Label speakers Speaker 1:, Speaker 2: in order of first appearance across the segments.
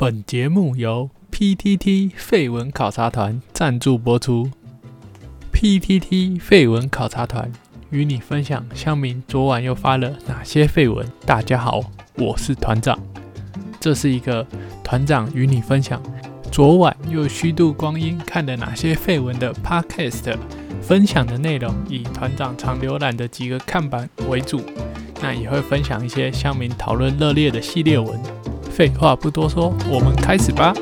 Speaker 1: 本节目由 PTT 废文考察团赞助播出。PTT 废文考察团与你分享乡民昨晚又发了哪些废文。大家好，我是团长。这是一个团长与你分享昨晚又虚度光阴看了哪些废文的 Podcast。分享的内容以团长常浏览的几个看板为主，那也会分享一些乡民讨论热烈的系列文。废话不多说，我们开始吧。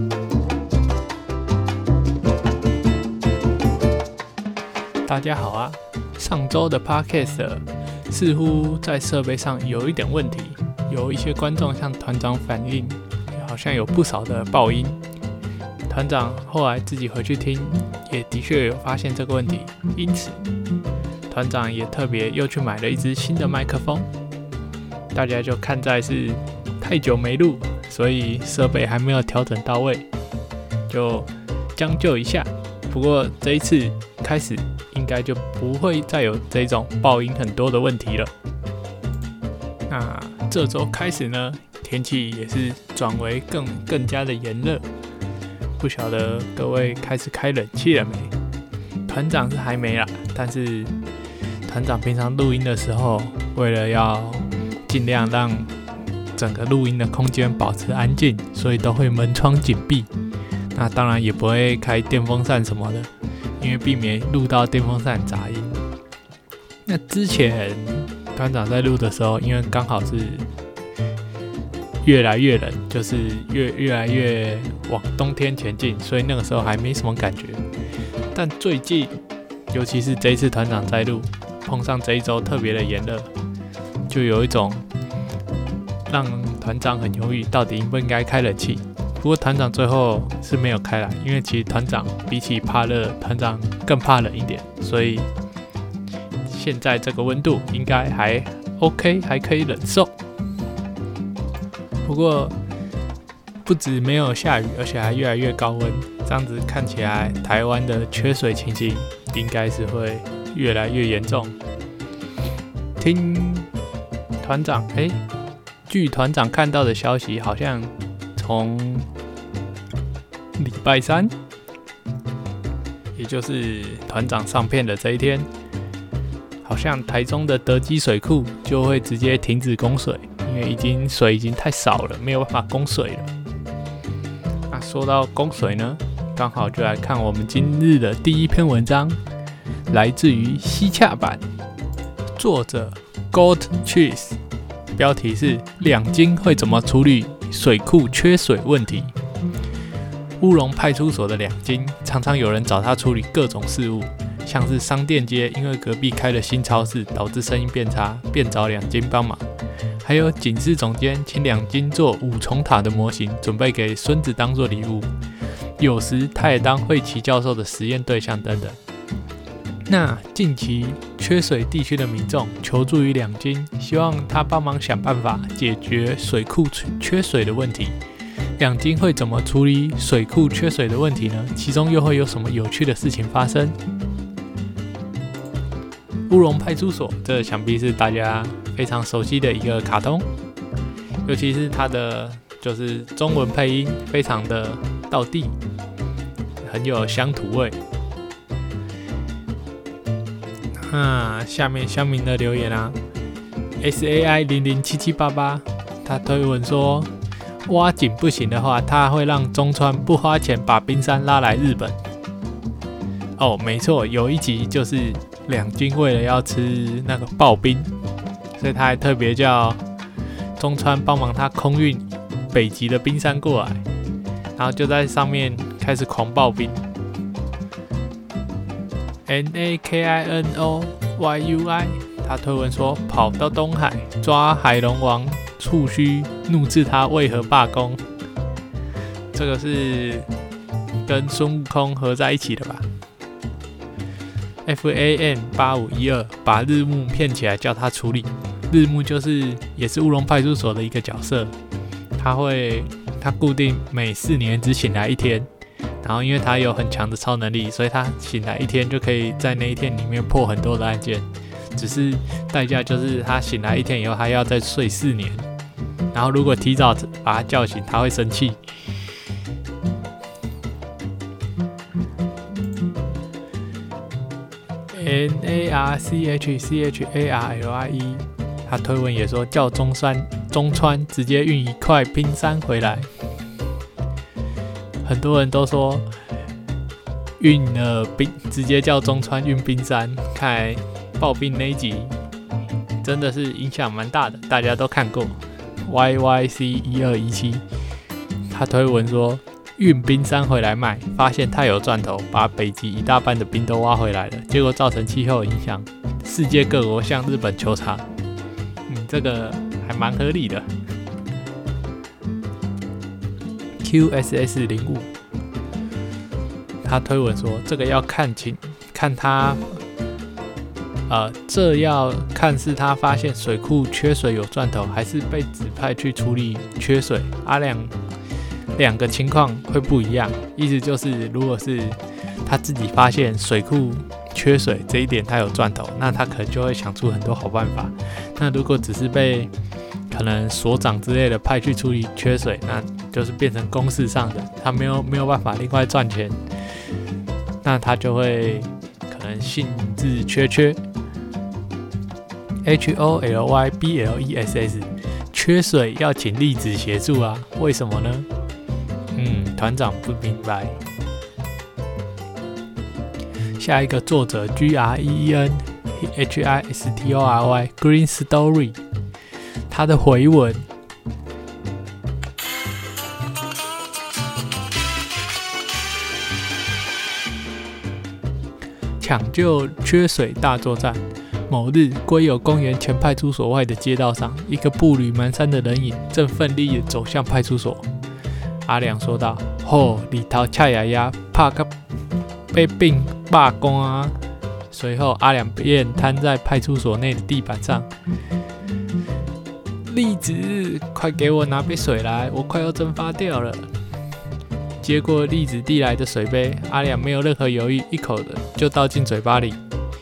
Speaker 1: 大家好啊，上周的 Podcast 似乎在设备上有一点问题，有一些观众向团长反映，好像有不少的爆音。团长后来自己回去听，也的确有发现这个问题，因此团长也特别又去买了一支新的麦克风。大家就看在是太久没录，所以设备还没有调整到位，就将就一下。不过这一次开始应该就不会再有这种爆音很多的问题了。那这周开始呢，天气也是转为更加的炎热。不晓得各位开始开冷气了没？团长是还没啦，但是团长平常录音的时候，为了要尽量让整个录音的空间保持安静，所以都会门窗紧闭。那当然也不会开电风扇什么的，因为避免录到电风扇杂音。那之前团长在录的时候，因为刚好是越来越冷，就是越来越往冬天前进，所以那个时候还没什么感觉。但最近，尤其是这一次团长在录，碰上这一周特别的炎热，就有一种让团长很犹豫，到底应不应该开冷气。不过团长最后是没有开啦，因为其实团长比起怕热，团长更怕冷一点，所以现在这个温度应该还 OK， 还可以忍受。不过不止没有下雨，而且还越来越高温，这样子看起来台湾的缺水情形应该是会越来越严重。听团长，据团长看到的消息，好像从礼拜三，也就是团长上片的这一天，好像台中的德基水库就会直接停止供水。因为水已经太少了，没有办法供水了。那说到供水呢，刚好就来看我们今日的第一篇文章，来自于西洽版，作者 Gold Cheese， 标题是两金会怎么处理水库缺水问题。乌龙派出所的两金常常有人找他处理各种事务，像是商店街因为隔壁开了新超市，导致生意变差，便找两金帮忙。还有警视总监请两金做五重塔的模型，准备给孙子当作礼物。有时他也当惠琪教授的实验对象等等。那近期缺水地区的民众求助于两金，希望他帮忙想办法解决水库缺水的问题。两金会怎么处理水库缺水的问题呢？其中又会有什么有趣的事情发生？乌龙派出所，这想必是大家非常熟悉的一个卡通，尤其是它的就是中文配音非常的道地，很有乡土味。那下面乡民的留言啊 ，SAI007788，他推文说，挖井不行的话，他会让中川不花钱把冰山拉来日本。哦，没错，有一集就是两金为了要吃那个刨冰，所以他还特别叫中川帮忙他空运北极的冰山过来，然后就在上面开始狂刨冰。NAKINOYUI 他推文说，跑到东海抓海龙王触须，怒斥他为何罢工。这个是跟孙悟空合在一起的吧？FAN8512 把日暮骗起来叫他处理。日暮也是乌龙派出所的一个角色，他固定每4年只醒来一天，然后因为他有很强的超能力，所以他醒来一天就可以在那一天里面破很多的案件，只是代价就是他醒来一天以后还要再睡4年，然然后如果提早把他叫醒，他会生气。NARCHCHARLIE， 他推文也说叫中川直接运一块冰山回来。很多人都说运了冰，直接叫中川运冰山。看来刨冰那一集真的是影响蛮大的，大家都看过。YYC1217， 他推文说运冰山回来卖，发现太有赚头，把北极一大半的冰都挖回来了，结果造成气候影响，世界各国向日本求偿。这个还蛮合理的。QSS05， 他推文说这个要看他，这要看是他发现水库缺水有赚头，还是被指派去处理缺水。两个情况会不一样，意思就是如果是他自己发现水库缺水这一点他有赚头，那他可能就会想出很多好办法。那如果只是被可能所长之类的派去处理缺水，那就是变成公事上的，他没有办法另外赚钱，那他就会可能兴致缺。HOLYBLESS， 缺水要请粒子协助啊？为什么呢？团长不明白。下一个作者 GREENHISTORY Green Story， 他的回文，抢救缺水大作战。某日，龟友公园前派出所外的街道上，一个步履蹒跚的人影正奋力地走向派出所。阿良说道：“里头恰牙牙，怕个被并罢工啊！”随后，阿良便瘫在派出所内的地板上。栗子，快给我拿杯水来，我快要蒸发掉了。接过栗子递来的水杯，阿良没有任何犹豫，一口的就倒进嘴巴里。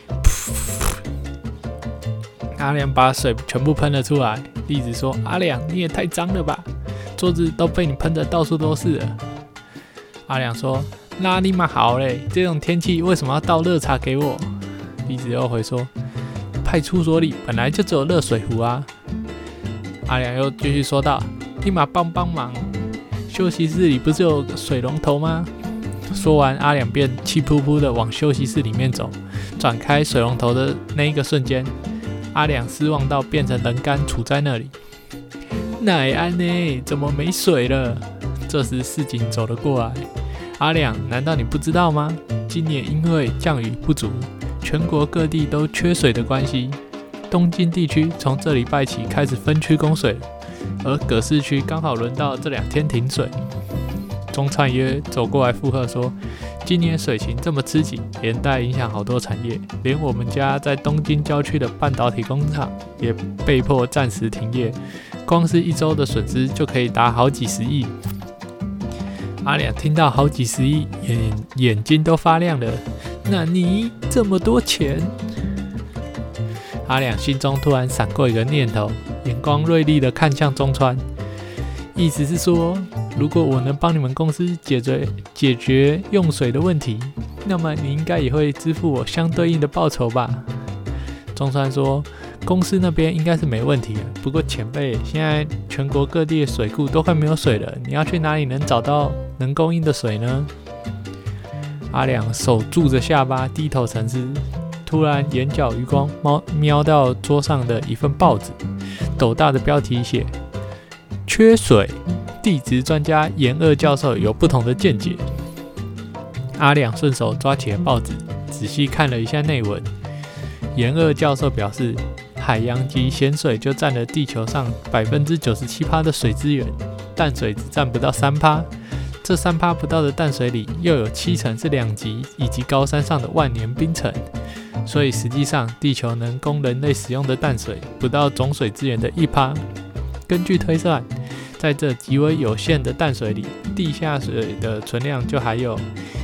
Speaker 1: 阿良把水全部喷了出来。栗子说：“阿良，你也太脏了吧，桌子都被你喷得到处都是了。”阿良说：“那你妈好嘞，这种天气为什么要倒热茶给我？”栗子又回说：“派出所里本来就只有热水壶啊。”阿良又继续说道：“你妈帮忙，休息室里不是有水龙头吗？”说完，阿良便气扑扑的往休息室里面走。转开水龙头的那一个瞬间，阿良失望到变成人干杵在那里。奈安呢？怎么没水了？这时市井走了过来。阿良，难道你不知道吗？今年因为降雨不足，全国各地都缺水的关系，东京地区从这礼拜起开始分区供水了，而葛饰区刚好轮到这2天停水。中川约走过来附和说：“今年水情这么吃紧，连带影响好多产业，连我们家在东京郊区的半导体工厂也被迫暂时停业，光是1周的损失就可以达好几十亿。”阿良听到好几十亿，眼睛都发亮了。那你这么多钱？阿良心中突然闪过一个念头，眼光锐利地看向中川，意思是说，如果我能帮你们公司解决用水的问题，那么你应该也会支付我相对应的报酬吧？中川说：“公司那边应该是没问题的，不过前辈，现在全国各地的水库都快没有水了，你要去哪里能找到能供应的水呢？”阿良手拄着下巴，低头沉思，突然眼角余光瞄到桌上的一份报纸，斗大的标题写：“缺水，地质专家岩二教授有不同的见解。”阿良顺手抓起了报纸，仔细看了一下内文。岩二教授表示，海洋及咸水就占了地球上 97% 的水资源，淡水只占不到 3%。这 3% 不到的淡水里，又有70%是两极以及高山上的万年冰层，所以实际上地球能供人类使用的淡水不到总水资源的 1%。根据推算，在这极为有限的淡水里，地下水的存量就还有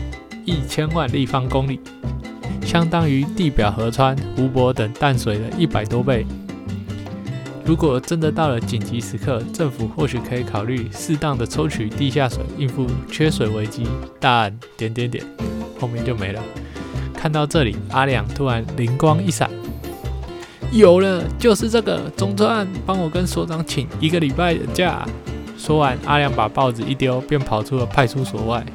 Speaker 1: 1000万立方公里，相当于地表河川、湖泊等淡水的100多倍。 如果真的到了紧急时刻，政府或许可以考虑适当的抽取地下水，应付缺水危机。但……后面就没了。看到这里，阿良突然灵光一闪，有了，就是这个！中川，帮我跟所长请1个礼拜的假。说完，阿良把报纸一丢，便跑出了派出所外。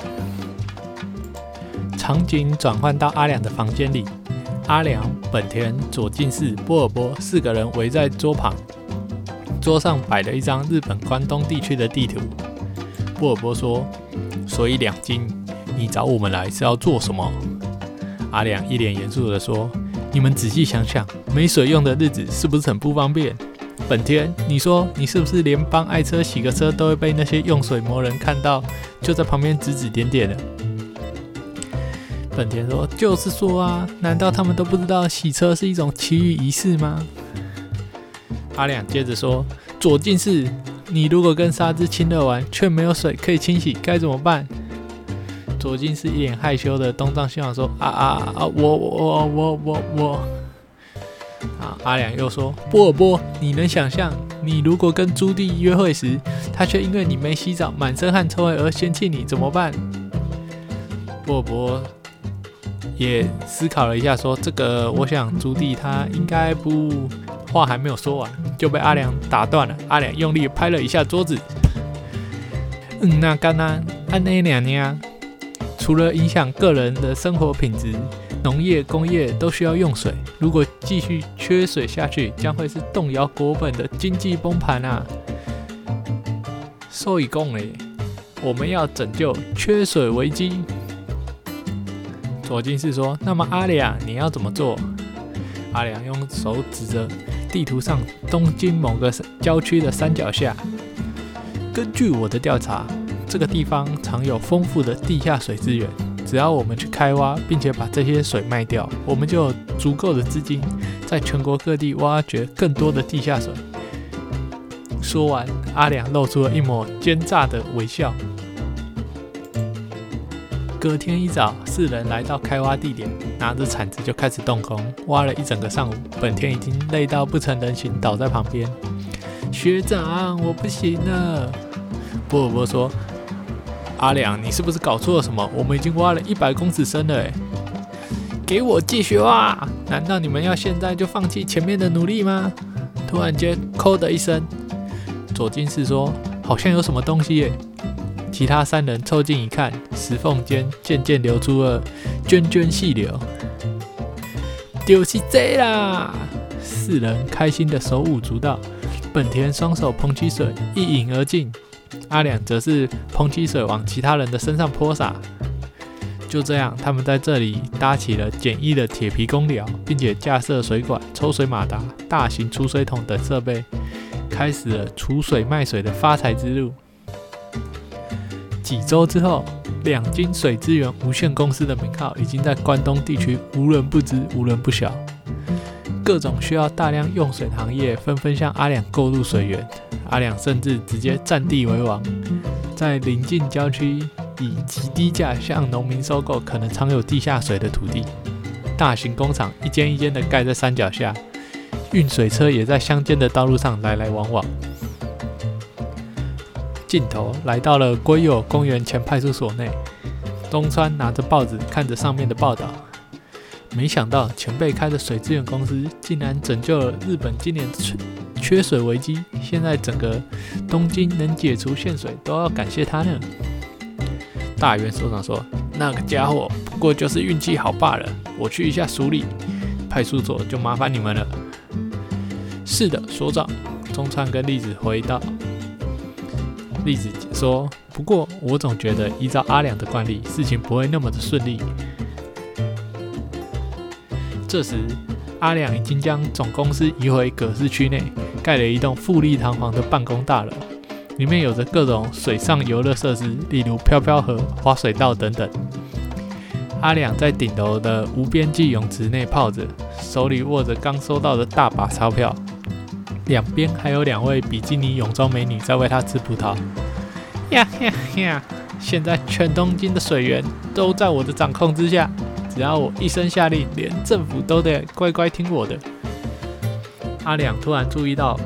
Speaker 1: 场景转换到阿良的房间里，阿良、本田、左近士、波尔波4个人围在桌旁，桌上摆了一张日本关东地区的地图。波尔波说：“所以两金，你找我们来是要做什么？”阿良一脸严肃地说：“你们仔细想想，没水用的日子是不是很不方便？本田，你说你是不是连帮爱车洗个车都会被那些用水魔人看到，就在旁边指指点点的？”本田说：“就是说啊，难道他们都不知道洗车是一种奇遇仪式吗？”阿良接着说：“左近士，你如果跟沙织亲热完，却没有水可以清洗，该怎么办？”左近士一脸害羞的东张西望说：“我。”阿良又说：“波尔波，你能想象，你如果跟朱棣约会时，他却因为你没洗澡，满身汗臭味而嫌弃你，怎么办？”波尔波也思考了一下，说：“这个，我想朱棣他应该不……”话还没有说完，就被阿良打断了。阿良用力拍了一下桌子：“那干啊，按那两年啊，除了影响个人的生活品质，农业、工业都需要用水。如果继续缺水下去，将会是动摇国本的经济崩盘啊！所以讲嘞，我们要拯救缺水危机。”左近士说：“那么阿良，你要怎么做？”阿良用手指着地图上东京某个郊区的山脚下：“根据我的调查，这个地方藏有丰富的地下水资源。只要我们去开挖，并且把这些水卖掉，我们就有足够的资金，在全国各地挖掘更多的地下水。”说完，阿良露出了一抹奸诈的微笑。隔天一早，4人来到开挖地点，拿着铲子就开始动工，挖了一整个上午。本田已经累到不成人形，倒在旁边。“学长，我不行了。”波尔波说：“阿良，你是不是搞错了什么？我们已经挖了100公尺深了耶！给我继续挖！难道你们要现在就放弃前面的努力吗？”突然间，扣的一声，左近士说：“好像有什么东西耶！”其他3人凑近一看，石缝间渐渐流出了涓涓细流。“就是这啦！”4人开心的手舞足蹈。本田双手捧起水一饮而尽，阿良则是捧起水往其他人的身上泼洒。就这样，他们在这里搭起了简易的铁皮公寮，并且架设水管、抽水马达、大型储水桶等设备，开始了储水卖水的发财之路。几周之后，两金水资源无限公司的名号已经在关东地区无人不知、无人不晓。各种需要大量用水的行业纷纷向阿良购入水源，阿良甚至直接占地为王，在邻近郊区以极低价向农民收购可能藏有地下水的土地。大型工厂一间一间的盖在山脚下，运水车也在乡间的道路上来来往往。镜头来到了龟友公园前派出所内，东川拿着报纸看着上面的报道，没想到前辈开的水资源公司竟然拯救了日本今年缺水危机，现在整个东京能解除限水都要感谢他呢。大原所长说：“那个家伙不过就是运气好罢了，我去一下署理，派出所就麻烦你们了。”“是的，所长。”中川跟栗子回道。栗子说：“不过我总觉得依照阿良的惯例，事情不会那么的顺利。”这时，阿良已经将总公司移回葛饰区内，盖了一栋富丽堂皇的办公大楼，里面有着各种水上游乐设施，例如飘飘河、滑水道等等。阿良在顶楼的无边际泳池内泡着，手里握着刚收到的大把钞票。两边还有2位比基尼泳装美女在为他吃葡萄。呀呀呀！现在全东京的水源都在我的掌控之下，只要我一声下令，连政府都得乖乖听我的。阿良突然注意到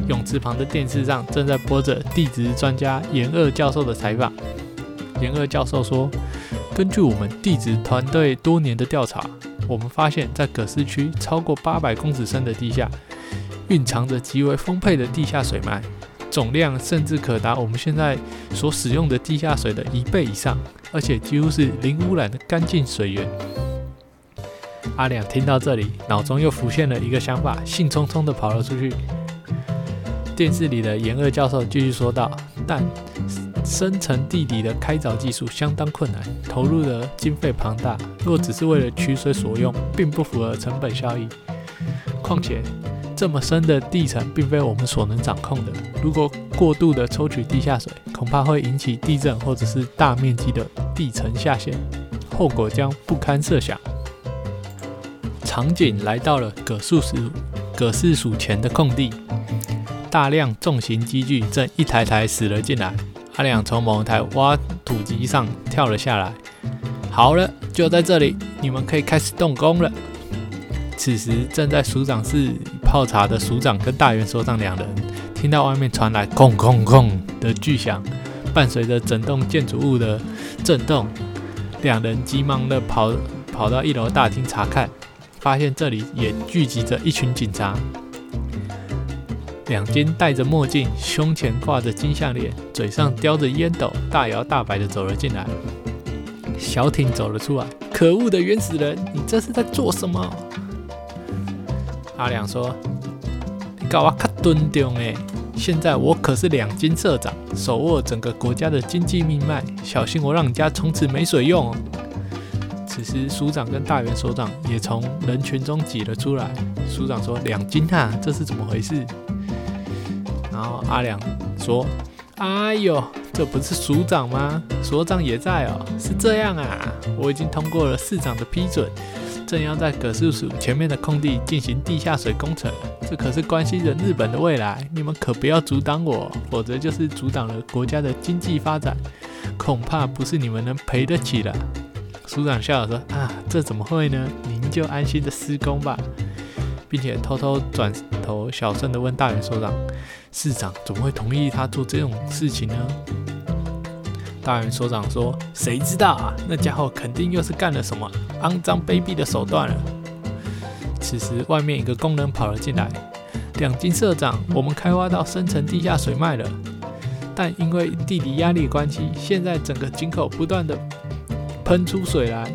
Speaker 1: 泳池旁的电视上正在播着地质专家严二教授的采访。严二教授说，根据我们地质团队多年的调查，我们发现在葛氏区超过800公尺深的地下蕴藏着极为丰沛的地下水脉，总量甚至可达我们现在所使用的地下水的1倍以上，而且几乎是零污染的干净水源。阿良听到这里，脑中又浮现了一个想法，兴冲冲地跑了出去。电视里的严二教授继续说道，但深层地底的开凿技术相当困难，投入的经费庞大，若只是为了取水所用，并不符合成本效益。况且这么深的地层并非我们所能掌控的，如果过度的抽取地下水，恐怕会引起地震或者是大面积的地层下陷，后果将不堪设想。场景来到了葛氏署前的空地，大量重型机具正一台台驶了进来。阿良从某台挖土机上跳了下来。好了，就在这里，你们可以开始动工了。此时正在署长室泡茶的署长跟大元所长两人，听到外面传来空空空的巨响，伴随着整栋建筑物的震动，两人急忙的跑到1楼大厅查看，发现这里也聚集着一群警察。两金戴着墨镜，胸前挂着金项链，嘴上叼着烟斗，大摇大摆地走了进来。小挺走了出来，可恶的原始人，你这是在做什么？阿良说，你搞我较敦重欸，现在我可是两金社长，手握整个国家的经济命脉，小心我让你家从此没水用哦。此时署长跟大元所长也从人群中挤了出来。署长说，两金啊，这是怎么回事？然后阿良说，哎呦，这不是署长吗？所长也在哦。是这样啊，我已经通过了市长的批准，正要在葛氏署前面的空地进行地下水工程，这可是关系着日本的未来，你们可不要阻挡我，否则就是阻挡了国家的经济发展，恐怕不是你们能赔得起的。署长笑了说，啊，这怎么会呢？您就安心的施工吧。并且偷偷转头小声的问大元所长，市长怎么会同意他做这种事情呢？大元所长说，谁知道啊，那家伙肯定又是干了什么肮脏卑鄙的手段了。此时外面一个工人跑了进来，两金社长，我们开挖到深层地下水脉了，但因为地理压力的关系，现在整个井口不断的喷出水来。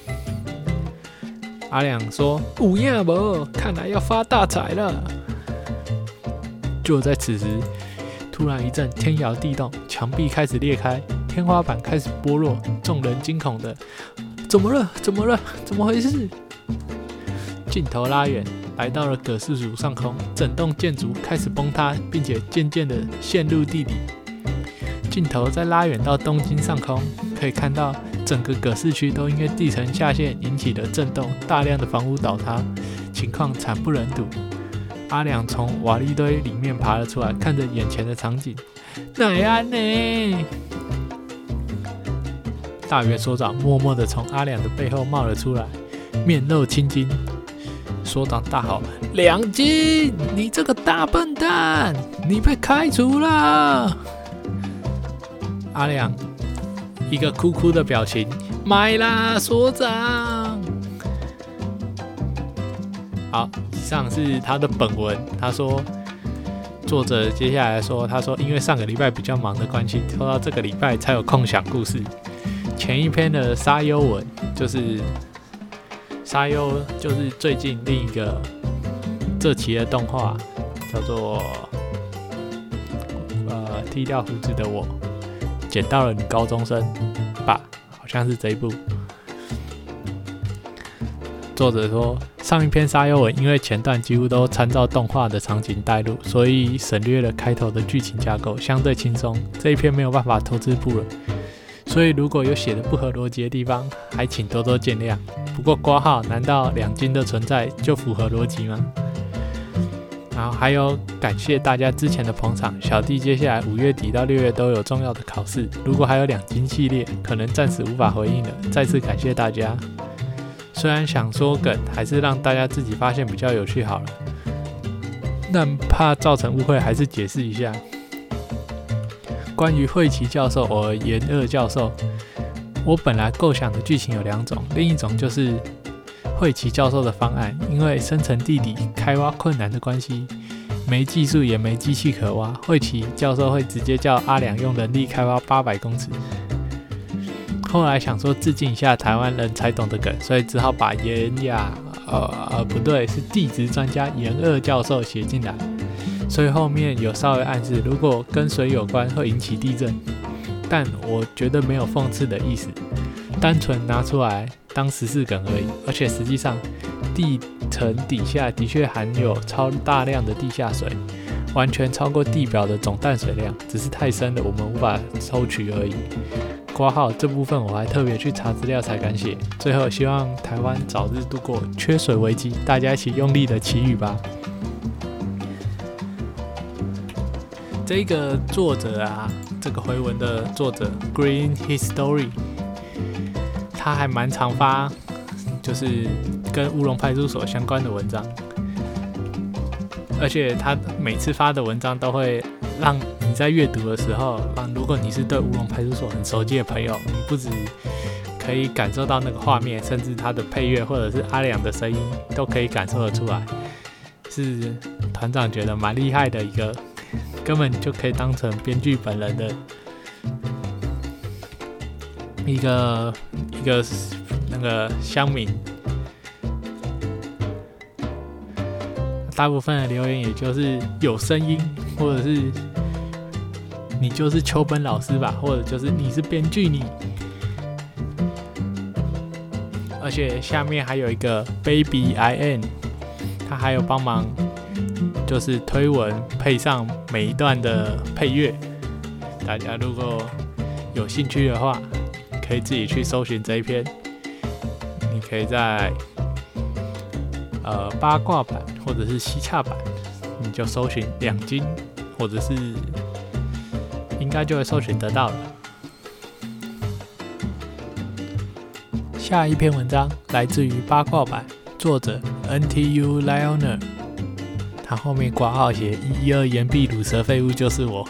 Speaker 1: 阿良说，有影无，看来要发大财了。就在此时，突然一阵天摇地动，墙壁开始裂开，天花板开始剥落，众人惊恐的，怎么了？怎么了？怎么回事？镜头拉远，来到了葛氏署上空，整栋建筑开始崩塌，并且渐渐的陷入地底。镜头再拉远到东京上空，可以看到整个葛氏区都因为地层下陷引起的震动，大量的房屋倒塌，情况惨不忍睹。阿良从瓦砾堆里面爬了出来，看着眼前的场景，奈安呢？大元所长默默地从阿良的背后冒了出来，面露青筋。所长大吼，两金，你这个大笨蛋，你被开除了。阿良一个哭哭的表情，买啦，所长。好，以上是他的本文。他说，作者接下来说，他说因为上个礼拜比较忙的关系，拖到这个礼拜才有空想故事。前一篇的沙优文就是沙优，就是最近另一个这期的动画叫做剃掉胡子的我。捡到了你高中生吧，好像是这一部。作者说，上一篇沙优文因为前段几乎都参照动画的场景带入，所以省略了开头的剧情架构，相对轻松。这一篇没有办法投资部了，所以如果有写的不合逻辑的地方，还请多多见谅。不过括号，难道两金的存在就符合逻辑吗？然后还有感谢大家之前的捧场，小弟接下来5月底到6月都有重要的考试，如果还有两金系列，可能暂时无法回应了，再次感谢大家。虽然想说梗，还是让大家自己发现比较有趣好了。 但怕造成误会，还是解释一下。关于惠奇教授或岩二教授，我本来构想的剧情有2种，另一种就是惠奇教授的方案，因为深层地底开挖困难的关系，没技术也没机器可挖，惠奇教授会直接叫阿良用人力开挖800公尺。后来想说致敬一下台湾人才懂的梗，所以只好把岩雅不对，是地质专家岩二教授写进来。所以后面有稍微暗示，如果跟水有关会引起地震，但我觉得没有讽刺的意思，单纯拿出来当时事梗而已。而且实际上，地层底下的确含有超大量的地下水，完全超过地表的总淡水量，只是太深了，我们无法抽取而已。括号这部分我还特别去查资料才敢写。最后希望台湾早日度过缺水危机，大家一起用力的祈雨吧。这个作者啊，这个回文的作者 Green History， 他还蛮常发，就是跟乌龙派出所相关的文章，而且他每次发的文章都会让你在阅读的时候，如果你是对乌龙派出所很熟悉的朋友，你不止可以感受到那个画面，甚至他的配乐或者是阿良的声音都可以感受得出来，是团长觉得蛮厉害的一个。根本就可以当成编剧本人的一个那个乡民。大部分的留言也就是有声音，或者是你就是秋本老师吧，或者就是你是编剧你。而且下面还有一个 Baby IN， 他还有帮忙。就是推文配上每一段的配乐，大家如果有兴趣的话，可以自己去搜寻这一篇。你可以在八卦版或者是西洽版，你就搜寻2金，或者是应该就会搜寻得到了。下一篇文章来自于八卦版，作者 NTU Lionel。他后面括号写112岩壁乳蛇废物就是我，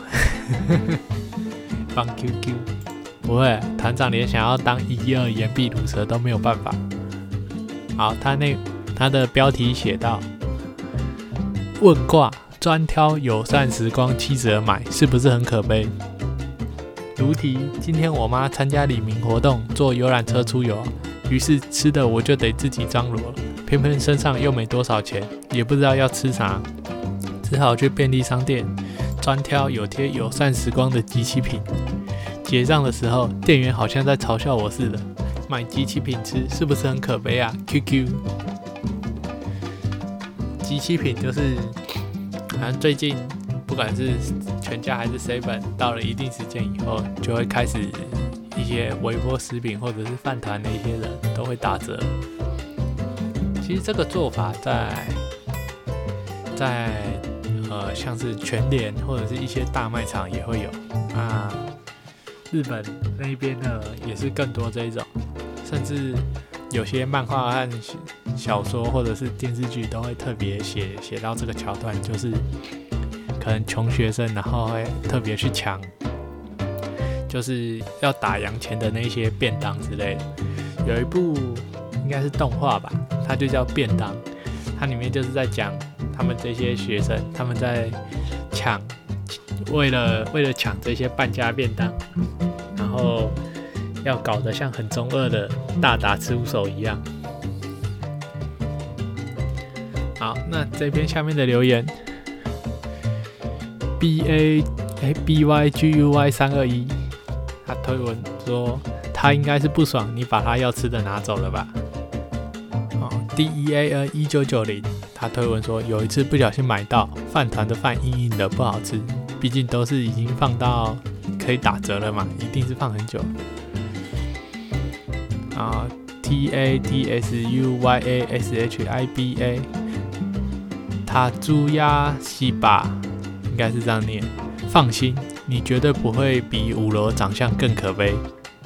Speaker 1: 放 QQ， 不会，团长连想要当112岩壁乳蛇都没有办法。好，他的标题写到：问卦专挑友善时光7折买，是不是很可悲？如题：今天我妈参加里民活动，坐游览车出游，于是吃的我就得自己张罗了。偏偏身上又没多少钱，也不知道要吃啥，只好去便利商店专挑有贴友善时光的机器品。结账的时候，店员好像在嘲笑我似的，买机器品吃是不是很可悲啊 ？QQ。机器品就是好像最近不管是全家还是 7 到了一定时间以后，就会开始一些微波食品或者是饭团的一些人都会打折。其实这个做法在像是全联或者是一些大卖场也会有啊，日本那边呢也是更多这一种，甚至有些漫画和小说或者是电视剧都会特别写到这个桥段，就是可能穷学生然后会特别去抢，就是要打烊前的那些便当之类的。有一部应该是动画吧，它就叫便当，它里面就是在讲他们这些学生他们在抢，为了抢这些半价便当，然后要搞得像很中二的大打出手一样。好，那这边下面的留言 BYGUY321， 他推文说他应该是不爽你把他要吃的拿走了吧。DEAN1990， 他推文说有一次不小心買到饭团的饭硬硬的不好吃，毕竟都是已经放到可以打折了嘛，一定是放很久。TATSUYASHIBA， 他猪鸭西巴应该是这样念。放心，你绝对不会比5楼长相更可悲。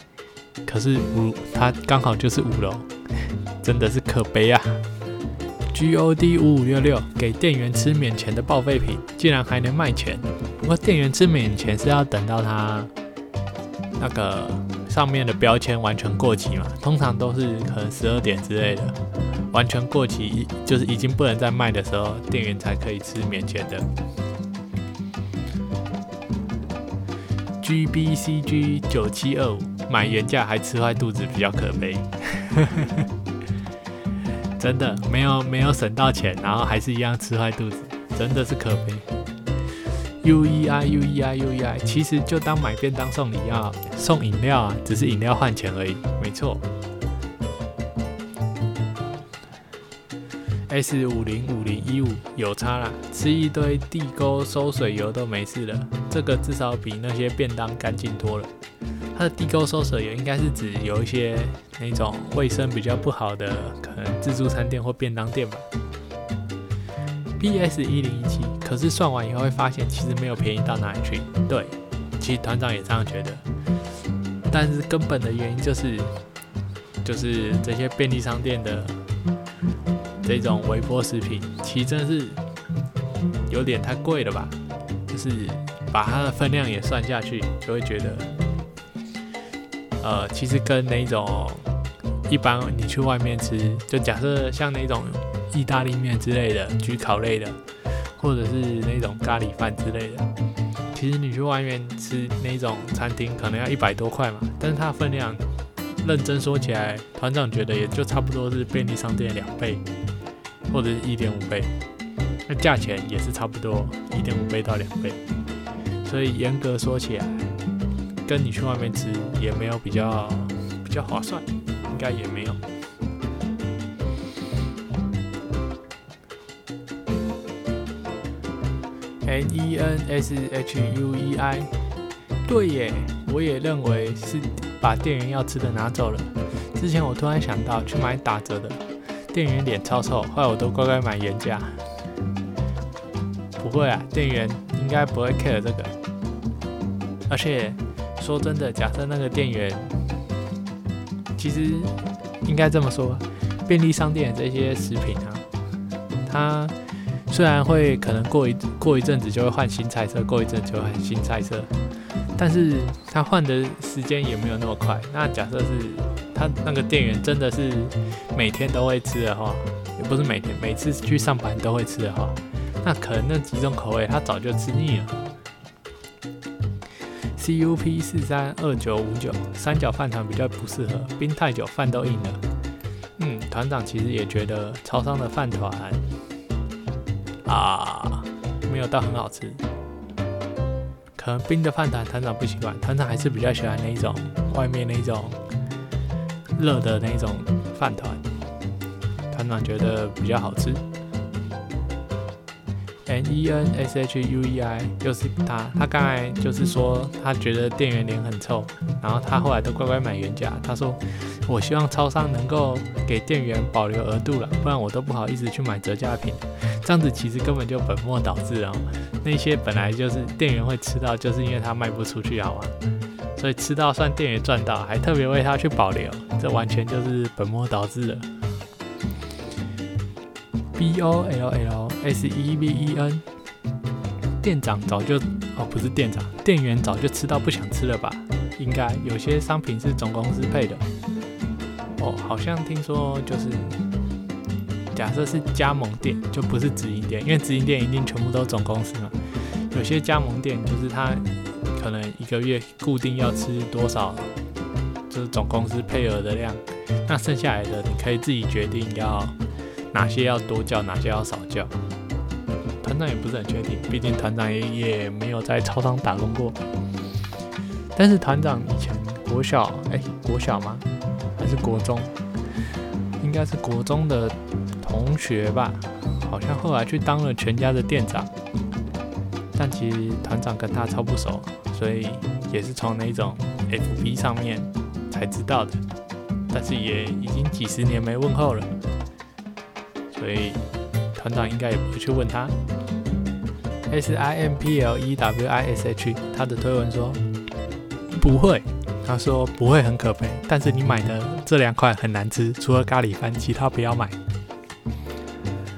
Speaker 1: 可是他刚好就是5楼，真的是可悲啊！ GOD5566给店员吃免钱的报废品，竟然还能卖钱。不过店员吃免钱是要等到他那个上面的标签完全过期嘛，通常都是可能12点之类的，完全过期就是已经不能再卖的时候，店员才可以吃免钱的。GBCG9725买原价还吃坏肚子比较可悲。真的没有省到钱，然后还是一样吃坏肚子，真的是可悲。UEI， 其实就当买便当送饮料啊，只是饮料换钱而已，没错。S505015有差啦，吃一堆地沟收水油都没事了，这个至少比那些便当干净多了。它的地沟收水油应该是指有一些那种卫生比较不好的，可能自助餐店或便当店吧。PS1017，可是算完以后会发现其实没有便宜到哪里去。对，其实团长也这样觉得，但是根本的原因就是这些便利商店的这种微波食品，其实真的是有点太贵了吧？就是把它的分量也算下去，就会觉得，其实跟那种一般你去外面吃，就假设像那种意大利面之类的、焗烤类的，或者是那种咖喱饭之类的，其实你去外面吃那种餐厅可能要100多块嘛，但是它的分量认真说起来，团长觉得也就差不多是便利商店的2倍，或者是1.5倍，那价钱也是差不多1.5倍到2倍，所以严格说起来，跟你去外面吃也没有比较划算，应该也没有。NENSHUEI， 对耶，我也认为是把店员要吃的拿走了。之前我突然想到去买打折的，店员脸超臭，后来我都乖乖买原价。不会啊，店员应该不会 care 这个。而且说真的，假设那个店员，其实应该这么说，便利商店的这些食品啊，它虽然会可能过一阵子就会换新菜色，过一阵子就会换新菜色，但是他换的时间也没有那么快。那假设是他那个店员真的是每天都会吃的话，也不是每天，每次去上班都会吃的话，那可能那几种口味他早就吃腻了。CUP432959三角饭团比较不适合，冰太久饭都硬了。团长其实也觉得超商的饭团没有到很好吃，可能冰的饭团团长不习惯，团长还是比较喜欢那一种外面那种热的那种饭团，团长觉得比较好吃。NENSHUEI 又是他刚才就是说他觉得店员脸很臭，然后他后来都乖乖买原价。他说我希望超商能够给店员保留额度了，不然我都不好意思去买折价品，这样子其实根本就本末倒置哦。那些本来就是店员会吃到，就是因为他卖不出去好吗？所以吃到算店员赚到，还特别为他去保留，这完全就是本末倒置了。BOLLSEVEN 店长早就不是店长，店员早就吃到不想吃了吧？应该有些商品是总公司配的好像听说就是假设是加盟店，就不是直营店，因为直营店一定全部都总公司嘛。有些加盟店就是他可能1个月固定要吃多少，就是总公司配额的量，那剩下来的你可以自己决定要哪些要多叫，哪些要少叫。团长也不是很确定，毕竟团长也没有在超商打工过。但是团长以前国小吗？还是国中？应该是国中的同学吧，好像后来去当了全家的店长。但其实团长跟他超不熟，所以也是从那种 FB 上面才知道的。但是也已经几十年没问候了。所以团长应该也不会去问他。SIMPLEWISH 他的推文说不会，他说不会很可悲，但是你买的这2款很难吃，除了咖喱饭，其他不要买。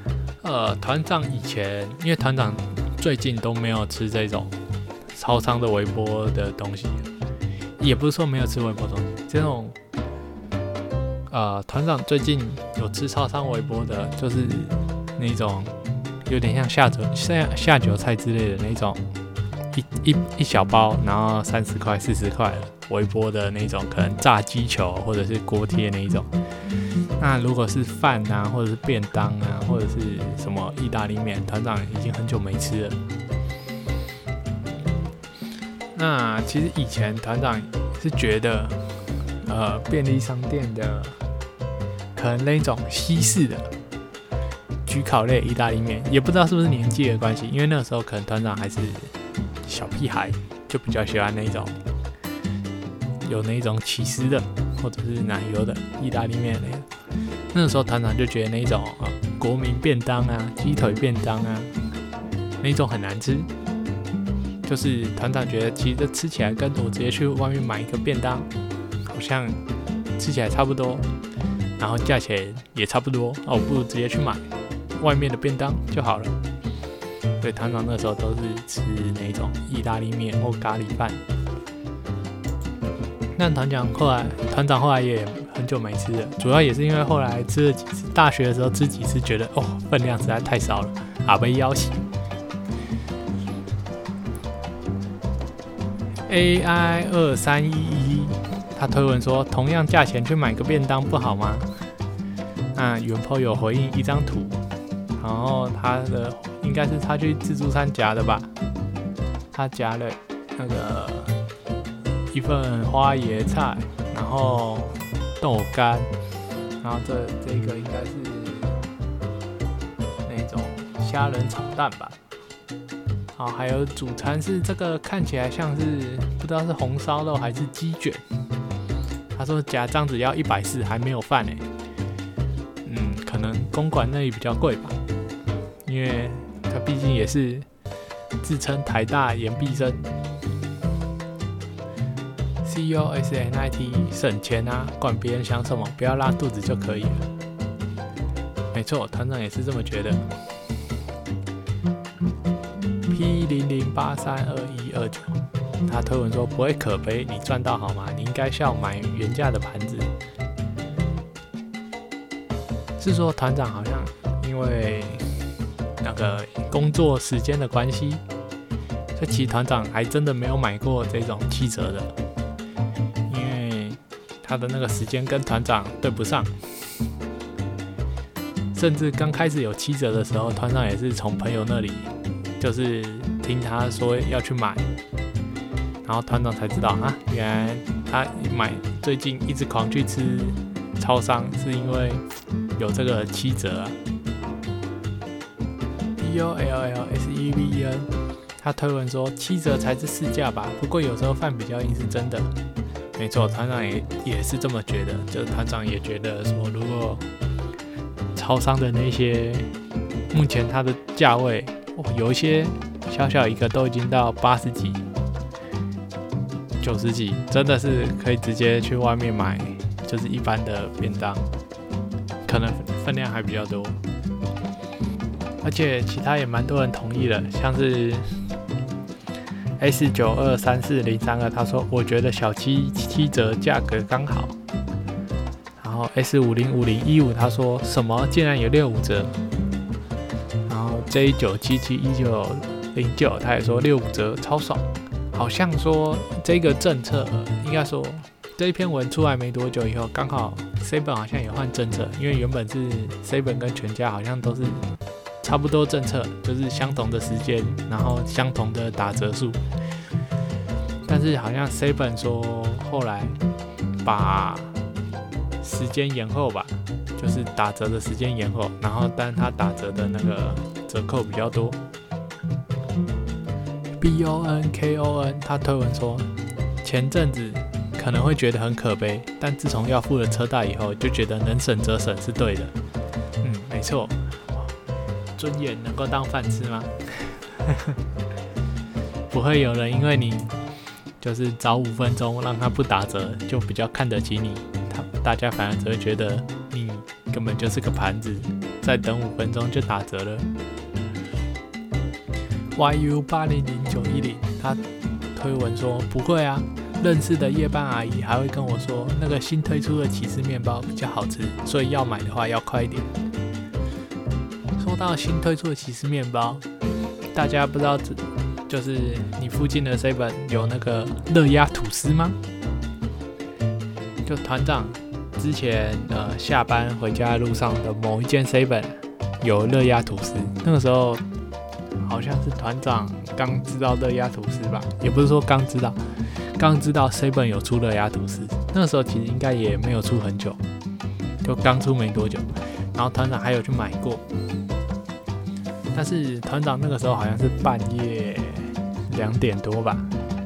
Speaker 1: 团长以前，因为团长最近都没有吃这种超商的微波的东西，也不是说没有吃微波东西，这种团长最近有吃超商微波的，就是那种有点像下酒菜之类的那种，一小包，然后30块、40块微波的那种，可能炸鸡球或者是锅贴那一种。那如果是饭啊，或者是便当啊，或者是什么意大利面，团长已经很久没吃了。那其实以前团长是觉得，便利商店的可能那种西式的焗烤类意大利面，也不知道是不是年纪的关系，因为那个时候可能团长还是小屁孩，就比较喜欢那种有那种起司的或者是奶油的意大利面那个。那个时候团长就觉得那种国民便当啊、鸡腿便当啊那种很难吃，就是团长觉得其实吃起来跟我直接去外面买一个便当好像吃起来差不多，然后价钱也差不多，我不如直接去买外面的便当就好了。所以团长那时候都是吃那种意大利面或咖喱饭。那团长后来也很久没吃了，主要也是因为后来吃了几次，大学的时候吃几次，觉得分量实在太少了，被要挟。AI2311他推文说，同样价钱去买个便当不好吗？那原 po 有回应一张图，然后他的应该是他去自助餐夹的吧，他夹了那个一份花椰菜，然后豆干，然后这个应该是那种虾仁炒蛋吧。好，还有主餐是这个看起来像是不知道是红烧肉还是鸡卷。他说夹这样子要140，还没有饭欸。可能公馆那里比较贵吧，因为他毕竟也是自称台大研毕生。COSNIT 省钱啊，管别人想什么，不要拉肚子就可以了。没错，团长也是这么觉得。P00832129，他推文说不会可悲，你赚到好吗？你应该是要买原价的盘子。是说团长好像因为那个工作时间的关系，所以其实团长还真的没有买过这种7折的，因为他的那个时间跟团长对不上。甚至刚开始有7折的时候，团长也是从朋友那里就是听他说要去买，然后团长才知道原来他最近一直狂去吃超商，是因为有这个7折啊。POLLSEVEN 他推文说7折才是市价吧，不过有时候饭比较硬是真的。没错，团长也是这么觉得，就是团长也觉得说，如果超商的那些目前它的价位有一些小小一个都已经到80几、90几，真的是可以直接去外面买，就是一般的便当，可能分量还比较多，而且其他也蛮多人同意了，像是 S9234032，他说我觉得小7折价格刚好。然后 S505015他说什么竟然有65折，然后 J9771909他也说65折超爽，好像说这个政策应该说这一篇文出来没多久以后，刚好 Seven 好像也换政策，因为原本是 Seven 跟全家好像都是差不多政策，就是相同的时间，然后相同的打折数，但是好像 Seven 说后来把时间延后吧，就是打折的时间延后，然后但他打折的那个折扣比较多。BONKON 他推文说，前阵子可能会觉得很可悲，但自从要付了车贷以后，就觉得能省则省是对的。没错，尊严能够当饭吃吗？不会有人因为你就是早5分钟让他不打折，就比较看得起你。大家反而只会觉得你根本就是个盘子，再等5分钟就打折了。YU800910他推文说不会啊，认识的夜班阿姨还会跟我说那个新推出的起司面包比较好吃，所以要买的话要快一点。说到新推出的起司面包，大家不知道就是你附近的 Seven 有那个热压吐司吗？就团长之前下班回家的路上的某一间 Seven 有热压吐司，那个时候好像是团长刚知道热压吐司吧，也不是说刚知道 Seven 有出热压吐司，那个时候其实应该也没有出很久，就刚出没多久，然后团长还有去买过，但是团长那个时候好像是半夜2点多吧，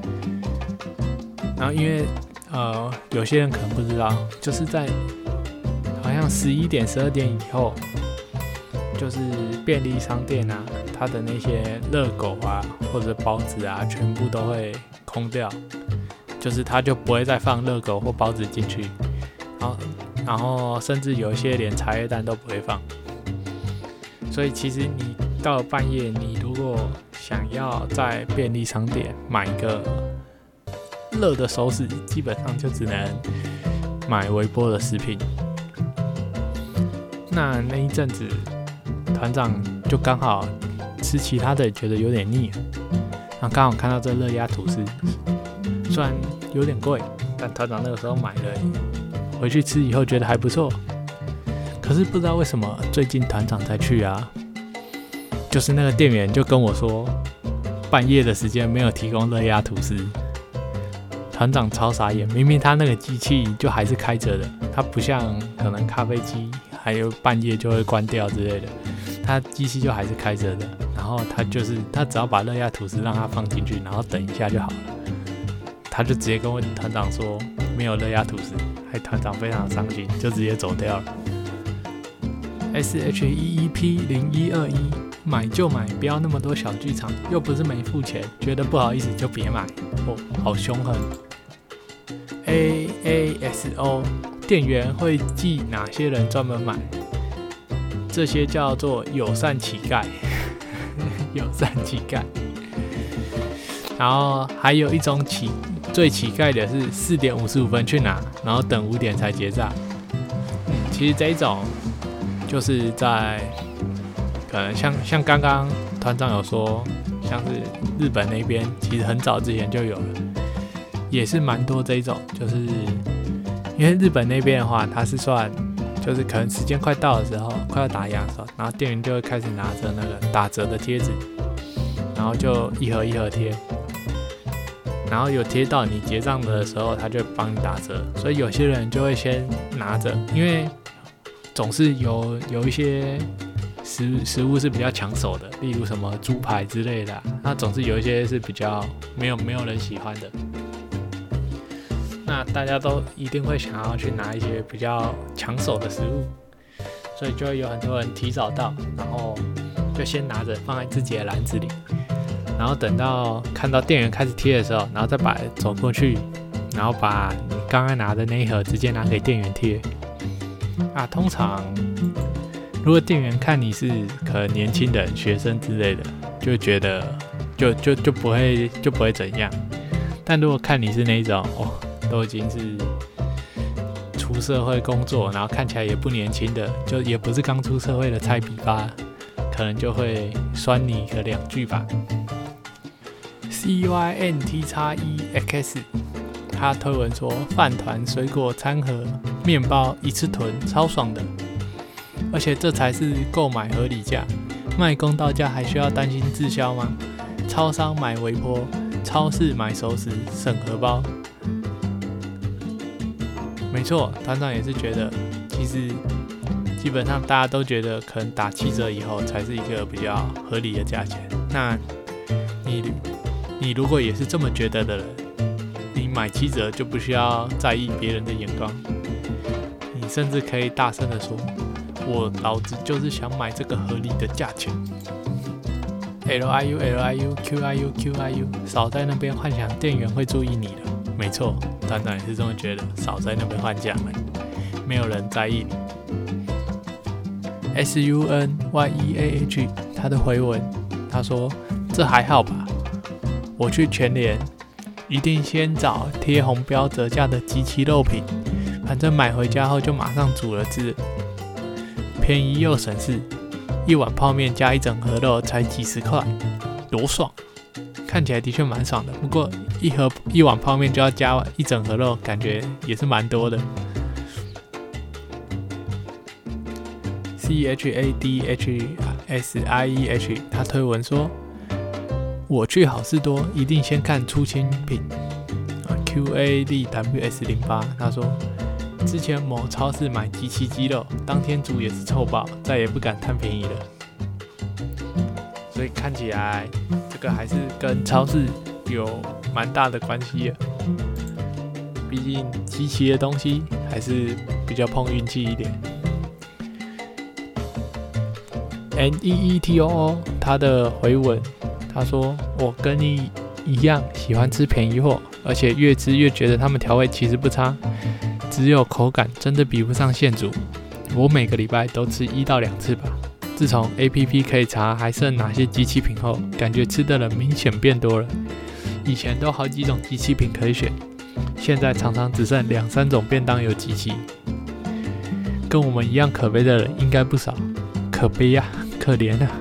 Speaker 1: 然后因为有些人可能不知道，就是在好像11点12点以后，就是便利商店啊，它的那些热狗啊或者包子啊，全部都会空掉，就是它就不会再放热狗或包子进去，然后甚至有一些连茶叶蛋都不会放。所以其实你到了半夜，你如果想要在便利商店买一个热的熟食，基本上就只能买微波的食品。那一阵子团长就刚好吃其他的也觉得有点腻了，然后刚好看到这热压吐司，虽然有点贵，但团长那个时候买了，回去吃以后觉得还不错。可是不知道为什么最近团长才去啊，就是那个店员就跟我说半夜的时间没有提供热压吐司。团长超傻眼，明明他那个机器就还是开着的，他不像可能咖啡机还有半夜就会关掉之类的，他机器就还是开着的，然后他只要把热压吐司让它放进去，然后等一下就好了。他就直接跟我团长说没有热压吐司，害团长非常伤心，就直接走掉了。SHEEP0121 买就买，不要那么多小剧场，又不是没付钱，觉得不好意思就别买。哦，好凶狠。AASO 店员会记哪些人专门买，这些叫做友善乞丐。友善乞丐。然后还有一种最乞丐的是4点55分去拿，然后等5点才结账。其实这一种就是在可能像刚刚团长有说，像是日本那边其实很早之前就有了，也是蛮多这一种，就是因为日本那边的话，它是算就是可能时间快到的时候，快要打烊的时候，然后店员就会开始拿着那个打折的贴纸，然后就一盒一盒贴，然后有贴到你结账的时候，他就帮你打折，所以有些人就会先拿着，因为总是有一些食物是比较抢手的，例如什么猪排之类的，那总是有一些是比较没有人喜欢的，那大家都一定会想要去拿一些比较抢手的食物，所以就会有很多人提早到，然后就先拿着放在自己的篮子里，然后等到看到店员开始贴的时候，然后再走过去，然后把你刚刚拿的那一盒直接拿给店员贴。通常如果店员看你是可能年轻人、学生之类的，就觉得就不会怎样。但如果看你是那种都已经是出社会工作，然后看起来也不年轻的，就也不是刚出社会的菜比吧，可能就会酸你个2句吧。CYNTXEX 他推文说饭团、水果餐盒、面包一次囤，超爽的。而且这才是购买合理价，卖公道价还需要担心滞销吗？超商买微波，超市买熟食，省荷包。没错，团长也是觉得，其实基本上大家都觉得，可能打7折以后才是一个比较合理的价钱。那你如果也是这么觉得的人，你买7折就不需要在意别人的眼光，你甚至可以大声的说，老子就是想买这个合理的价钱。LIU LIU QIU QIU， 少在那边幻想店员会注意你了。没错，团长也是这么觉得，少在那边幻想了，没有人在意你。 SUNYEAH 他的回文，他说这还好吧，我去全联一定先找贴红标折价的即期肉品，反正买回家后就马上煮了吃，便宜又省事，一碗泡面加一整盒肉才几十块，多爽！看起来的确蛮爽的，不过一碗泡面就要加一整盒肉，感觉也是蛮多的。CHADHSIEH 他推文说，我去好事多一定先看出清品。QADWS08 他说，之前某超市买即期鸡肉，当天煮也是臭爆，再也不敢贪便宜了。所以看起来这个还是跟超市有蛮大的关系的，毕竟即期的东西还是比较碰运气一点。NEETOO 他的回文，他说我跟你一样喜欢吃便宜货，而且越吃越觉得他们调味其实不差，只有口感真的比不上现煮。我每个礼拜都吃1到2次吧。自从 APP 可以查还剩哪些即期品后，感觉吃的人明显变多了。以前都好几种即期品可以选，现在常常只剩2-3种便当有即期。跟我们一样可悲的人应该不少，可悲呀，可怜啊。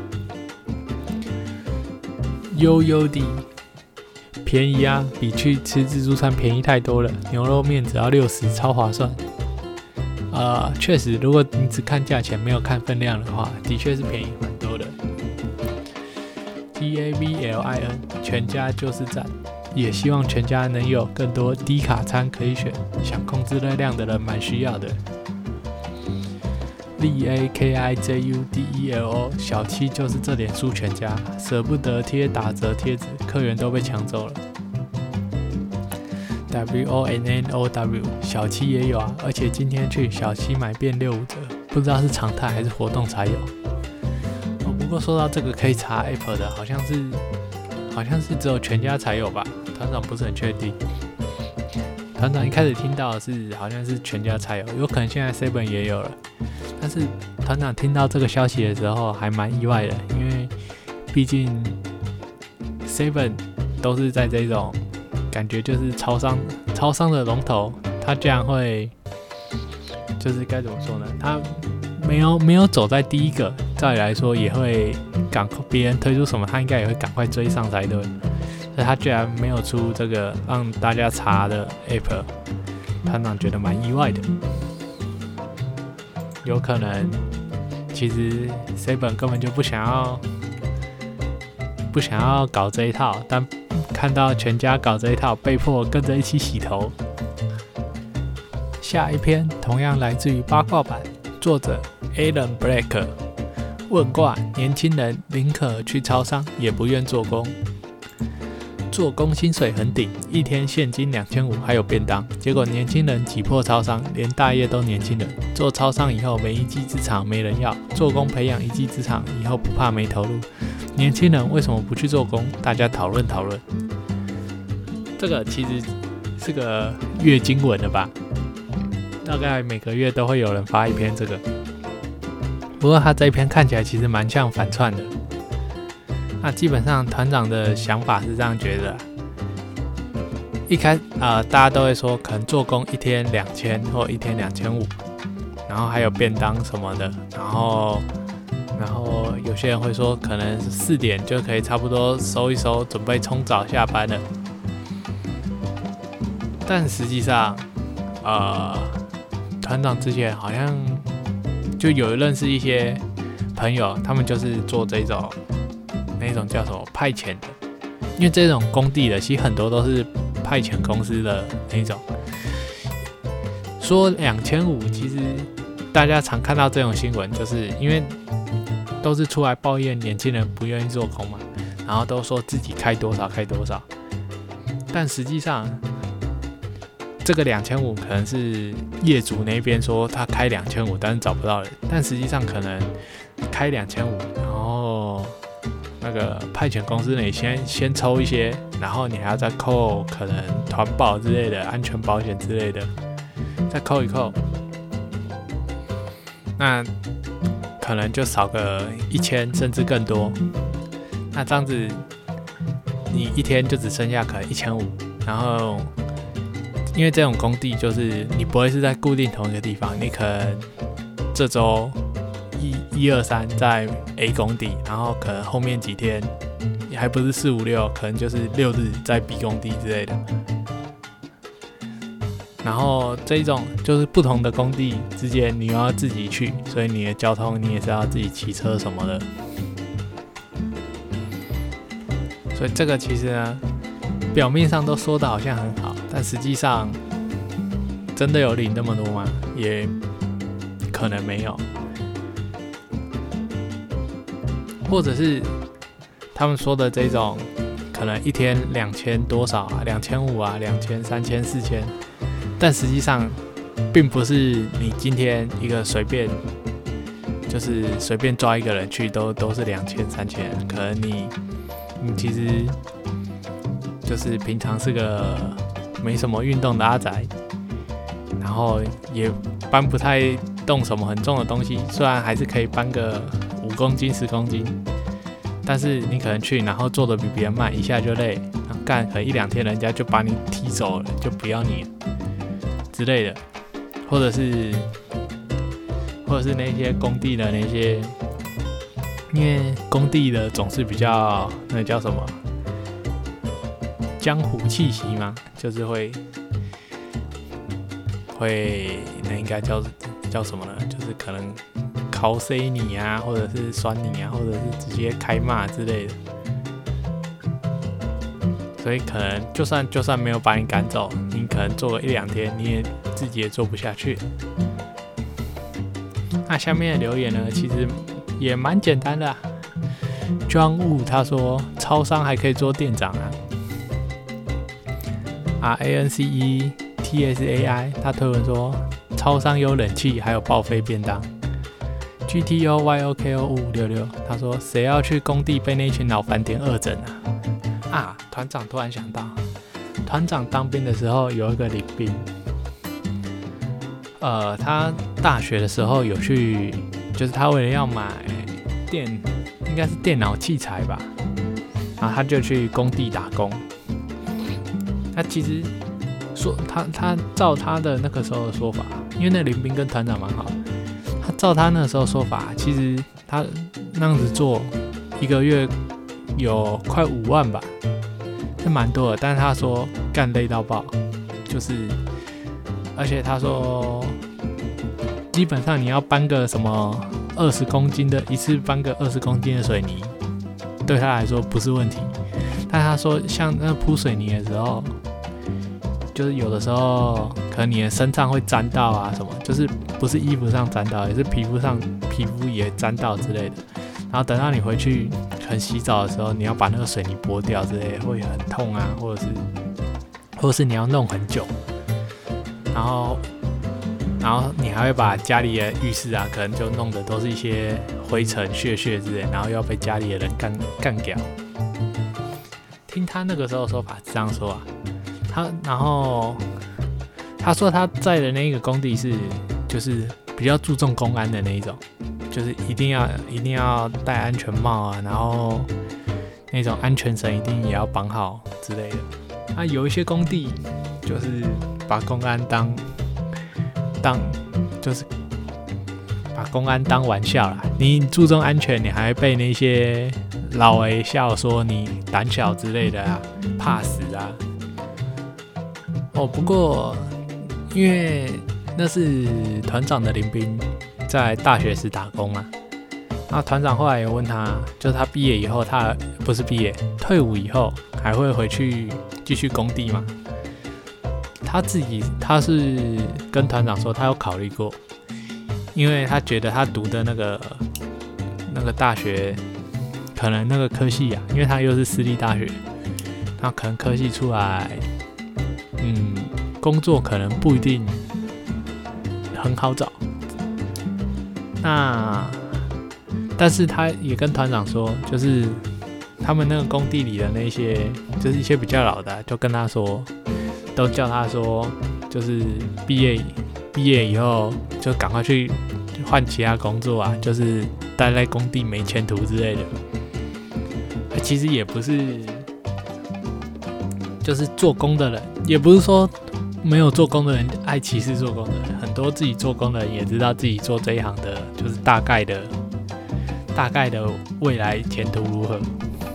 Speaker 1: 悠悠的便宜啊，比去吃自助餐便宜太多了，牛肉面只要60，超划算。确实，如果你只看价钱没有看分量的话，的确是便宜蛮多的。TABLIN 全家就是赞，也希望全家能有更多低卡餐可以选，想控制热量的人蛮需要的。LAKIJUDELO 小七就是这脸书全家，舍不得贴打折贴纸，客源都被抢走了。WONNOW 小七也有啊，而且今天去小七买变65折，不知道是常态还是活动才有。不过说到这个可以查 App 的，好像是只有全家才有吧？团长不是很确定。团长一开始听到的是好像是全家才有，有可能现在 Seven 也有了。但是团长听到这个消息的时候还蛮意外的，因为毕竟 Seven 都是在这种感觉就是超商的龙头，他居然会就是该怎么说呢？他没有走在第一个，照理来说也会别人推出什么，他应该也会赶快追上才对。所以他居然没有出这个让大家查的 App， 团长觉得蛮意外的。有可能其实 Seven 根本就不想要搞这一套，但看到全家搞这一套，被迫跟着一起洗头。下一篇同样来自于八卦版，作者 Alan Blake 问卦：年轻人宁可去超商，也不愿做工。做工薪水很顶，一天现金2500，还有便当。结果年轻人挤破超商，连大业都年轻人。做超商以后没一技之长没人要，做工培养一技之长以后不怕没投入。年轻人为什么不去做工？大家讨论讨论。这个其实是个月经文的吧？大概每个月都会有人发一篇这个。不过他这一篇看起来其实蛮像反串的。那基本上团长的想法是这样觉得，大家都会说可能做工一天2000或一天2500，然后还有便当什么的，然后有些人会说可能4点就可以差不多收一收，准备冲澡下班了。但实际上，团长之前好像就有认识一些朋友，他们就是做这种。那种叫什么派遣的，因为这种工地的其实很多都是派遣公司的那种。说2500，其实大家常看到这种新闻，就是因为都是出来抱怨年轻人不愿意做工嘛，然后都说自己开多少，但实际上这个2500可能是业主那边说他开2500，但是找不到人，但实际上可能开2500，然后那个派遣公司你先抽一些，然后你还要再扣可能团保之类的、安全保险之类的，再扣一扣。那可能就少个1000甚至更多。那这样子，你一天就只剩下可能1500，然后因为这种工地就是你不会是在固定同一个地方，你可能这周1、2、3在 A 工地，然后可能后面几天还不是4、5、6，可能就是6日在 B 工地之类的。然后这一种就是不同的工地之间你要自己去，所以你的交通你也是要自己骑车什么的。所以这个其实呢，表面上都说的好像很好，但实际上真的有领那么多吗？也可能没有，或者是他们说的这种，可能一天2000多少啊，2500啊，2000、3000、4000，但实际上并不是你今天一个随便抓一个人去都是2000、3000，可能你其实就是平常是个没什么运动的阿宅，然后也搬不太动什么很重的东西，虽然还是可以搬个5公斤、10公斤，但是你可能去，然后做的比别人慢，一下就累，然后干可能1、2天，人家就把你踢走了，就不要你了之类的，或者是那些工地的那些。因为工地的总是比较那叫什么江湖气息嘛，就是会那应该叫什么呢？就是可能拷塞你啊，或者是酸你啊，或者是直接开骂之类的。所以可能就算没有把你赶走，你可能做个1、2天，你也自己也做不下去。那下面的留言呢，其实也蛮简单的John Wu 他说，超商还可以做店长RANCETSAI 他推文说，超商有冷气，还有报废便当。GTOYOKO5566他说，谁要去工地被那群老烦点恶整啊？团长突然想到，团长当兵的时候有一个领兵，他大学的时候有去，就是他为了要买应该是电脑器材吧，然后他就去工地打工。他其实说他照他的那个时候的说法，因为那林兵跟团长蛮好的，他照他那个时候说法，其实他那样子做1个月有快5万吧，是蛮多的。但是他说干累到爆，就是而且他说基本上你要搬个什么20公斤的，一次搬个20公斤的水泥，对他来说不是问题。但他说像那铺水泥的时候，就是有的时候可能你的身上会沾到啊什么，就是不是衣服上沾到，也是皮肤也沾到之类的。然后等到你回去可能洗澡的时候，你要把那个水泥剥掉之类的，会很痛啊，或者是你要弄很久，然后你还会把家里的浴室啊，可能就弄的都是一些灰尘、屑之类，然后要被家里的人干掉。听他那个时候说法是这样说啊，然后他说他在的那个工地是就是比较注重公安的那一种，就是一定要戴安全帽啊，然后那种安全绳一定也要绑好之类的。有一些工地就是把公安就是把公安当玩笑啦，你注重安全，你还被那些老A笑说你胆小之类的啊，怕死啊。不过因为那是团长的林兵在大学时打工嘛，那团长后来有问他，就是他毕业以后，他不是毕业，退伍以后还会回去继续工地吗？他是跟团长说，他有考虑过，因为他觉得他读的那个大学，可能那个科系啊，因为他又是私立大学，那可能科系出来，工作可能不一定很好找。但是他也跟团长说，就是他们那个工地里的那些，就是一些比较老的，就跟他说。都叫他说，就是毕业毕业以后就赶快去换其他工作啊，就是待在工地没前途之类的。其实也不是，就是做工的人，也不是说没有做工的人爱歧视做工的人，很多自己做工的人也知道自己做这一行的，就是大概的未来前途如何。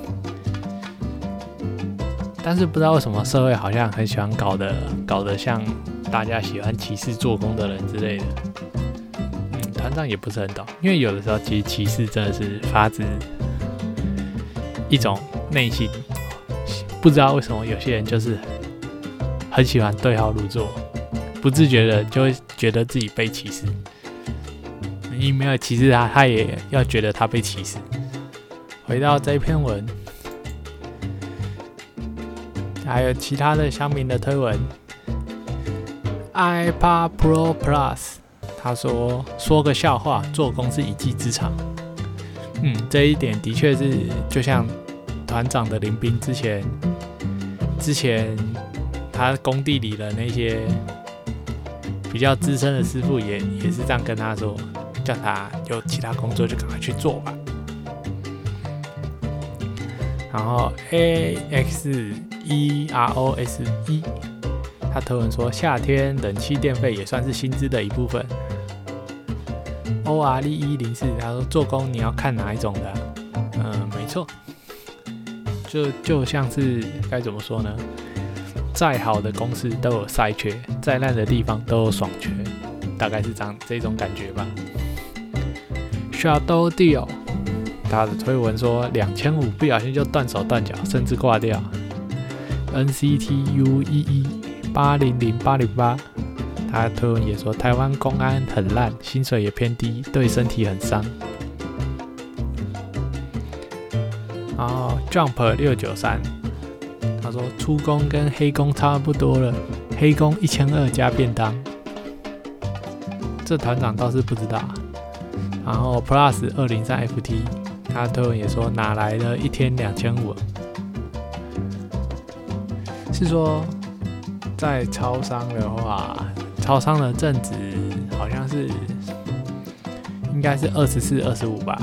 Speaker 1: 但是不知道为什么社会好像很喜欢搞得像大家喜欢歧视做工的人之类的。团长也不是很懂，因为有的时候其实歧视真的是发自一种内心，不知道为什么有些人就是很喜欢对号入座，不自觉的就会觉得自己被歧视。你没有歧视他，他也要觉得他被歧视。回到这一篇文，还有其他的乡民的推文 ，iPad Pro Plus， 他说个笑话，做工是一技之长。这一点的确是，就像团长的林兵之前他工地里的那些比较资深的师傅也是这样跟他说，叫他有其他工作就赶快去做吧。然后 AXEROSE 他推文说，夏天冷气电费也算是薪资的一部分。ORE104 他说，做工你要看哪一种的没错，就像是该怎么说呢？再好的公司都有赛缺，再烂的地方都有爽缺，大概是这种感觉吧。Shadow Deal 他的推文说，2500不小心就断手断脚，甚至挂掉。NCTU118008808他的推文也说，台湾公安很烂，薪水也偏低，对身体很伤。然后 Jump693他说，出工跟黑工差不多了，黑工1200加便当。这团长倒是不知道。然后 Plus 203FT 他推文也说，哪来的一天2500？是说在超商的话，超商的正职好像是应该是24、25吧。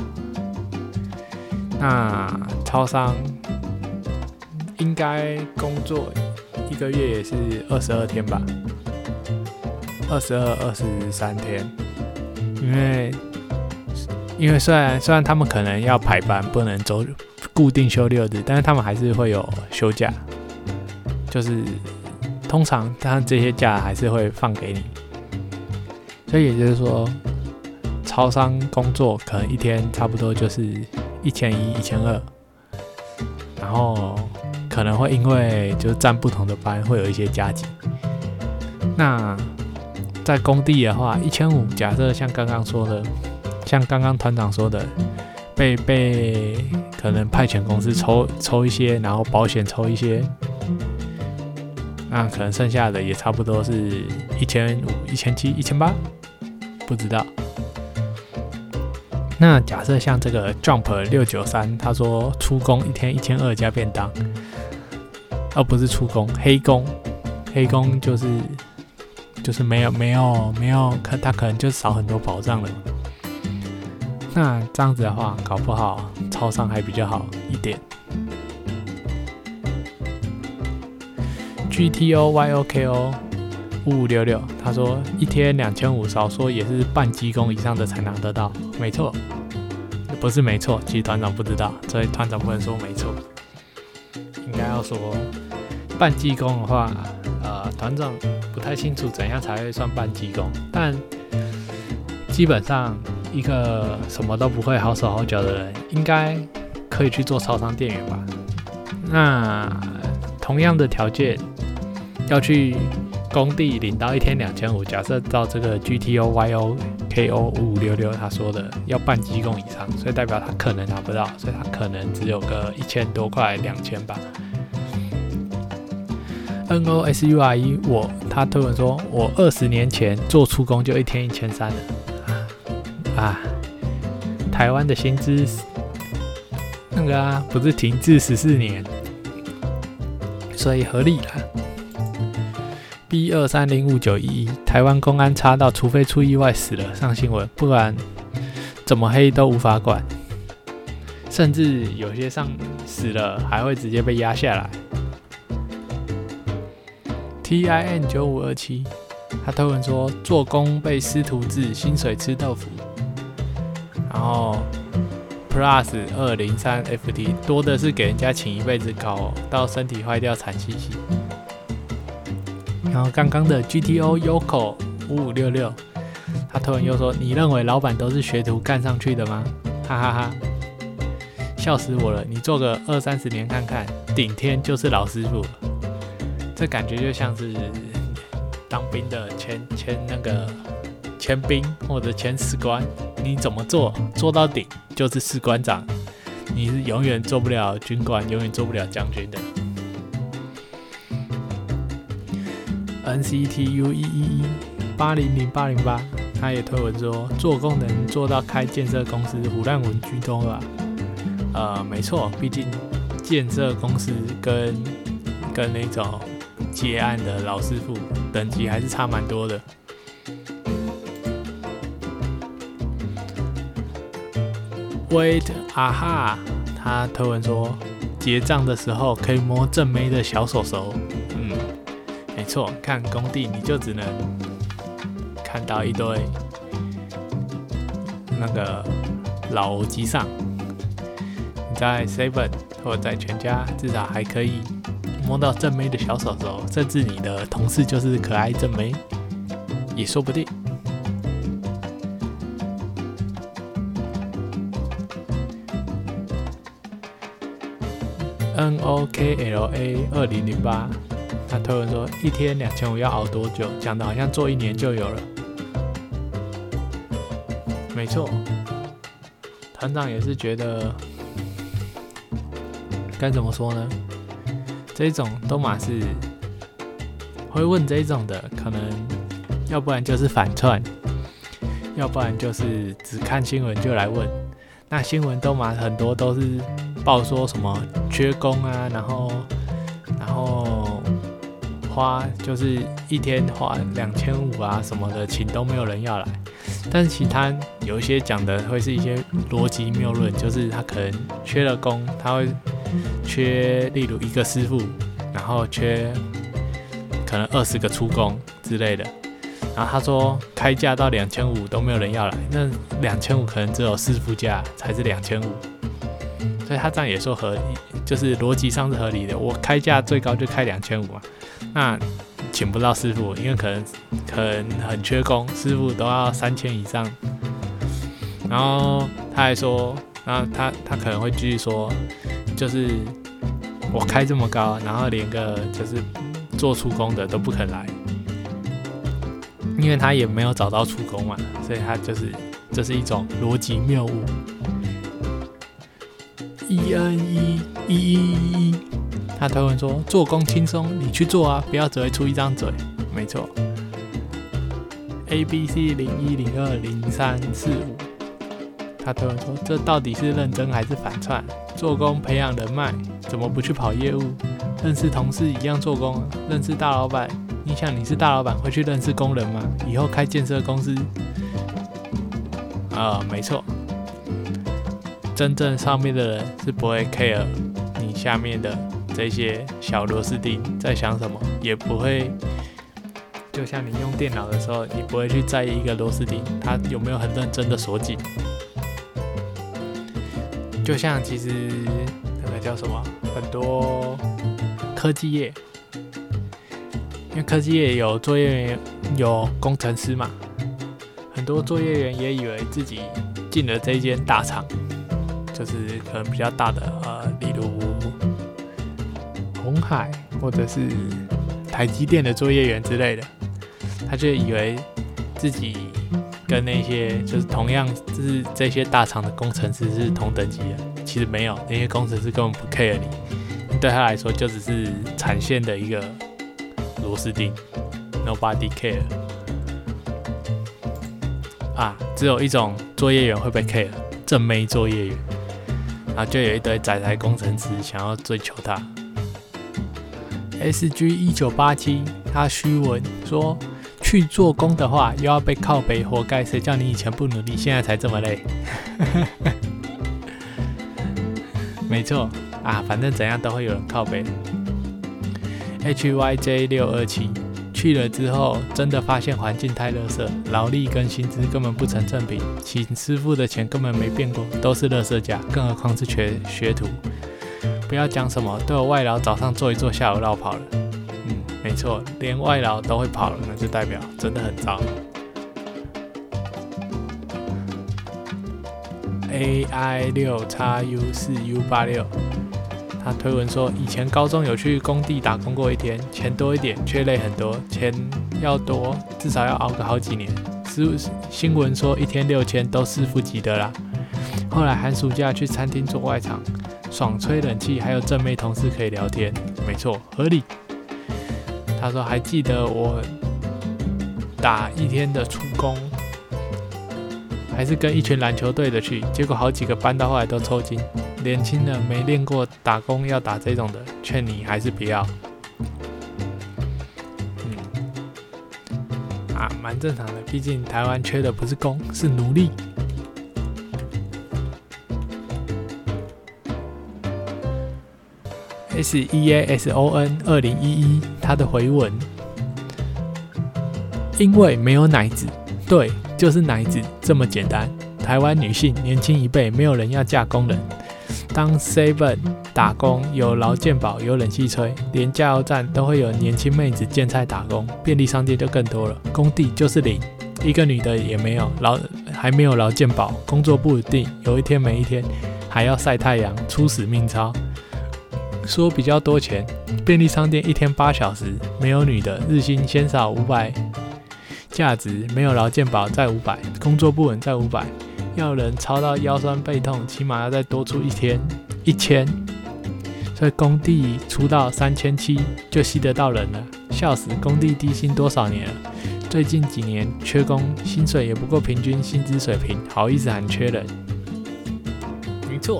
Speaker 1: 那超商应该工作一个月也是22天吧，22、23天。因为虽然他们可能要排班，不能走固定休6日，但是他们还是会有休假，就是通常他这些假还是会放给你。所以也就是说，超商工作可能一天差不多就是1100、1200，然后可能会因为就是站不同的班会有一些加急。那在工地的话，1500，假设像刚刚团长说的，被可能派遣公司抽一些，然后保险抽一些，那可能剩下的也差不多是1500、1700、1800，不知道。那假设像这个 Jump693，他说出工一天1200加便当，不是出工，黑工就是没有，他可能就少很多保障了。那这样子的话，搞不好超商还比较好一点。GTOYOKO5566他说，一天2500，少说也是半技工以上的才拿得到。没错，不是没错，其实团长不知道，所以团长不能说没错，应该要说半技工的话，团长不太清楚怎样才会算半技工，但基本上一个什么都不会、好手好脚的人，应该可以去做超商店员吧？那同样的条件，要去工地领到一天2500，假设到这个 GTOYOKO5566他说的要半技工以上，所以代表他可能拿不到，所以他可能只有个1000多块、2000吧。NOSURE 他推文说，我20年前做出工就一天1300了。台湾的薪资不是停滞14年，所以合理啦。 B230591，台湾公安查到，除非出意外死了上新闻，不然怎么黑都无法管，甚至有些上死了还会直接被压下来。TIN9527，他推文说做工被师徒制，薪水吃豆腐。然后 Plus 203FT 多的是给人家请一辈子考，到身体坏掉惨兮兮。然后刚刚的 GTO Yoko 5566，他推文又说：“你认为老板都是学徒干上去的吗？”哈哈哈，笑死我了！你做个20-30年看看，顶天就是老师傅了。这感觉就像是当兵的前兵或者前士官，你怎么做到顶就是士官长，你是永远做不了军官，永远做不了将军的。NCTU111800808，他也推文说做工能做到开建设公司，唬烂文居多吧？没错，毕竟建设公司跟那种接案的老师傅等级还是差蛮多的。Wait 啊哈，他推文说结账的时候可以摸正妹的小手手。没错，看工地你就只能看到一堆那个老欧机上，你在 Seven 或者在全家至少还可以摸到正妹的小手手，甚至你的同事就是可爱正妹，也说不定。NOKLA2008，他推文说一天2500要熬多久？讲的好像做1年就有了。没错，团长也是觉得该怎么说呢？这种都嘛是会问这种的，可能要不然就是反串，要不然就是只看新闻就来问。那新闻都嘛很多都是报说什么缺工啊，然后就是一天花2500啊什么的，请都没有人要来。但是其他有一些讲的会是一些逻辑谬论，就是他可能缺了工，他会缺例如1个师傅，然后缺可能20个出工之类的。然后他说开价到2500都没有人要来，那2500可能只有师傅价才是2500，所以他这样也说合理，就是逻辑上是合理的。我开价最高就开2500嘛，那请不到师傅，因为可能很缺工，师傅都要3000以上。然后他还说，然后他可能会继续说，就是我开这么高，然后连个就是做出工的都不肯来。因为他也没有找到出工嘛，所以他这是一种逻辑谬误。EN1111，他推文说做工轻松，你去做啊，不要只会出一张嘴。没错。ABC01020345，他推文说这到底是认真还是反串？做工培养人脉，怎么不去跑业务？认识同事一样做工啊，认识大老板。你想你是大老板会去认识工人吗？以后开建设公司，没错，真正上面的人是不会 care 你下面的这些小螺丝钉在想什么，也不会，就像你用电脑的时候，你不会去在意一个螺丝钉它有没有很认真的锁紧。就像其实那个叫什么，很多科技业。因为科技业有作业员有工程师嘛，很多作业员也以为自己进了这一间大厂，就是可能比较大的例如鸿海或者是台积电的作业员之类的，他就以为自己跟那些就是同样就是这些大厂的工程师是同等级的，其实没有，那些工程师根本不 care 你，对他来说就只是产线的一个螺丝钉 ，Nobody care 啊！只有一种作业员会被 care， 正妹作业员，然后就有一堆宅宅工程师想要追求他。SG1987， 他虚文说去做工的话又要被靠北，活该，谁叫你以前不努力，现在才这么累。没错啊，反正怎样都会有人靠北。HYJ627 去了之后，真的发现环境太垃圾，劳力跟薪资根本不成正比，请师傅的钱根本没变过，都是垃圾价，更何况是学徒。不要讲什么都有外劳早上做一做，下午绕跑了。没错，连外劳都会跑了，那就代表真的很糟。AI6XU4U86，他推文说，以前高中有去工地打工过一天，钱多一点，却累很多，钱要多，至少要熬个好几年。新闻说一天6000都师傅级的啦。后来寒暑假去餐厅做外场，爽吹冷气，还有正妹同事可以聊天，没错，合理。他说还记得我打一天的初工，还是跟一群篮球队的去，结果好几个班到后来都抽筋。年轻人没练过打工要打这种的，劝你还是不要。蛮正常的，毕竟台湾缺的不是工，是奴隶。SEASON2011他的回文，因为没有奶子，对，就是奶子这么简单。台湾女性年轻一辈没有人要嫁工人，当 Seven 打工有劳健保有冷气吹，连加油站都会有年轻妹子兼差打工，便利商店就更多了，工地就是零，一个女的也没有，还没有劳健保，工作不稳定，有一天没一天，还要晒太阳，初死命操。说比较多钱，便利商店一天8小时，没有女的，日薪先少500，价值没有劳健保再500，工作不稳再500，要人操到腰酸背痛，起码要再多出一天1000，所以工地出到3700就吸得到人了，笑死！工地低薪多少年了？最近几年缺工，薪水也不够平均薪资水平，好意思喊缺人？没错。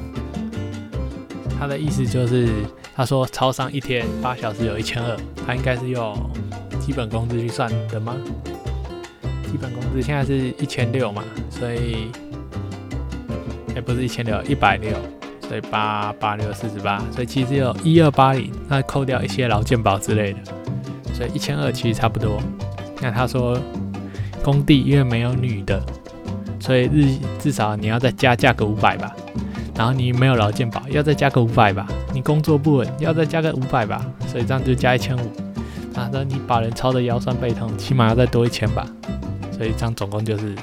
Speaker 1: 他的意思就是，他说超商一天8小时有1200，他应该是用基本工资去算的吗？基本工资现在是1600嘛，所以不是1600，160，所以88648，所以其实有1280，那扣掉一些劳健保之类的，所以1200其实差不多。那他说工地因为没有女的，所以至少你要再加个500吧。然后你没有劳健保，要再加个500吧；你工作不稳，要再加个500吧。所以这样就加1500。然后你把人操得腰酸背痛，起码要再多1000吧。所以这样总共就是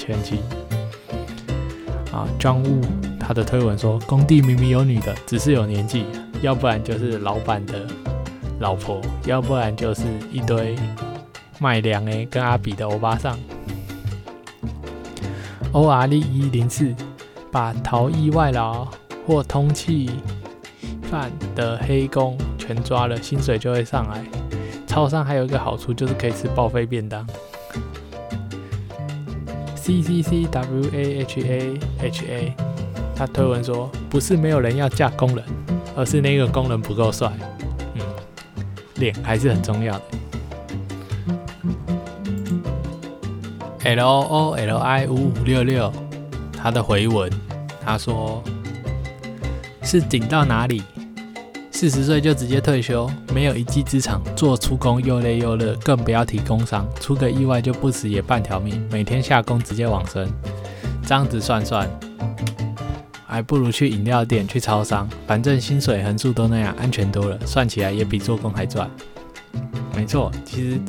Speaker 1: 3700。John Wu 他的推文说，工地明明有女的，只是有年纪，要不然就是老板的老婆，要不然就是一堆卖粮跟阿比的欧巴桑。OR104。把逃逸外劳或通缉犯的黑工全抓了，薪水就会上来。超商还有一个好处就是可以吃报废便当。CCCWAHAHA 他推文说，不是没有人要嫁工人，而是那个工人不够帅。脸还是很重要的。LOLI5566他的回文，他说是顶到哪里？40岁就直接退休，没有一技之长，做出工又累又热，更不要提工伤，出个意外就不死也半条命，每天下工直接往生。这样子算，还不如去饮料店、去超商，反正薪水横竖都那样，安全多了，算起来也比做工还赚。没错，其实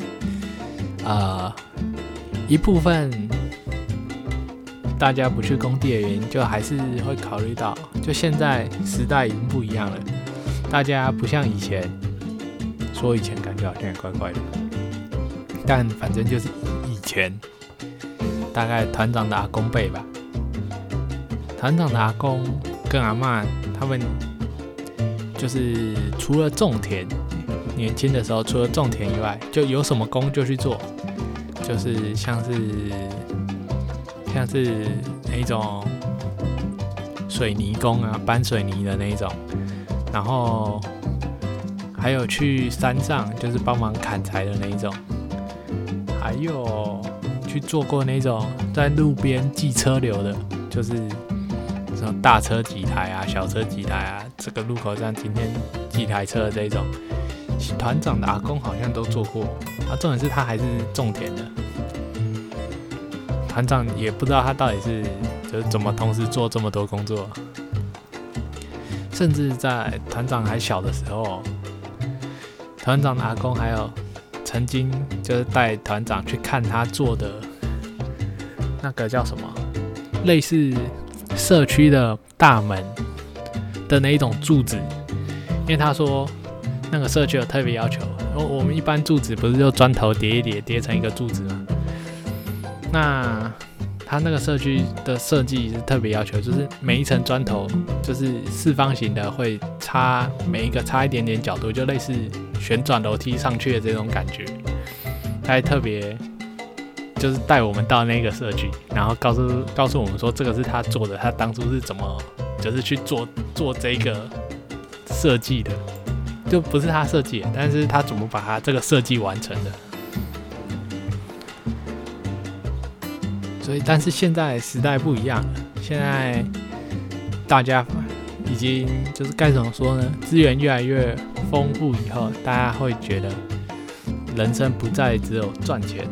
Speaker 1: 一部分大家不去工地的原因，就还是会考虑到，就现在时代已经不一样了，大家不像以前，说以前感觉好像也怪怪的，但反正就是以前，大概团长的阿公辈吧，团长的阿公跟阿嬷他们就是除了种田，年轻的时候除了种田以外，就有什么工就去做，就是像是那种水泥工啊，搬水泥的那一种，然后还有去山上就是帮忙砍柴的那一种，还有去做过那种在路边记车流的，就是什么大车几台啊，小车几台啊，这个路口上今天几台车的这一种，团长的阿公好像都做过。重点是他还是种田的，团长也不知道他到底是就是怎么同时做这么多工作。甚至在团长还小的时候，团长的阿公还有曾经就是带团长去看他做的那个叫什么，类似社区的大门的那一种柱子，因为他说那个社区有特别要求，我们一般柱子不是就砖头叠一叠叠成一个柱子吗？那他那个社区的设计是特别要求，就是每一层砖头就是四方形的，会插每一个插一点点角度，就类似旋转楼梯上去的这种感觉。他还特别就是带我们到那个社区，然后告诉我们说这个是他做的，他当初是怎么就是去做这个设计的，就不是他设计的，但是他怎么把他这个设计完成的。所以，但是现在时代不一样了，现在大家已经就是该怎么说呢？资源越来越丰富以后，大家会觉得人生不再只有赚钱，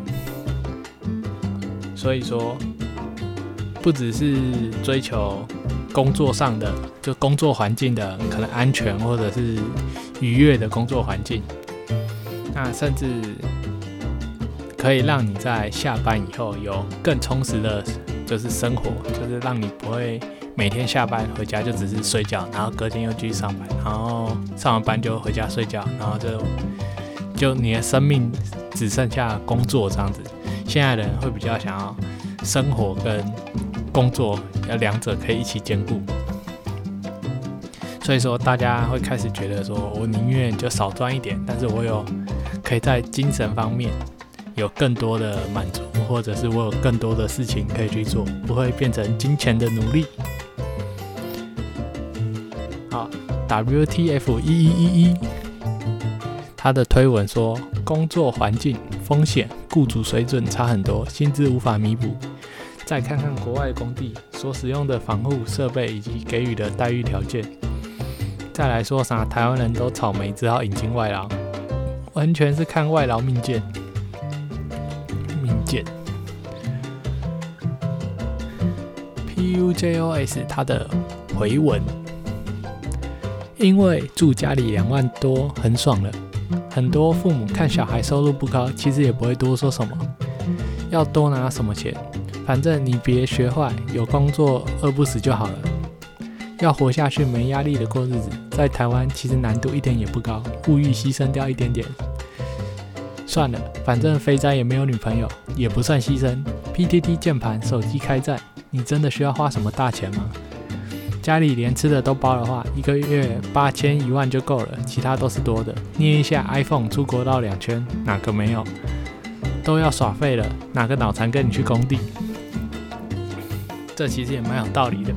Speaker 1: 所以说不只是追求工作上的，就工作环境的可能安全或者是愉悦的工作环境，那甚至可以让你在下班以后有更充实的就是生活，就是让你不会每天下班回家就只是睡觉，然后隔天又继续上班，然后上完班就回家睡觉，然后就你的生命只剩下工作这样子。现在的人会比较想要生活跟工作要两者可以一起兼顾，所以说大家会开始觉得说，我宁愿就少赚一点，但是我有可以在精神方面有更多的满足，或者是我有更多的事情可以去做，不会变成金钱的奴隶。好 ，WTF1111，他的推文说，工作环境、风险、雇主水准差很多，薪资无法弥补。再看看国外工地所使用的防护设备以及给予的待遇条件。再来说啥，台湾人都草莓，只好引进外劳，完全是看外劳命贱。PUJOS 他的回文，因为住家里2万多很爽了，很多父母看小孩收入不高，其实也不会多说什么，要多拿什么钱，反正你别学坏，有工作饿不死就好了。要活下去没压力的过日子，在台湾其实难度一点也不高，物欲牺牲掉一点点算了，反正肥宅也没有女朋友，也不算牺牲。PTT 键盘、手机开战，你真的需要花什么大钱吗？家里连吃的都包的话，一个月8000、1万就够了，其他都是多的。捏一下 iPhone 出国绕2圈，哪个没有？都要耍废了，哪个脑残跟你去工地？这其实也蛮有道理的。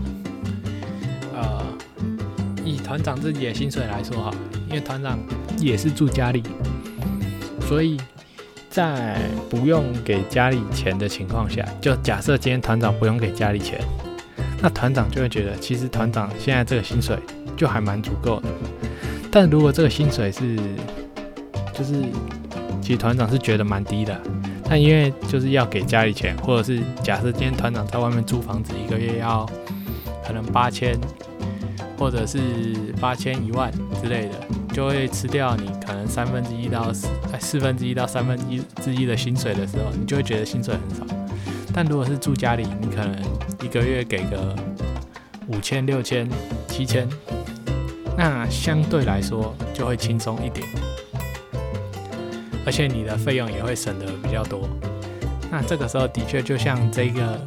Speaker 1: 以团长自己的薪水来说哈，因为团长也是住家里。所以在不用给家里钱的情况下，就假设今天团长不用给家里钱，那团长就会觉得其实团长现在这个薪水就还蛮足够的。但如果这个薪水是就是其实团长是觉得蛮低的，但因为就是要给家里钱，或者是假设今天团长在外面租房子，一个月要可能8000或者是8000、1万之类的，就会吃掉你可能1/3到1/4到1/3的薪水的时候，你就会觉得薪水很少。但如果是住家里，你可能一个月给个5000、6000、7000，那相对来说就会轻松一点，而且你的费用也会省得比较多。那这个时候的确就像这个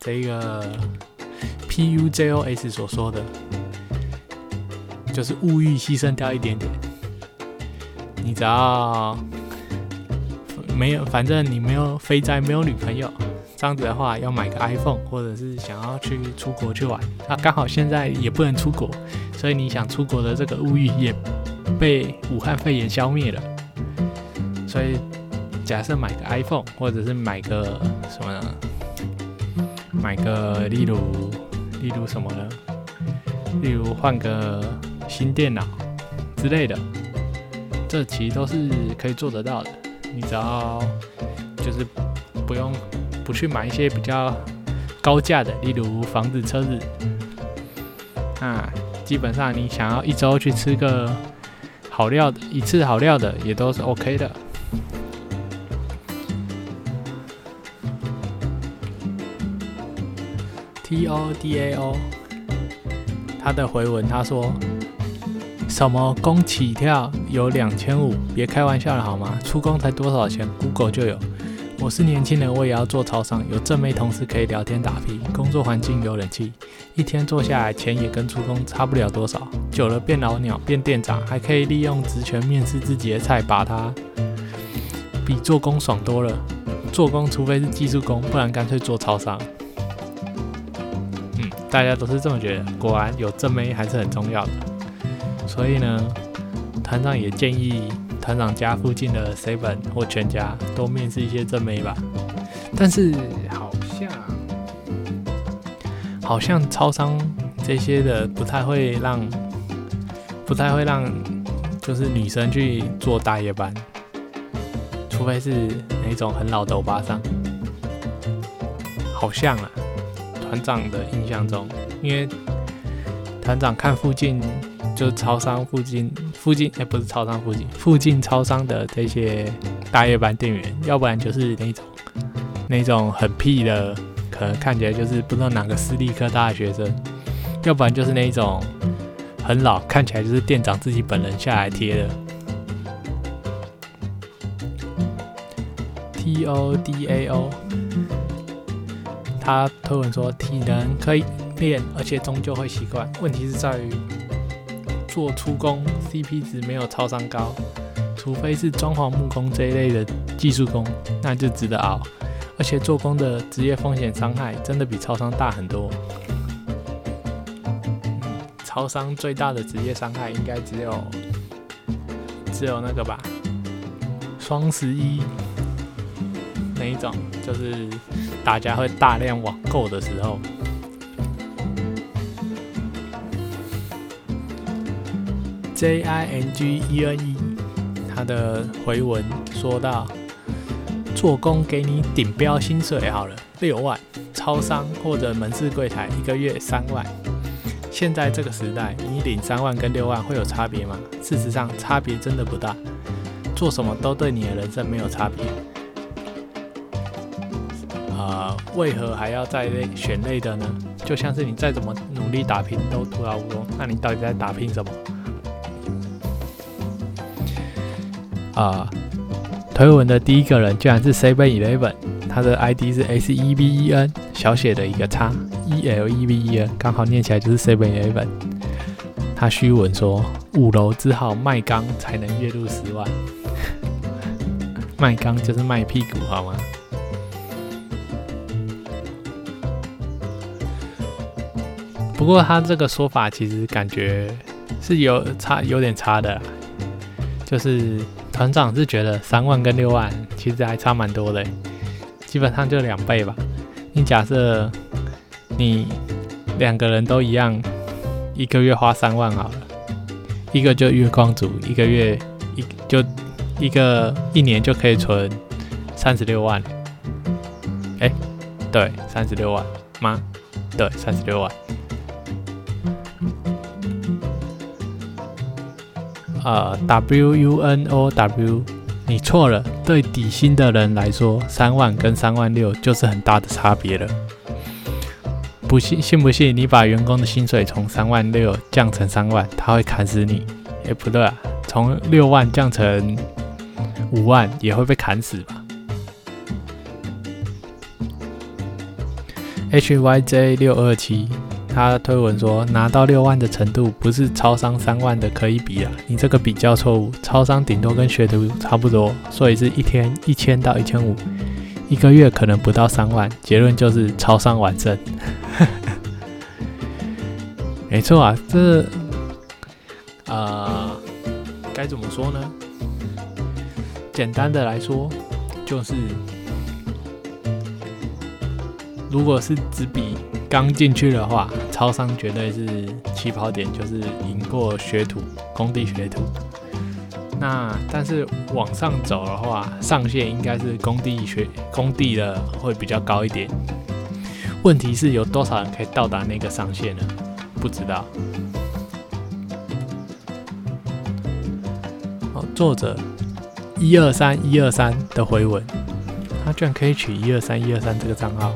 Speaker 1: PUJOS 所说的，就是物欲牺牲掉一点点，你只要没有，反正你没有肥宅，没有女朋友，这样子的话，要买个 iPhone， 或者是想要去出国去玩，刚好现在也不能出国，所以你想出国的这个物欲也被武汉肺炎消灭了。所以假设买个 iPhone， 或者是买个什么呢？买个例如什么呢？例如换个新电脑之类的，这其实都是可以做得到的。你只要就是不去买一些比较高价的，例如房子、车子，基本上你想要一周去吃个好料的，一次好料的也都是 OK 的。TODAO， 他的回文他说什么工起跳有2500，别开玩笑了好吗？出工才多少钱 ？Google 就有。我是年轻人，我也要做超商，有正妹同事可以聊天打屁，工作环境有冷气，一天做下来钱也跟出工差不了多少。久了变老鸟，变店长，还可以利用职权面试自己的菜，把它比做工爽多了。做工除非是技术工，不然干脆做超商。大家都是这么觉得，果然有正妹还是很重要的。所以呢，团长也建议团长家附近的 Seven 或全家多面试一些正妹吧。但是好像超商这些的不太会让就是女生去做大夜班，除非是那种很老的欧巴桑。好像啊。团长的印象中，因为团长看附近就是超商附近不是超商附近超商的这些大夜班店员，要不然就是那种很屁的，可能看起来就是不知道哪个私立科大的学生，要不然就是那种很老，看起来就是店长自己本人下来贴的。TODAO。他推文说，体能可以练，而且终究会习惯。问题是在于做出工 CP 值没有超商高，除非是装潢木工这一类的技术工，那就值得熬。而且做工的职业风险伤害真的比超商大很多。超商最大的职业伤害应该只有那个吧，双11那一种，就是大家会大量网购的时候。JING1NE 他的回文说到，做工给你顶标薪水好了，6万，超商或者门市柜台1个月3万。现在这个时代，你领3万跟6万会有差别吗？事实上，差别真的不大。做什么都对你的人生没有差别。为何还要再选类的呢？就像是你再怎么努力打拼都徒劳无功，那你到底在打拼什么？推文的第一个人居然是 7-Eleven， 他的 ID 是 SEBEN 小写的一个叉 ELEVEN， 刚好念起来就是 7-Eleven。他虚文说5楼只好卖钢才能月入10万，卖钢就是卖屁股好吗？不过他这个说法其实感觉是有点差的啦，就是团长是觉得3万跟6万其实还差蛮多的，基本上就2倍吧。你假设你2个人都一样，一个月花3万好了，一个就月光族，一个月一年就可以存36万。对，36万吗？对，36万。WUNOW， 你错了。对底薪的人来说，3万跟3万6就是很大的差别了。信不信你把员工的薪水从3万6降成3万，他会砍死你？不对啊，从6万降成5万也会被砍死吧？HYJ627。他推文说，拿到6万的程度不是超商3万的可以比啦，你这个比较错误。超商顶多跟学徒差不多，所以是一天1000到1500，一个月可能不到3万。结论就是超商完胜。没错啊， 该怎么说呢？简单的来说，就是如果是只比刚进去的话，超商绝对是起跑点，就是赢过学徒、工地学徒。那但是往上走的话，上限应该是工地的会比较高一点。问题是有多少人可以到达那个上限呢？不知道。作者123的回文，他居然可以取123这个账号。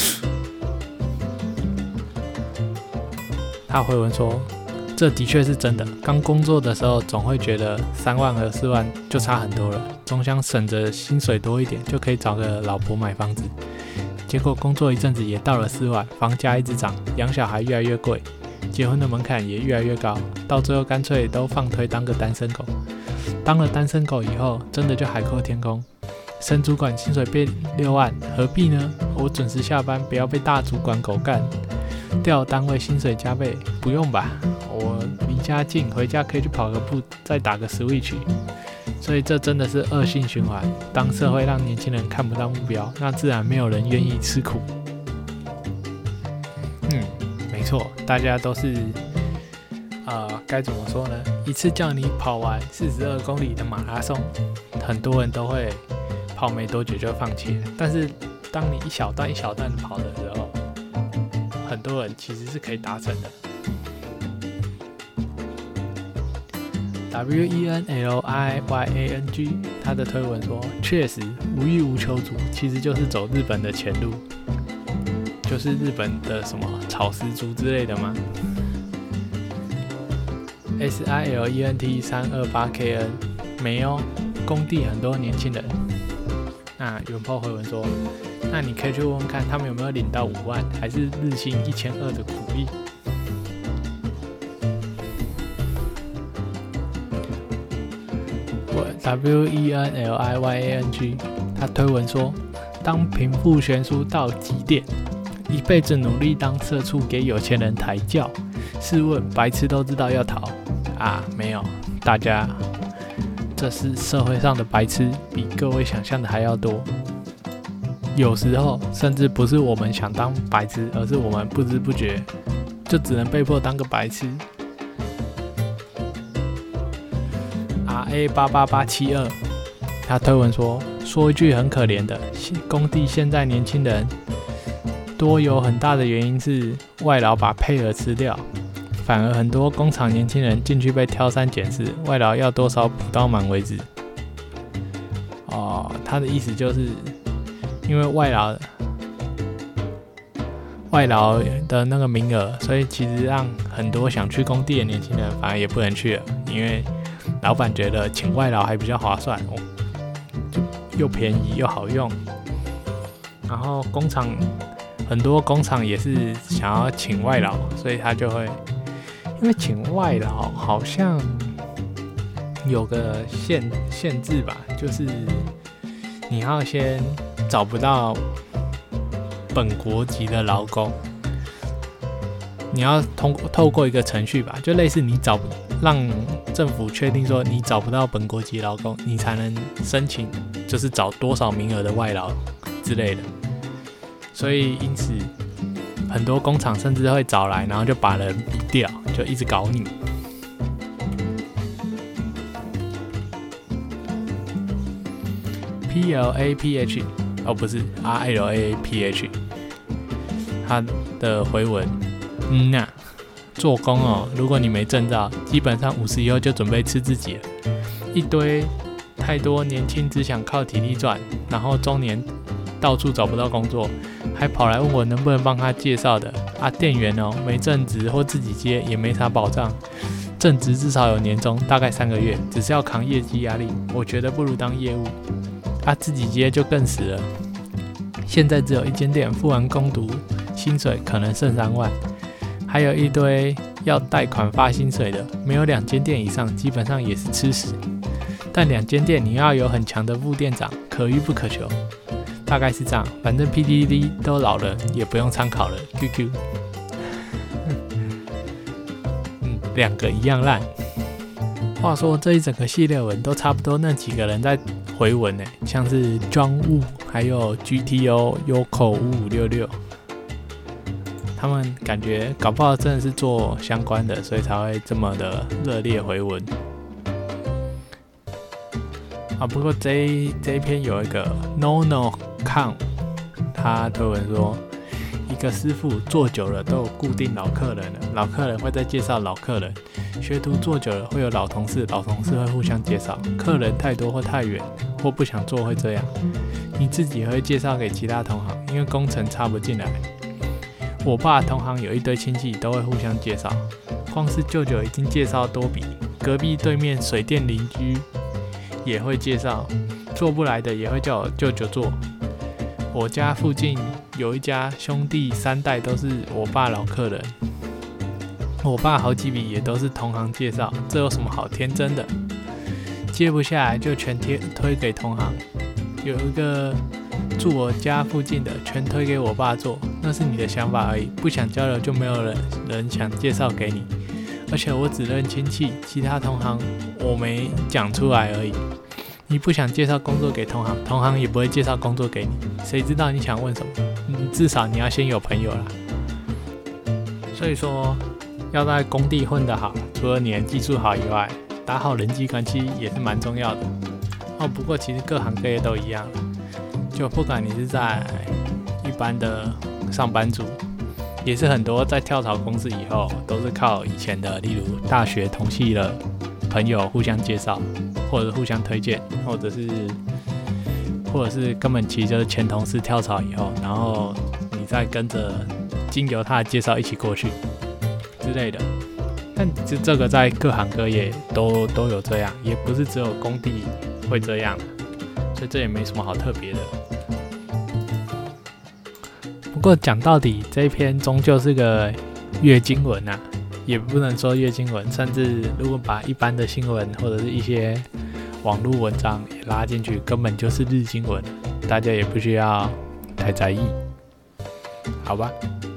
Speaker 1: 他回文说，这的确是真的。刚工作的时候，总会觉得3万和4万就差很多了，总想省着薪水多一点，就可以找个老婆买房子。结果工作一阵子也到了4万，房价一直涨，养小孩越来越贵，结婚的门槛也越来越高，到最后干脆都放推当个单身狗。当了单身狗以后，真的就海阔天空，升主管薪水变6万，何必呢？我准时下班，不要被大主管狗干。调单位薪水加倍，不用吧？我离家近，回家可以去跑个步，再打个 Switch。所以这真的是恶性循环。当社会让年轻人看不到目标，那自然没有人愿意吃苦。没错，大家都是该怎么说呢？一次叫你跑完42公里的马拉松，很多人都会跑没多久就放弃了。但是当你一小段一小段跑的时候，很多人其实是可以达成的。WENLIYANG 他的推文说，确实无欲无求族其实就是走日本的前路，就是日本的什么草食族之类的吗？SILENT328KN 没哦，工地很多年轻人。那元炮回文说，那你可以去问问看他们有没有领到5万，还是日薪1200的苦力。WENLIYANG 他推文说，当贫富悬殊到极点，一辈子努力当社畜给有钱人抬轿，试问白痴都知道要逃啊？没有，大家，这是社会上的白痴比各位想象的还要多。有时候甚至不是我们想当白痴，而是我们不知不觉就只能被迫当个白痴。RA88872他推文说一句很可怜的，工地现在年轻人多有很大的原因是外劳把配额吃掉，反而很多工厂年轻人进去被挑三拣四，外劳要多少补到满为止。他的意思就是因为外劳的那个名额，所以其实让很多想去工地的年轻人反而也不能去了，因为老板觉得请外劳还比较划算，又便宜又好用。然后很多工厂也是想要请外劳，所以他就会，因为请外劳好像有个限制吧，就是你要先找不到本国籍的劳工，你要透过一个程序吧，就类似你让政府确定说你找不到本国籍劳工，你才能申请，就是找多少名额的外劳之类的。所以因此很多工厂甚至会找来，然后就把人比掉，就一直搞你。PLAPH 不是 RLAPH 他的回文，做工如果你没证照，基本上50以后就准备吃自己了。太多年轻只想靠体力赚，然后中年到处找不到工作，还跑来问我能不能帮他介绍的店员没正职或自己接也没啥保障，正职至少有年终，大概3个月，只是要扛业绩压力，我觉得不如当业务。自己接就更死了，现在只有1间店，付完工读薪水可能剩3万，还有一堆要贷款发薪水的，没有2间店以上基本上也是吃屎，但2间店你要有很强的副店长，可遇不可求，大概是这样。反正 PTT 都老了，也不用参考了。QQ 2个一样烂。 话说这一整个系列文都差不多那几个人在回文像是 John Woo 还有 GTO Yoko 5566，他们感觉搞不好真的是做相关的，所以才会这么的热烈回文。不过这一篇有一个 No Kang， 他推文说，一个师傅做久了都有固定老客人了，老客人会再介绍老客人，学徒做久了会有老同事，老同事会互相介绍，客人太多或太远或不想做会这样，你自己会介绍给其他同行，因为工程插不进来。我爸同行有一堆亲戚都会互相介绍，光是舅舅已经介绍多笔，隔壁对面水电邻居也会介绍，做不来的也会叫我舅舅做。我家附近有一家兄弟3代都是我爸老客人，我爸好几笔也都是同行介绍，这有什么好天真的？接不下来就全推给同行，有一个住我家附近的全推给我爸做，那是你的想法而已，不想交流就没有人想介绍给你，而且我只认亲戚，其他同行我没讲出来而已。你不想介绍工作给同行，同行也不会介绍工作给你，谁知道你想问什么？至少你要先有朋友啦。所以说，要在工地混得好，除了你的技术好以外，打好人际关系也是蛮重要的。不过其实各行各业都一样，就不管你是在一般的上班族，也是很多在跳槽公司以后，都是靠以前的，例如大学同系的朋友互相介绍，或者互相推荐，或者是根本其实就是前同事跳槽以后，然后你再跟着经由他的介绍一起过去之类的。但这个在各行各业都有这样，也不是只有工地会这样，所以这也没什么好特别的。不过讲到底，这一篇终究是个月经文也不能说月经文，甚至如果把一般的新闻或者是一些网络文章也拉进去，根本就是日经文，大家也不需要太在意，好吧？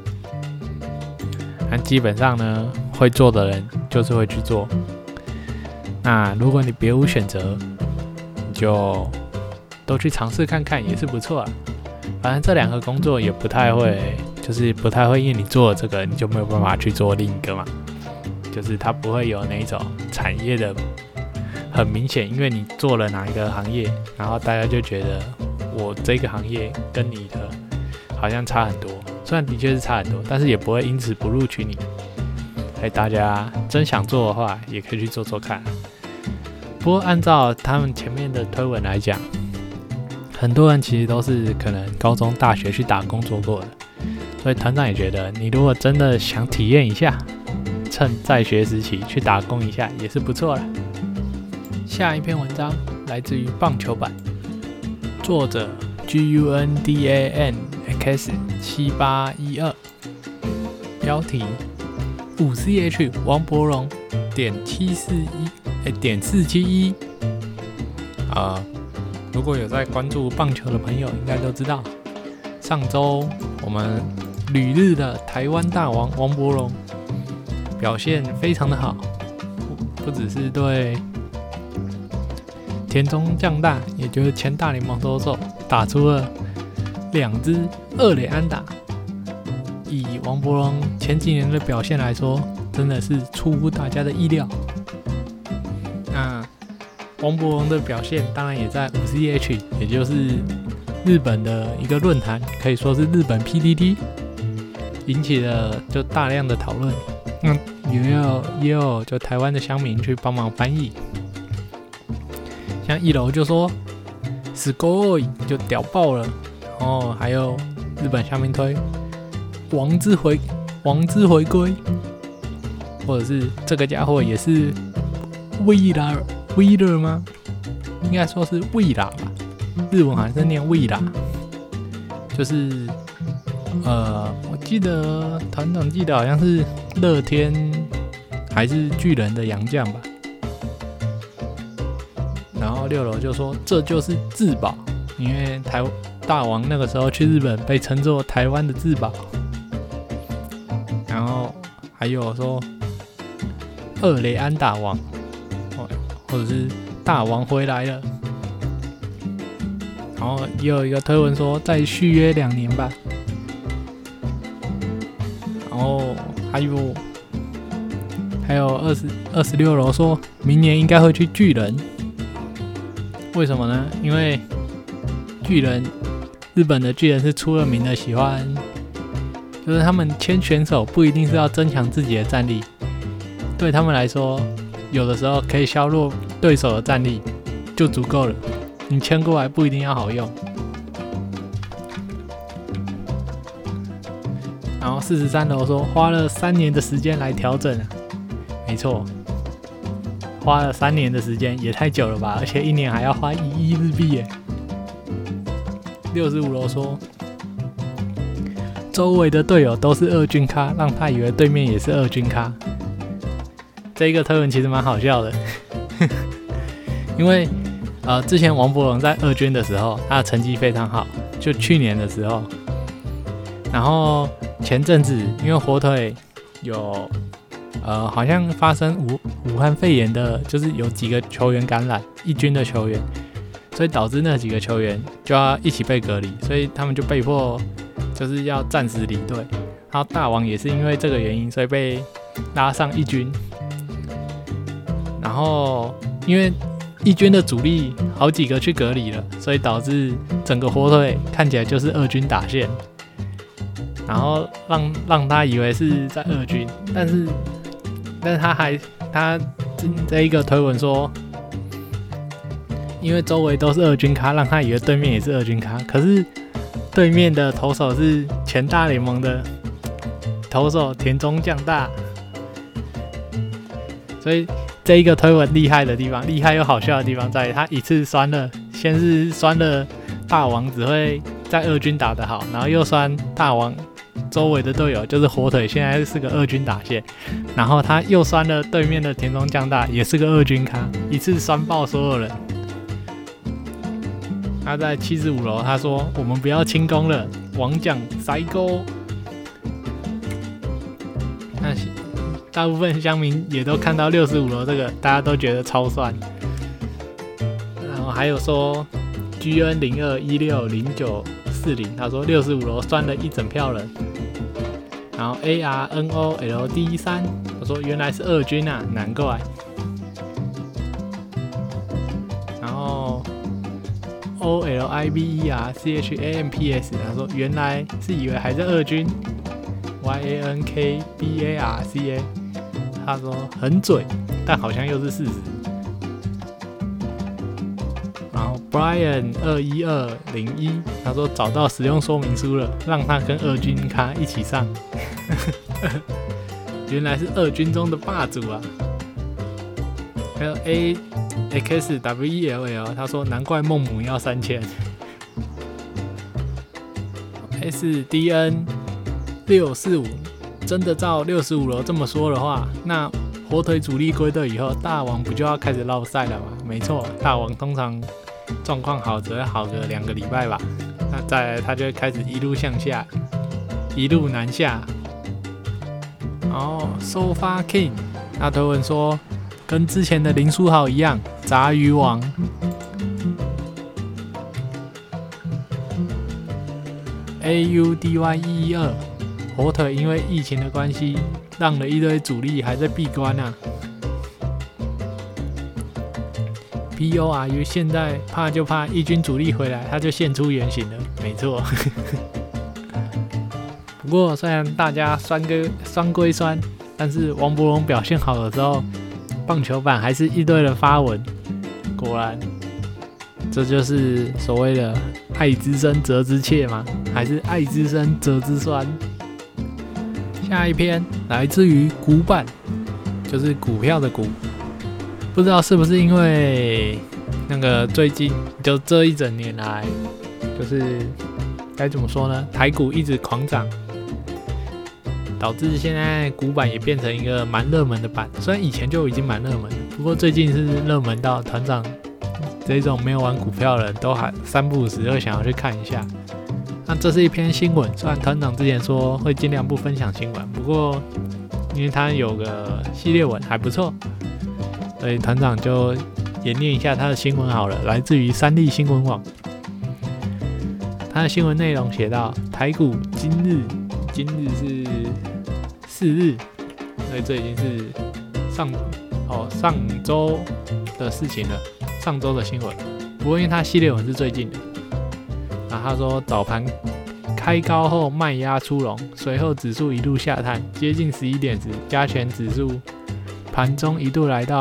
Speaker 1: 那基本上呢，会做的人就是会去做。那如果你别无选择，你就都去尝试看看，也是不错啊。反正这2个工作也不太会，就是不太会因为你做了这个，你就没有办法去做另一个嘛。就是它不会有那种产业的很明显，因为你做了哪一个行业，然后大家就觉得我这个行业跟你的好像差很多。虽然的确是差很多，但是也不会因此不录取你。大家真想做的话，也可以去做做看。不过按照他们前面的推文来讲，很多人其实都是可能高中、大学去打工做过的，所以团长也觉得，你如果真的想体验一下，趁在学时期去打工一下也是不错的。下一篇文章来自于棒球版，作者 GUNDANX7812， 标题5CH 王柏融.471如果有在关注棒球的朋友，应该都知道，上周我们旅日的台湾大王王柏融表现非常的好，不只是对田中将大，也就是前大联盟投手打出了2支2垒安打。以王柏融前几年的表现来说，真的是出乎大家的意料。那王柏融的表现当然也在 5CH， 也就是日本的一个论坛，可以说是日本 PTT， 引起了就大量的讨论。也有就台湾的乡民去帮忙翻译，像一楼就说すごい就屌爆了，然后还有日本乡民推王之回归，或者是这个家伙也是威拉吗？应该说是威拉吧，日文好像是念威拉，就是我记得团长记得好像是乐天还是巨人的洋将吧。然后6楼就说这就是至宝，因为大王那个时候去日本被称作台湾的至宝。然后还有说2垒安打王， 或者是大王回来了。然后也有一个推文说再续约2年吧。然后还有26楼说明年应该会去巨人。为什么呢？因为日本的巨人是出了名的喜欢，就是他们签选手不一定是要增强自己的战力，对他们来说，有的时候可以削弱对手的战力就足够了。你签过来不一定要好用。然后43楼说花了3年的时间来调整啊，没错，花了3年的时间也太久了吧，而且1年还要花1亿日币耶。65楼说周围的队友都是2军咖，让他以为对面也是2军咖。这一个推文其实蛮好笑的，因为之前王柏荣在2军的时候，他的成绩非常好，就去年的时候。然后前阵子因为火腿有好像发生武汉肺炎的，就是有几个球员感染，1军的球员，所以导致那几个球员就要一起被隔离，所以他们就被迫就是要暂时离队。然后大王也是因为这个原因，所以被拉上1军。然后因为1军的主力好几个去隔离了，所以导致整个火腿看起来就是2军打线，然后让他以为是在2军，但是他这一个推文说，因为周围都是2军咖，让他以为对面也是2军咖，可是对面的投手是前大联盟的投手田中将大，所以这一个推文厉害的地方，厉害又好笑的地方在于，他一次先是酸了大王只会在2军打得好，然后又酸大王周围的队友就是火腿现在是个2军打线，然后他又酸了对面的田中将大也是个2军咖，一次酸爆所有人。他在75楼他说我们不要轻攻了，王将塞钩。那大部分乡民也都看到65楼这个，大家都觉得超酸。然后还有说 GN02160940，他说65楼酸了一整票人。然后 ARNOLD3， 他说原来是2军啊，难怪。然后 OLIVERCHAMPS， 他说原来是以为还在2军。YANKBARCA， 他说很准，但好像又是事实。然后 Brian21201， 他说找到使用说明书了，让他跟2军咖一起上。原来是2军中的霸主啊！还有 AXWELL， 他说难怪孟母要3000。SDN645，真的照65楼这么说的话，那火腿主力归队以后，大王不就要开始绕赛了吗？没错，大王通常状况好只会好个2个礼拜吧，那再来他就会开始一路向下，一路南下。然后 Sofa King 他推文说，跟之前的林书豪一样，杂鱼王。AUDY112，火腿因为疫情的关系，让了一堆主力还在闭关啊。PORU 现在怕就怕1军主力回来，他就现出原形了，没错。不过虽然大家酸归酸，但是王柏荣表现好的时候，棒球版还是一堆人发文。果然，这就是所谓的爱之深责之切吗？还是爱之深责之酸？下一篇来自于股版，就是股票的股。不知道是不是因为那个最近就这一整年来，就是该怎么说呢？台股一直狂涨，导致现在股版也变成一个蛮热门的版。虽然以前就已经蛮热门，不过最近是热门到团长这种没有玩股票的人都还3不5时会想要去看一下。那这是一篇新闻，虽然团长之前说会尽量不分享新闻，不过因为他有个系列文还不错。 所以团长就演练一下他的新闻好了，来自于三立新闻网。他的新闻内容写到，台股今日是4日，所以这已经是上周的事情了，上周的新闻。不过因为他系列文是最近的，然后他说早盘开高后卖压出笼，随后指数一路下探，接近11点时，加权指数盘中一度来到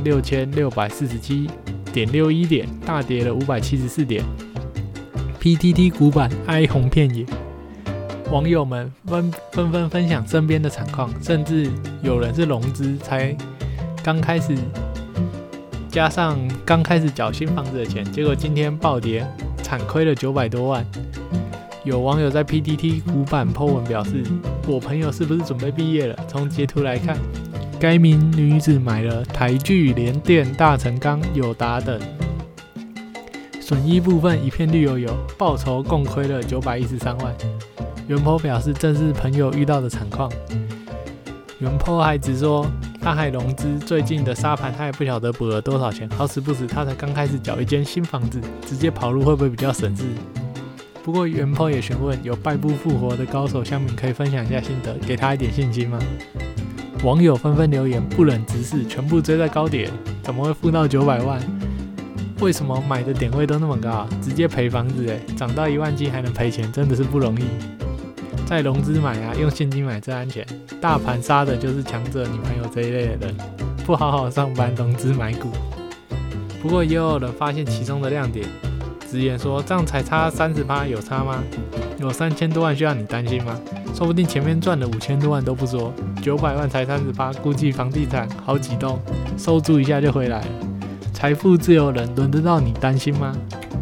Speaker 1: 16647.61点，大跌了574点。PTT 股板哀鸿遍野，网友们纷纷分享身边的惨况，甚至有人是融资才刚开始，加上刚开始缴新房子的钱，结果今天暴跌，惨亏了900多万。有网友在 PTT 股板 po 文表示，我朋友是不是准备毕业了？从截图来看，该名女子买了台聚、联电、大成钢、友达等，损益部分一片绿油油，报酬共亏了913万。原 po 表示正是朋友遇到的惨况。原 po 还直说他还融资，最近的沙盘他也不晓得补了多少钱，好死不死他才刚开始缴一间新房子，直接跑路会不会比较省事？不过原 po 也询问有败不复活的高手乡民可以分享一下心得，给他一点信心吗？网友纷纷留言不忍直视，全部追在高点，怎么会付到900万？为什么买的点位都那么高啊？直接赔房子涨到1万斤还能赔钱，真的是不容易。再融资买啊，用现金买最安全。大盘杀的就是强者女朋友这一类的人，不好好上班融资买股。不过也有人发现其中的亮点，直言说这样才差30%有差吗？有3000多万需要你担心吗？说不定前面赚了5000多万都不说，900万才30%，估计房地产好几栋收租一下就回来了。财富自由人轮得到你担心吗？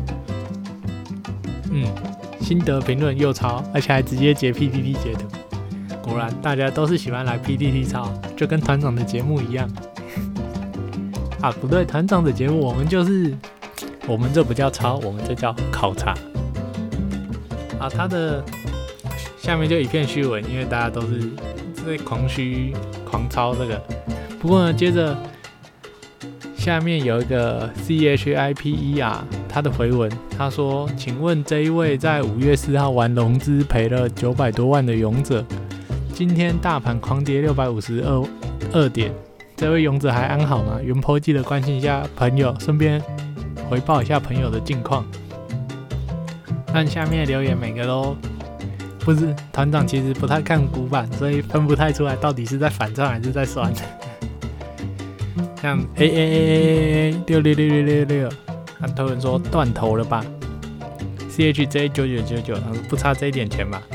Speaker 1: 心得评论又抄，而且还直接截 PTT 截图。果然大家都是喜欢来 PTT 抄，就跟团长的节目一样。啊，不对，团长的节目我们这不叫抄，我们这叫考察。啊，他的下面就一片虚文，因为大家都是在狂抄这个。不过呢，接着下面有一个 CHIPER 他的回文，他说：“请问这一位在5月4号玩融资赔了900多万的勇者，今天大盘狂跌652点，这位勇者还安好吗？原 po 记得关心一下朋友，顺便回报一下朋友的近况。”但下面的留言每个都不是，团长其实不太看股板，所以分不太出来到底是在反转还是在酸。像 AAAA666666，他推文说断头了吧 ？CHJ9999， 他说不差这一点钱吧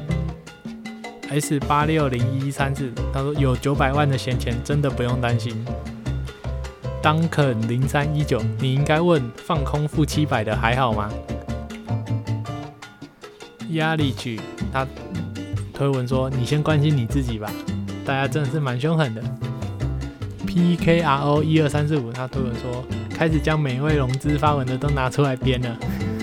Speaker 1: ？S860134，他说有900万的闲钱，真的不用担心。Duncan0319，你应该问放空负700的还好吗？压力区，他推文说你先关心你自己吧，大家真的是蛮凶狠的。PKRO12345，他推文说开始将每一位融资发文的都拿出来编了。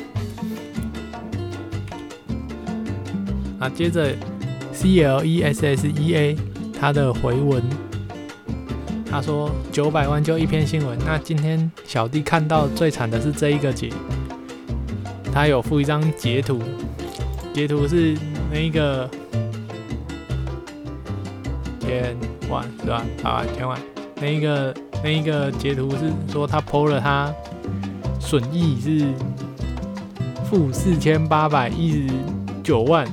Speaker 1: 接着 CLESSEA 他的回文，他说900万就一篇新闻，那今天小弟看到最惨的是这一个节，他有附一张截图，截图是那个1000万是吧？8万、1000万。那一个截图是说他 po 了他损益是负4819万，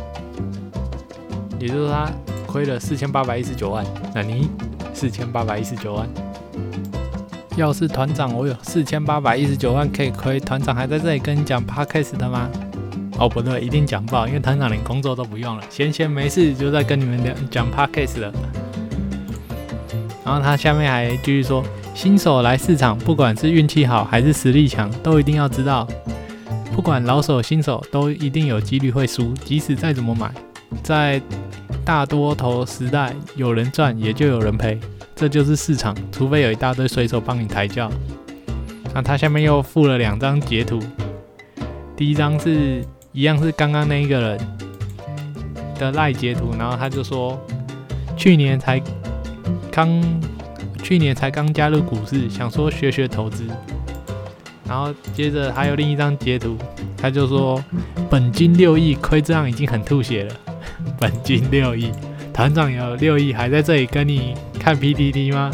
Speaker 1: 也就是说他亏了4819万。那你4819万，要是团长我有4819万可以亏，团长还在这里跟你讲 podcast 的吗？哦，不对，一定讲爆，因为团长连工作都不用了，闲没事就在跟你们讲 podcast 了。然后他下面还继续说，新手来市场，不管是运气好还是实力强，都一定要知道，不管老手新手，都一定有几率会输，即使再怎么买，在大多头时代，有人赚也就有人赔，这就是市场，除非有一大堆水手帮你抬轿。那他下面又附了2张截图，第一张是一样是刚刚那一个人的赖截图，然后他就说，去年去年才刚加入股市，想说学投资。然后接着还有另一张截图，他就说本金6亿，亏这样已经很吐血了。本金6亿，团长有6亿，还在这里跟你看 PTT 吗？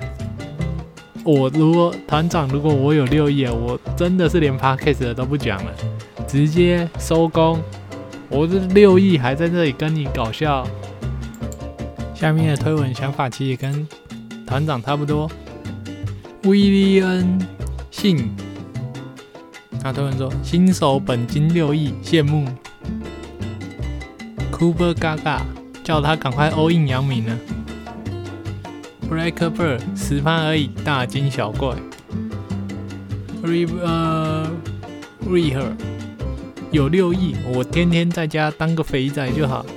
Speaker 1: 团长如果我有6亿，我真的是连 Podcast 的都不讲了，直接收工。我这6亿还在这里跟你搞笑。下面的推文想法其实也跟团长差不多。威利恩信，他推文说新手本金6亿，羡慕。Cooper Gaga 叫他赶快 all in 阳明了。Blackbird 10趴而已，大惊小怪。Reher 有6亿，我天天在家当个肥仔就好。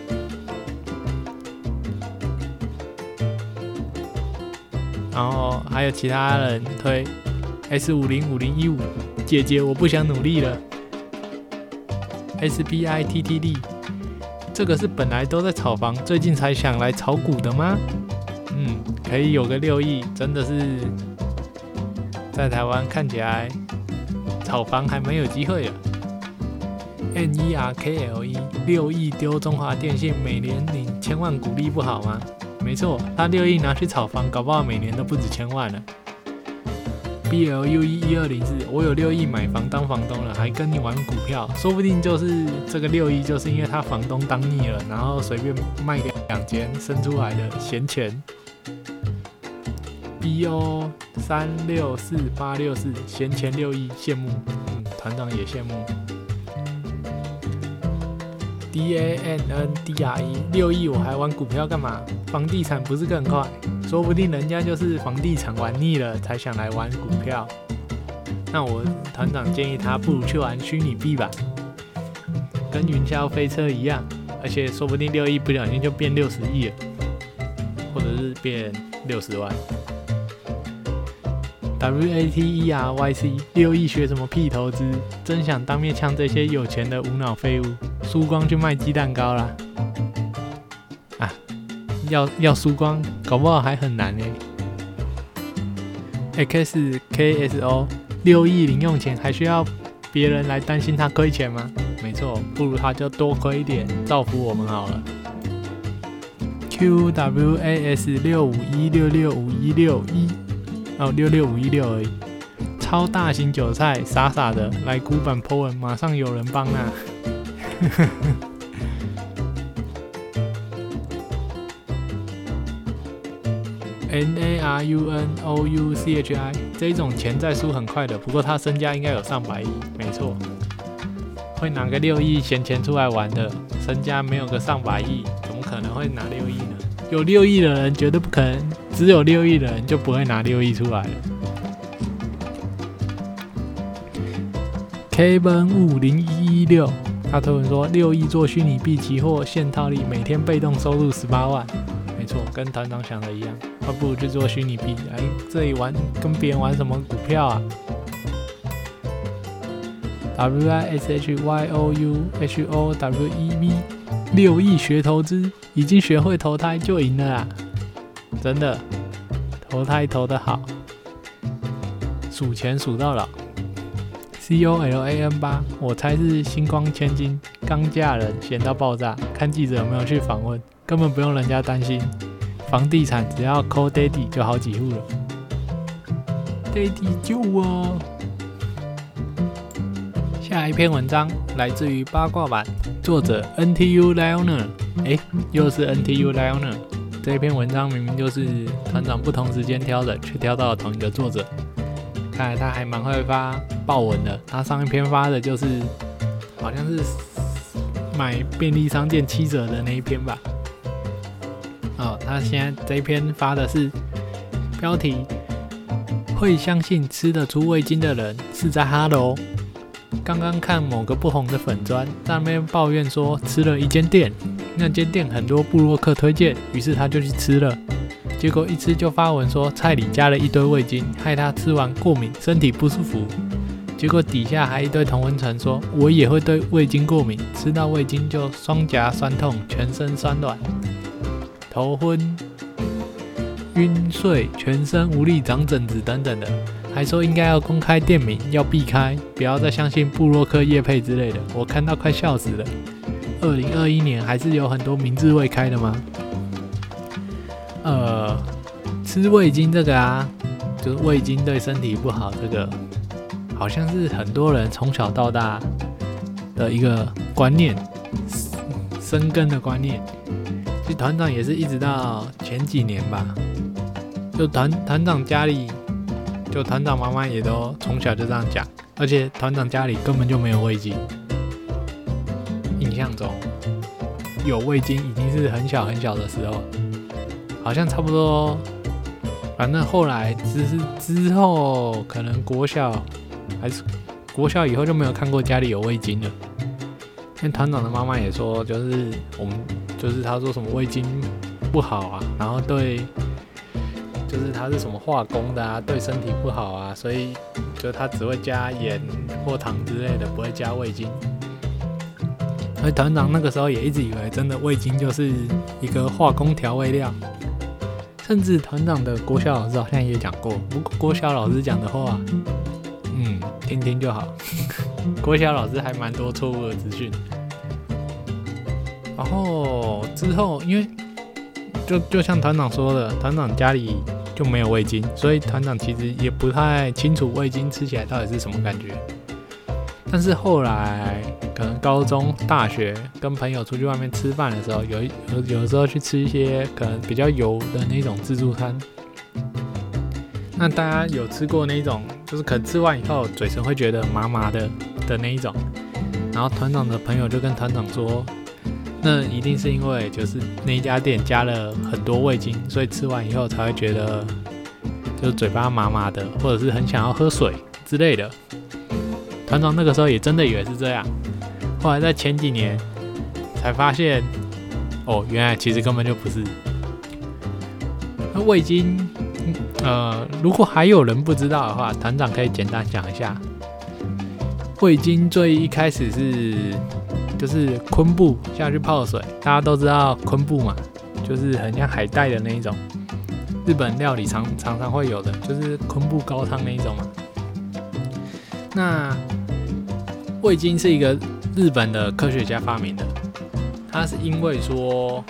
Speaker 1: 然后还有其他人推 S505015，姐姐我不想努力了。SPITTD 这个是本来都在炒房，最近才想来炒股的吗？可以有个6亿，真的是在台湾看起来炒房还蛮有机会的。NERKLE 6亿丢中华电信，每年领1000万股利不好吗？没错，他6亿拿去炒房，搞不好每年都不止1000万了。BLU1204，我有6亿买房当房东了，还跟你玩股票，说不定就是这个6亿，就是因为他房东当腻了，然后随便卖给2间生出来的闲钱。BO364864闲钱6亿，羡慕，团长也羡慕。DANNDRE 6亿我还玩股票干嘛？房地产不是更快？说不定人家就是房地产玩腻了才想来玩股票。那我团长建议他不如去玩虚拟币吧，跟云霄飞车一样，而且说不定6亿不小心就变60亿了，或者是变60万。WATERYC 6亿学什么屁投资？真想当面呛这些有钱的无脑废物，输光去卖鸡蛋糕啦！要输光，搞不好还很难XKSO 6亿零用钱，还需要别人来担心他亏钱吗？没错，不如他就多亏一点，造福我们好了。QWAS65166516哦，66516而已。超大型韭菜，傻傻的来古板 po 文，马上有人帮啊！NARUNOUCHI 这种钱再输很快的，不过他身家应该有上百亿，没错。会拿个6亿闲钱出来玩的，身家没有个上百亿，怎么可能会拿6亿呢？有6亿的人绝对不可能，只有6亿的人就不会拿6亿出来了。Kevin50116他推文说6亿做虚拟币期货现套利，每天被动收入18万。没错，跟团长想的一样，还不如去做虚拟币，来这里玩跟别人玩什么股票啊？WISHYOUHOWEV 6亿学投资，已经学会投胎就赢了啦！真的，投胎投得好，数钱数到老。COLAN8，我猜是星光千金，刚嫁人闲到爆炸，看记者有没有去访问，根本不用人家担心，房地产只要 call daddy 就好几户了。Daddy 救我！下一篇文章来自于八卦版，作者 NTU Lionel， 又是 NTU Lionel。这一篇文章明明就是团长不同时间挑的，却挑到了同一个作者。看来他还蛮会发爆文的。他上一篇发的就是好像是买便利商店7折的那一篇吧。他现在这一篇发的是标题：会相信吃得出味精的人是在哈喽。刚刚看某个不红的粉专在那边抱怨说吃了一间店，那间店很多部落客推荐，于是他就去吃了。结果一吃就发文说菜里加了一堆味精，害他吃完过敏，身体不舒服。结果底下还一堆同温层说我也会对味精过敏，吃到味精就双颊酸痛，全身酸软，头昏晕睡、全身无力、长疹子等等的，还说应该要公开店名，要避开，不要再相信部落客业配之类的。我看到快笑死了。2021年还是有很多明智未开的吗？吃味精这个啊，就是味精对身体不好，这个好像是很多人从小到大的一个观念，深根的观念。其实团长也是一直到前几年吧，就团长家里，就团长妈妈也都从小就这样讲，而且团长家里根本就没有味精。印象中有味精已经是很小很小的时候，好像差不多，反正后来之后可能国小还是国小以后就没有看过家里有味精了。因为团长的妈妈也说，就是我们就是他说什么味精不好啊，然后对，就是他是什么化工的啊，对身体不好啊，所以就他只会加盐或糖之类的，不会加味精。所以团长那个时候也一直以为真的味精就是一个化工调味料，甚至团长的国小老师好像也讲过，不过国小老师讲的话，听听就好。国小老师还蛮多错误的资讯。然后之后，因为就像团长说的，团长家里就没有味精，所以团长其实也不太清楚味精吃起来到底是什么感觉。但是后来可能高中、大学跟朋友出去外面吃饭的时候，有的时候去吃一些可能比较油的那种自助餐。那大家有吃过那一种，就是可能吃完以后嘴唇会觉得麻麻的那一种，然后团长的朋友就跟团长说，那一定是因为就是那一家店加了很多味精，所以吃完以后才会觉得就是嘴巴麻麻的，或者是很想要喝水之类的。团长那个时候也真的以为是这样，后来在前几年才发现，原来其实根本就不是。那味精，如果还有人不知道的话，团长可以简单讲一下。味精最一开始就是昆布下去泡水，大家都知道昆布嘛，就是很像海带的那一种，日本料理常常会有的，就是昆布高汤那一种嘛。那味精是一个日本的科学家发明的，他是因为说，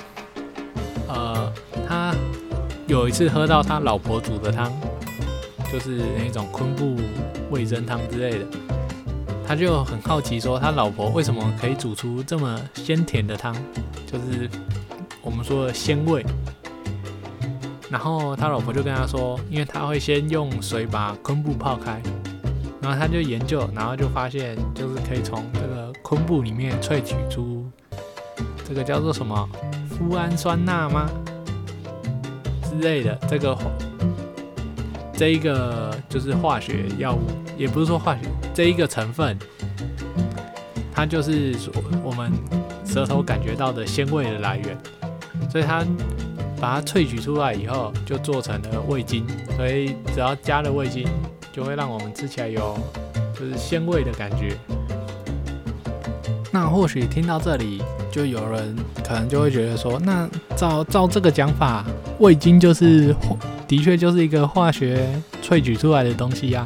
Speaker 1: 他有一次喝到他老婆煮的汤，就是那种昆布味噌汤之类的，他就很好奇说他老婆为什么可以煮出这么鲜甜的汤，就是我们说的鲜味。然后他老婆就跟他说，因为他会先用水把昆布泡开，然后他就研究，然后就发现就是可以从这个昆布里面萃取出这个叫做什么脯氨酸钠吗之类的，这一个就是化学药物，也不是说化学，这一个成分，它就是我们舌头感觉到的鲜味的来源，所以它把它萃取出来以后，就做成了味精，所以只要加了味精，就会让我们吃起来有就是鲜味的感觉。那或许听到这里，就有人可能就会觉得说，那照这个讲法，味精的确就是一个化学萃取出来的东西呀。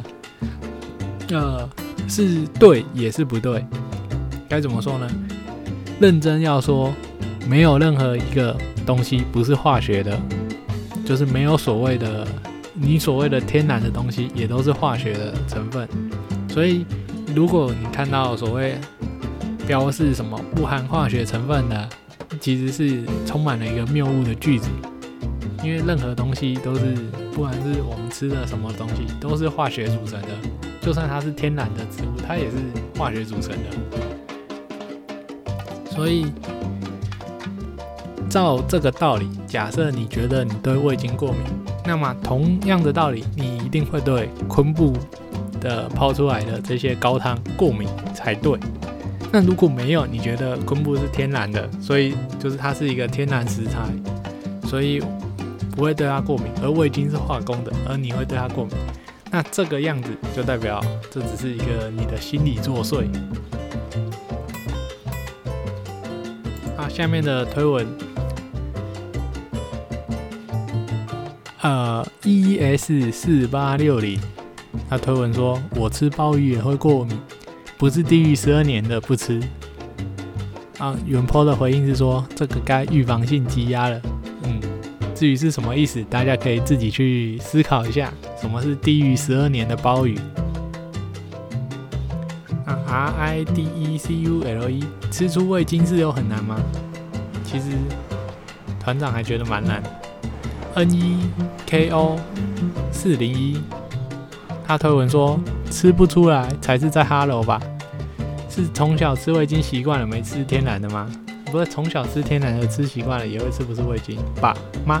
Speaker 1: 是对也是不对，该怎么说呢？认真要说，没有任何一个东西不是化学的，就是没有你所谓的天然的东西，也都是化学的成分。所以，如果你看到所谓标示什么不含化学成分的，其实是充满了一个谬误的句子。因为任何东西都是，不管是我们吃的什么东西，都是化学组成的。就算它是天然的植物，它也是化学组成的。所以，照这个道理，假设你觉得你对味精过敏，那么同样的道理，你一定会对昆布的泡出来的这些高汤过敏才对。那如果没有，你觉得昆布是天然的，所以就是它是一个天然食材，所以不会对它过敏，而味精是化工的，而你会对它过敏，那这个样子就代表这只是一个你的心理作祟。下面的推文 ES4860，他推文说我吃鲍鱼也会过敏，不是低于12年的不吃。原 po 的回应是说这个该预防性积压了。至于是什么意思，大家可以自己去思考一下，什么是低于12年的鲍鱼。RIDECULE， 吃出味精是有很难吗？其实团长还觉得蛮难。NEKO401，他推文说吃不出来才是在哈喽吧？是从小吃味精习惯了没吃天然的吗？不是从小吃天然的吃习惯了也会吃不出味精吧吗？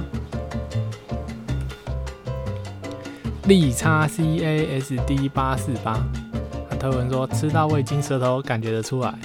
Speaker 1: 利叉 CASD848， 他推文说吃到味精舌头感觉得出来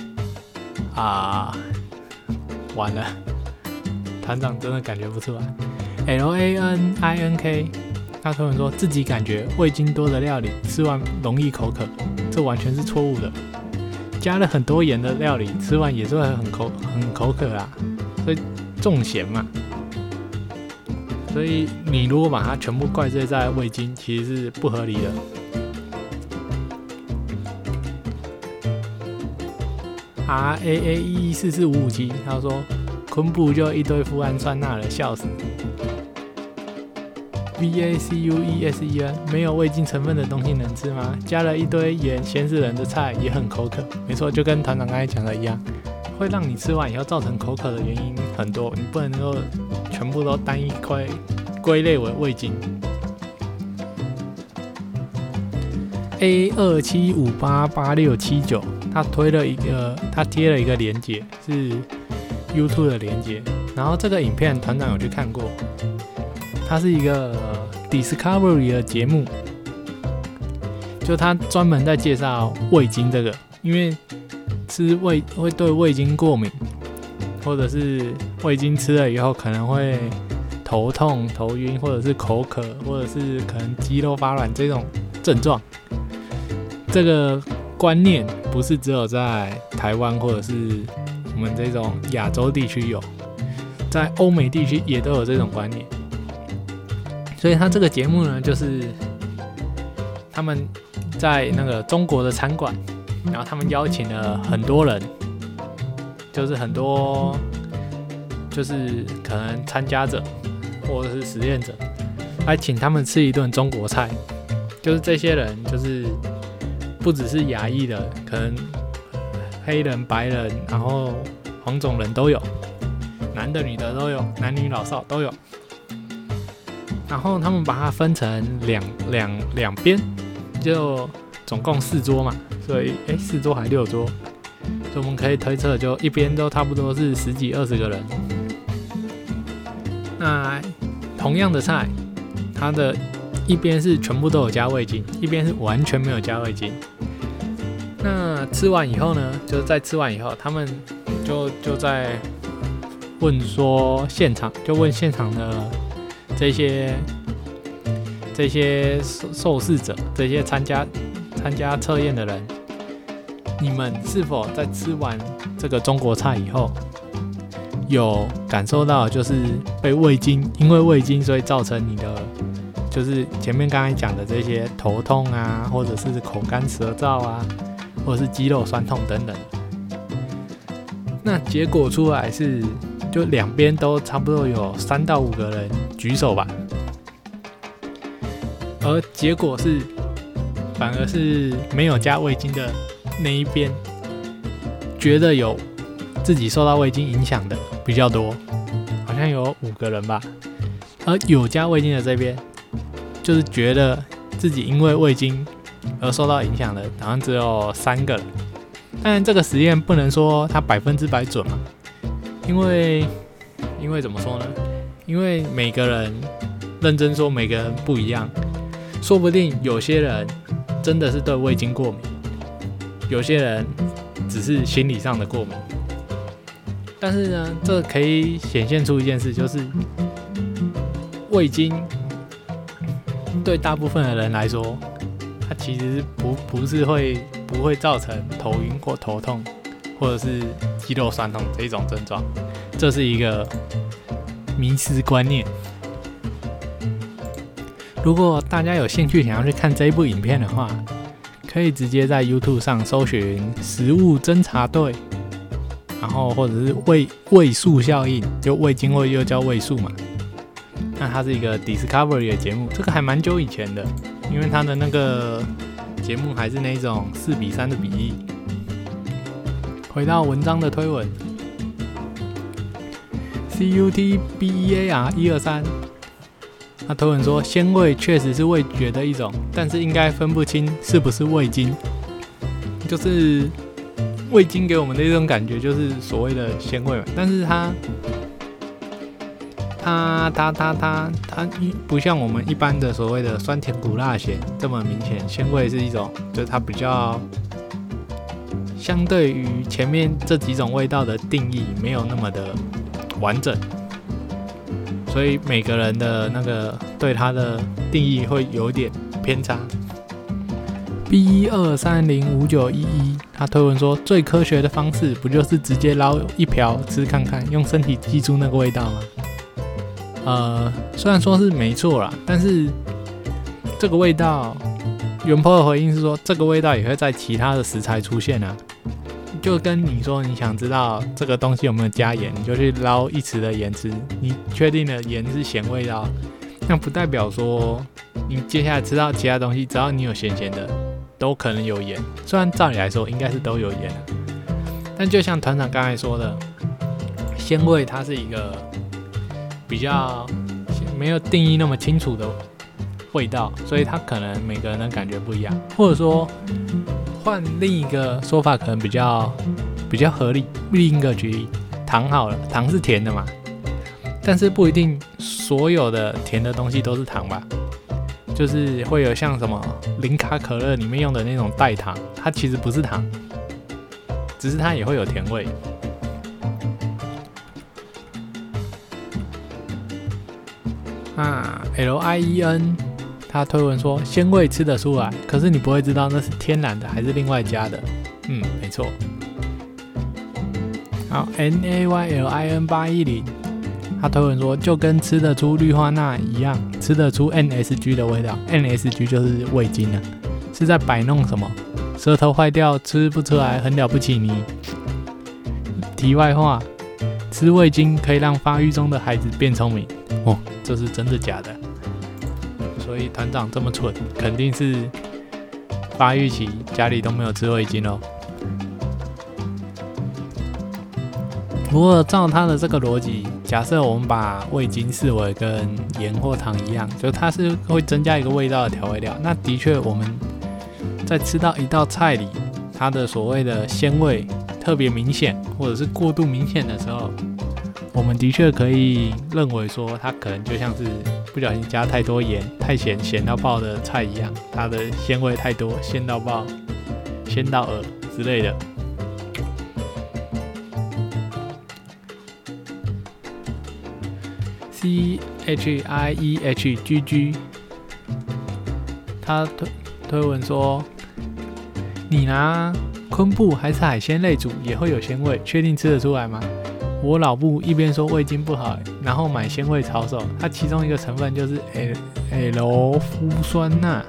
Speaker 1: 完了，团长真的感觉不出来。LANINK， 他推文说自己感觉味精多的料理吃完容易口渴，这完全是错误的。加了很多盐的料理吃完也是会很口渴啦，所以重咸嘛。所以你如果把它全部怪罪在味精，其实是不合理的。RAAE44557，他说昆布就一堆脯氨酸钠了，笑死。VACUESEN， 没有味精成分的东西能吃吗？加了一堆盐，咸死人的菜也很口渴。没错，就跟团长刚才讲的一样，会让你吃完以后造成口渴的原因很多，你不能够全部都单一归类为味精。A27588679，他贴了一个连结，是 YouTube 的连结，然后这个影片团长有去看过。它是一个 Discovery 的节目，就他专门在介绍味精这个，因为会对味精过敏，或者是味精吃了以后可能会头痛、头晕，或者是口渴，或者是可能肌肉发软这种症状。这个观念不是只有在台湾或者是我们这种亚洲地区有，在欧美地区也都有这种观念。所以他这个节目呢，就是他们在那个中国的餐馆，然后他们邀请了很多人，就是很多就是可能参加者或者是实验者，来请他们吃一顿中国菜。就是这些人就是不只是亚裔的，可能黑人、白人，然后黄种人都有，男的、女的都有，男女老少都有。然后他们把它分成两边，就总共4桌嘛，所以4桌还6桌，所以我们可以推测，就一边都差不多是10几20个人。那同样的菜，它的一边是全部都有加味精，一边是完全没有加味精。那吃完以后呢，就是在吃完以后，他们就在问说现场的这些受试者，这些参加测验的人，你们是否在吃完这个中国菜以后，有感受到就是被因为味精所以造成你的就是前面刚才讲的这些头痛啊，或者是口干舌燥啊，或者是肌肉酸痛等等。那结果出来是，就两边都差不多有3到5个人举手吧，而结果是，反而是没有加味精的那一边，觉得有自己受到味精影响的比较多，好像有5个人吧。而有加味精的这边，就是觉得自己因为味精而受到影响的，好像只有3个人。当然，这个实验不能说它100%准嘛，因为怎么说呢？因为每个人认真说，每个人不一样，说不定有些人真的是对味精过敏，有些人只是心理上的过敏。但是呢，这可以显现出一件事，就是味精对大部分的人来说，它其实不会造成头晕或头痛，或者是肌肉酸痛这一种症状。这是一个迷思观念。 如果大家有兴趣想要去看这一部影片的话，可以直接在 YouTube 上搜寻食物侦查队，然后或者是味素效应，就味精味又叫味素嘛。那它是一个 Discovery 的节目，这个还蛮久以前的，因为它的那个节目还是那种4:3的比例。回到文章的推文 ，CUTBEAR123。他推文说，鲜味确实是味觉的一种，但是应该分不清是不是味精。就是味精给我们的一种感觉，就是所谓的鲜味嘛。但是它不像我们一般的所谓的酸甜苦辣咸这么明显，鲜味是一种，就是它比较相对于前面这几种味道的定义没有那么的完整。所以每个人的那个对它的定义会有点偏差。B123059111他推文说，最科学的方式不就是直接捞一瓢吃看看，用身体记住那个味道吗？虽然说是没错啦，但是这个味道，原 po 的回应是说，这个味道也会在其他的食材出现啊。就跟你说，你想知道这个东西有没有加盐，你就去捞一匙的盐吃。你确定了盐是咸味道，那不代表说你接下来吃到其他东西，只要你有咸咸的，都可能有盐。虽然照理来说应该是都有盐，但就像团长刚才说的，鲜味它是一个比较没有定义那么清楚的味道，所以它可能每个人的感觉不一样，或者说换另一个说法可能比较合理。另一个举例，糖好了，糖是甜的嘛，但是不一定所有的甜的东西都是糖吧。就是会有像什么零卡可乐里面用的那种代糖，它其实不是糖，只是它也会有甜味。LIEN 他推文说，鲜味吃得出来，可是你不会知道那是天然的还是另外加的。没错。好 NAYLIN810 他推文说，就跟吃得出氯化钠一样，吃得出 NSG 的味道。NSG 就是味精啊，是在摆弄什么？舌头坏掉吃不出来，很了不起你。题外话，吃味精可以让发育中的孩子变聪明哦，这是真的假的？所以团长这么蠢，肯定是发育期家里都没有吃味精哦。不过照他的这个逻辑，假设我们把味精视为跟盐或糖一样，就它是会增加一个味道的调味料，那的确我们在吃到一道菜里，它的所谓的鲜味特别明显，或者是过度明显的时候，我们的确可以认为说，它可能就像是不小心加太多盐、太咸、咸到爆的菜一样，它的鲜味太多，鲜到爆、鲜到恶之类的。CHIEHGG 他推文说，你拿昆布还是海鲜类煮也会有鲜味，确定吃得出来吗？我老布一边说味精不好，然后买鲜味抄手，它其中一个成分就是 L 麩酸钠。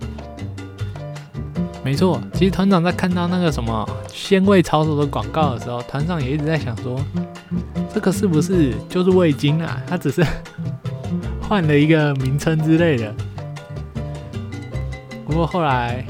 Speaker 1: 没错，其实团长在看到那个什么鲜味抄手的广告的时候，团长也一直在想说，这个是不是就是味精啊？它只是换了一个名称之类的。不过后来，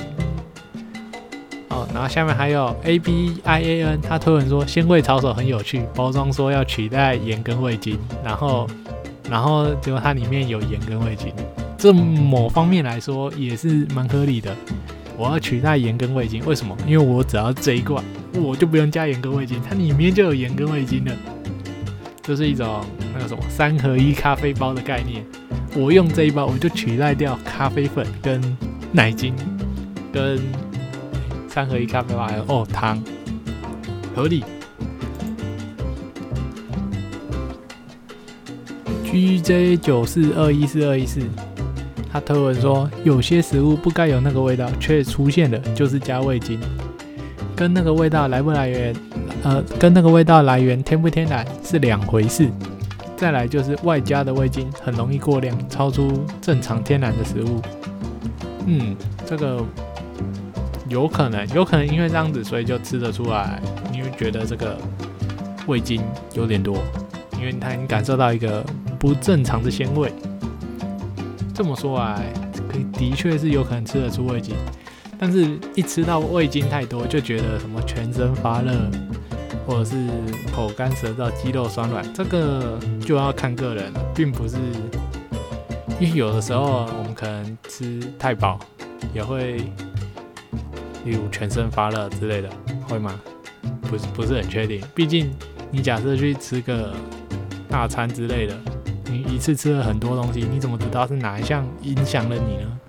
Speaker 1: 然后下面还有 ABIAN， 他推文说鲜味抄手很有趣，包装说要取代盐跟味精，然后结果它里面有盐跟味精，这某方面来说也是蛮合理的。我要取代盐跟味精，为什么？因为我只要这一罐，我就不用加盐跟味精，它里面就有盐跟味精了。这是一种那个什么3合1咖啡包的概念。我用这一包，我就取代掉咖啡粉跟奶精跟3合1咖啡包，还有糖，合理。GJ94214214他推文说，有些食物不该有那个味道，却出现了，就是加味精，跟那个味道来不来源，跟那个味道来源天不天然是两回事。 再来就是外加的味精很容易过量，超出正常天然的食物。这个有可能因为这样子，所以就吃得出来，你会觉得这个味精有点多，因为你感受到一个不正常的鲜味。这么说来，的确是有可能吃得出味精，但是一吃到味精太多，就觉得什么全身发热，或者是口干舌燥、肌肉酸软，这个就要看个人了，并不是因为有的时候我们可能吃太饱，也会例如全身发热之类的，会吗？不是很确定，毕竟你假设去吃个大餐之类的，你一次吃了很多东西，你怎么知道是哪一项影响了你呢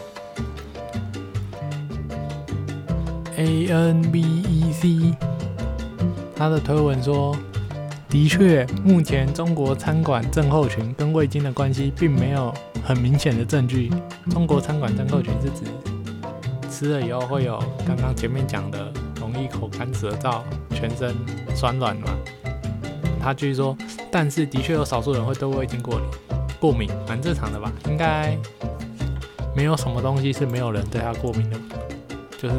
Speaker 1: ？ANBEC 他的推文说，的确，目前中国餐馆症候群跟味精的关系并没有很明显的证据。中国餐馆症候群是指吃了以后会有刚刚前面讲的容易口干舌燥、全身酸软嘛。他继续说，但是的确有少数人会对味精过敏，蛮正常的吧？应该没有什么东西是没有人对它过敏的，就是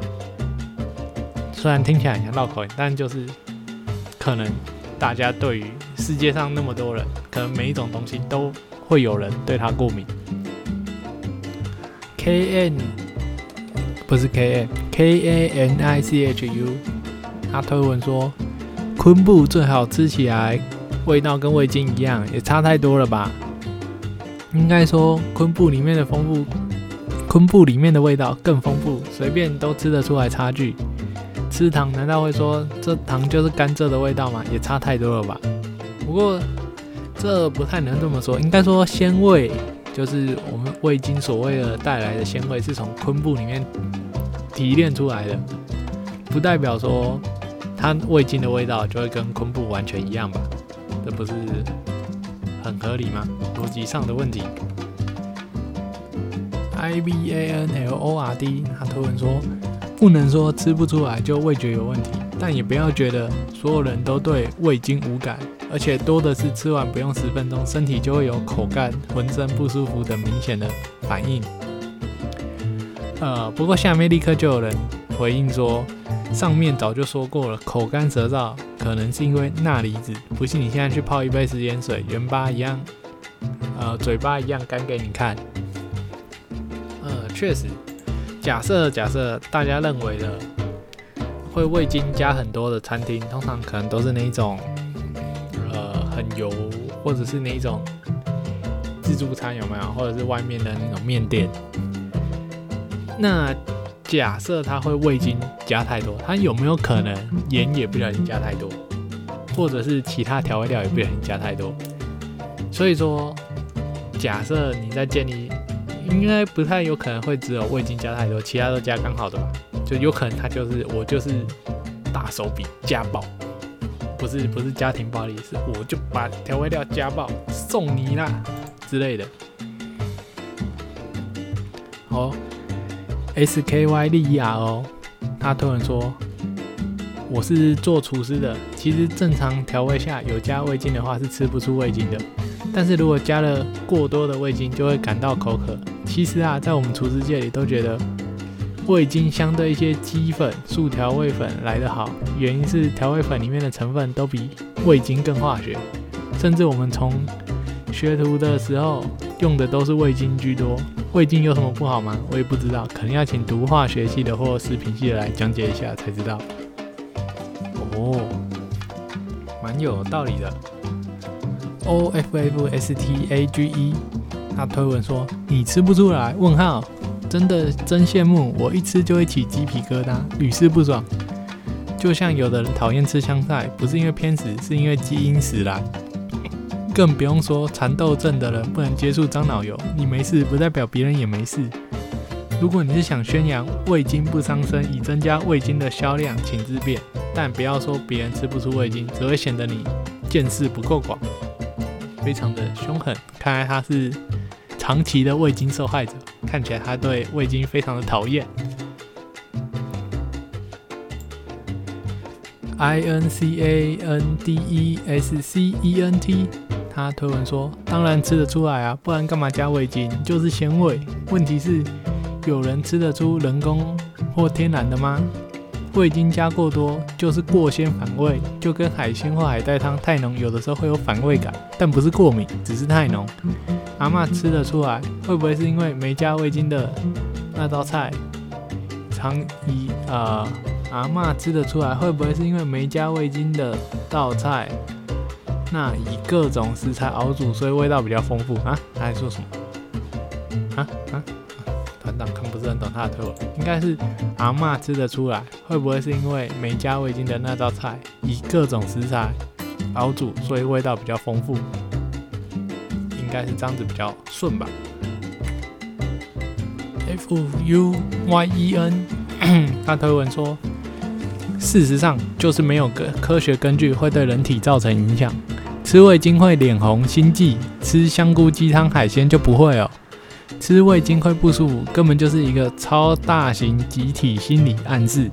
Speaker 1: 虽然听起来很像绕口令，但就是可能大家对于世界上那么多人，可能每一种东西都会有人对它过敏。KANICHU 他推文说，昆布最好吃起来味道跟味精一样，也差太多了吧？应该说昆布里面的味道更丰富，随便都吃得出来差距。吃糖难道会说这糖就是甘蔗的味道吗？也差太多了吧？不过这不太能这么说，应该说鲜味就是我们味精所谓的带来的鲜味，是从昆布里面提炼出来的，不代表说它味精的味道就会跟昆布完全一样吧？这不是很合理吗？逻辑上的问题。IBANLORD 他推文说，不能说吃不出来就味觉有问题，但也不要觉得所有人都对味精无感，而且多的是吃完不用10分钟，身体就会有口干、浑身不舒服等明显的反应。不过下面立刻就有人回应说，上面早就说过了，口干舌燥可能是因为钠离子，不信你现在去泡一杯食盐水，盐巴一样，嘴巴一样干给你看。确实，假设大家认为的会味精加很多的餐厅，通常可能都是那一种很油，或者是那一种自助餐有没有，或者是外面的那种面店。那假设它会味精加太多，它有没有可能盐也不小心加太多，或者是其他调味料也不小心加太多？所以说，假设你在建立，应该不太有可能会只有味精加太多，其他都加刚好的吧？就有可能他我就是大手笔加爆，不是家庭暴力，是我就把调味料加爆送你啦之类的。好 ，SKYLERO 他推文说，我是做厨师的，其实正常调味下有加味精的话是吃不出味精的，但是如果加了过多的味精就会感到口渴。其实啊，在我们厨师界里都觉得味精相对一些鸡粉、素调味粉来得好，原因是调味粉里面的成分都比味精更化学，甚至我们从学徒的时候用的都是味精居多。味精有什么不好吗？我也不知道，可能要请读化学系的或食品系的来讲解一下才知道。哦，蛮有道理的。OFFSTAGE 他推文说，你吃不出来？问号，真羡慕，我一吃就会起鸡皮疙瘩，屡试不爽。就像有的人讨厌吃香菜，不是因为偏食，是因为基因使然。更不用说蚕豆症的人不能接触樟脑油，你没事不代表别人也没事。如果你是想宣扬味精不伤身，以增加味精的销量，请自便，但不要说别人吃不出味精，只会显得你见识不够广。非常的凶狠，看来他是长期的味精受害者，看起来他对味精非常的讨厌。INCANDESCENT 他推文说，当然吃得出来啊，不然干嘛加味精？就是鲜味。问题是，有人吃得出人工或天然的吗？味精加过多就是过鲜反胃，就跟海鲜或海带汤太浓，有的时候会有反胃感，但不是过敏，只是太浓。阿嬷吃得出来，会不会是因为没加味精的那道菜？阿嬷吃得出来，会不会是因为没加味精的道菜？那以各种食材熬煮，所以味道比较丰富啊？他在说什么？团长看不是很懂他的推文，应该是阿嬷吃得出来，会不会是因为没加味精的那道菜，以各种食材熬煮，所以味道比较丰富？应该是这样子比较顺吧。FUYEN 他推文说，事实上就是没有科学根据会对人体造成影响。吃味精会脸红心悸，吃香菇鸡汤海鲜就不会哦。吃味精会不舒服，根本就是一个超大型集体心理暗示。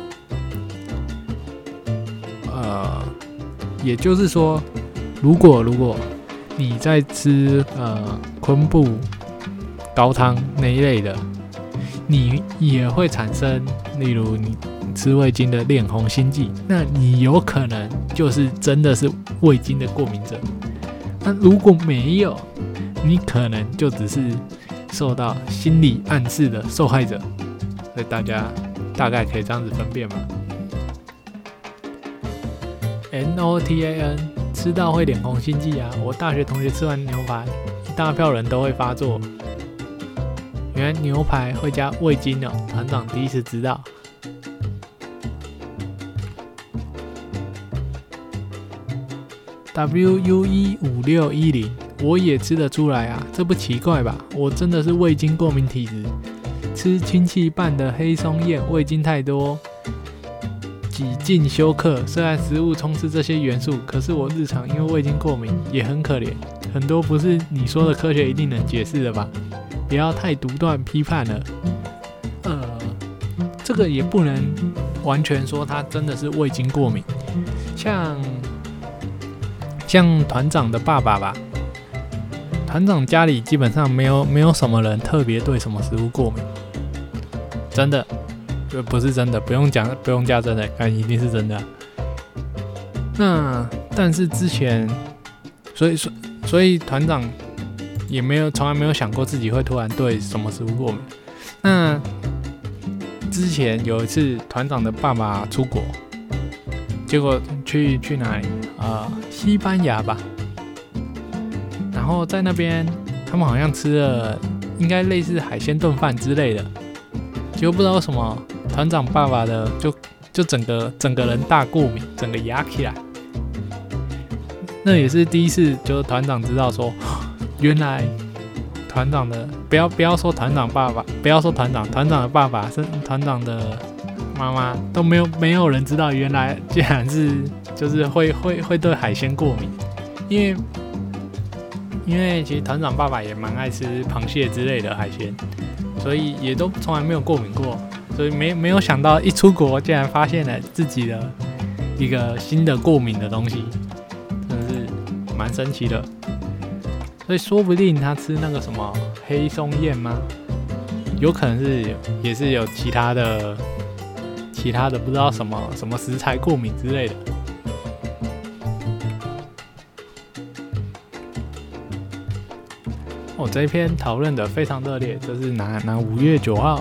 Speaker 1: 也就是说，如果你在吃昆布高汤那一类的，你也会产生，例如你吃味精的脸红心悸，那你有可能就是真的是味精的过敏者。那如果没有，你可能就只是受到心理暗示的受害者。所以大家大概可以这样子分辨嘛。NOTAN 吃到会脸红心悸啊！我大学同学吃完牛排，一大票人都会发作。原来牛排会加味精哦，团长第一次知道。WUE5610，我也吃得出来啊，这不奇怪吧？我真的是味精过敏体质，吃亲戚拌的黑松燕，味精太多，几近休克。虽然食物充斥这些元素，可是我日常因为味精过敏也很可怜，很多不是你说的科学一定能解释的吧？不要太独断批判了。这个也不能完全说他真的是味精过敏，像团长的爸爸吧，团长家里基本上没有什么人特别对什么食物过敏，真的，不是真的，不用加真的，一定是真的。那但是之前，所以团长也从来没有想过自己会突然对什么食物过敏。那之前有一次，团长的爸爸出国，结果去哪里？西班牙吧。然后在那边，他们好像吃了应该类似海鲜炖饭之类的。结果不知道为什么，团长爸爸的就整个人大过敏，整个压起来。那也是第一次，就是团长知道说，原来团长的不要说团长爸爸，不要说团长的爸爸是团长的妈妈，都没有人知道，原来竟然是就是会对海鲜过敏，因为其实团长爸爸也蛮爱吃螃蟹之类的海鲜，所以也都从来没有过敏过，所以没有想到一出国竟然发现了自己的一个新的过敏的东西，真的是蛮神奇的。所以说不定他吃那个什么黑松燕吗？有可能也是有其他的不知道什么食材过敏之类的。这一篇讨论的非常热烈，这是拿5月9号，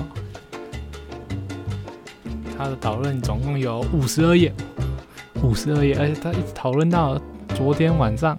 Speaker 1: 他的讨论总共有52页，而且他一直讨论到昨天晚上，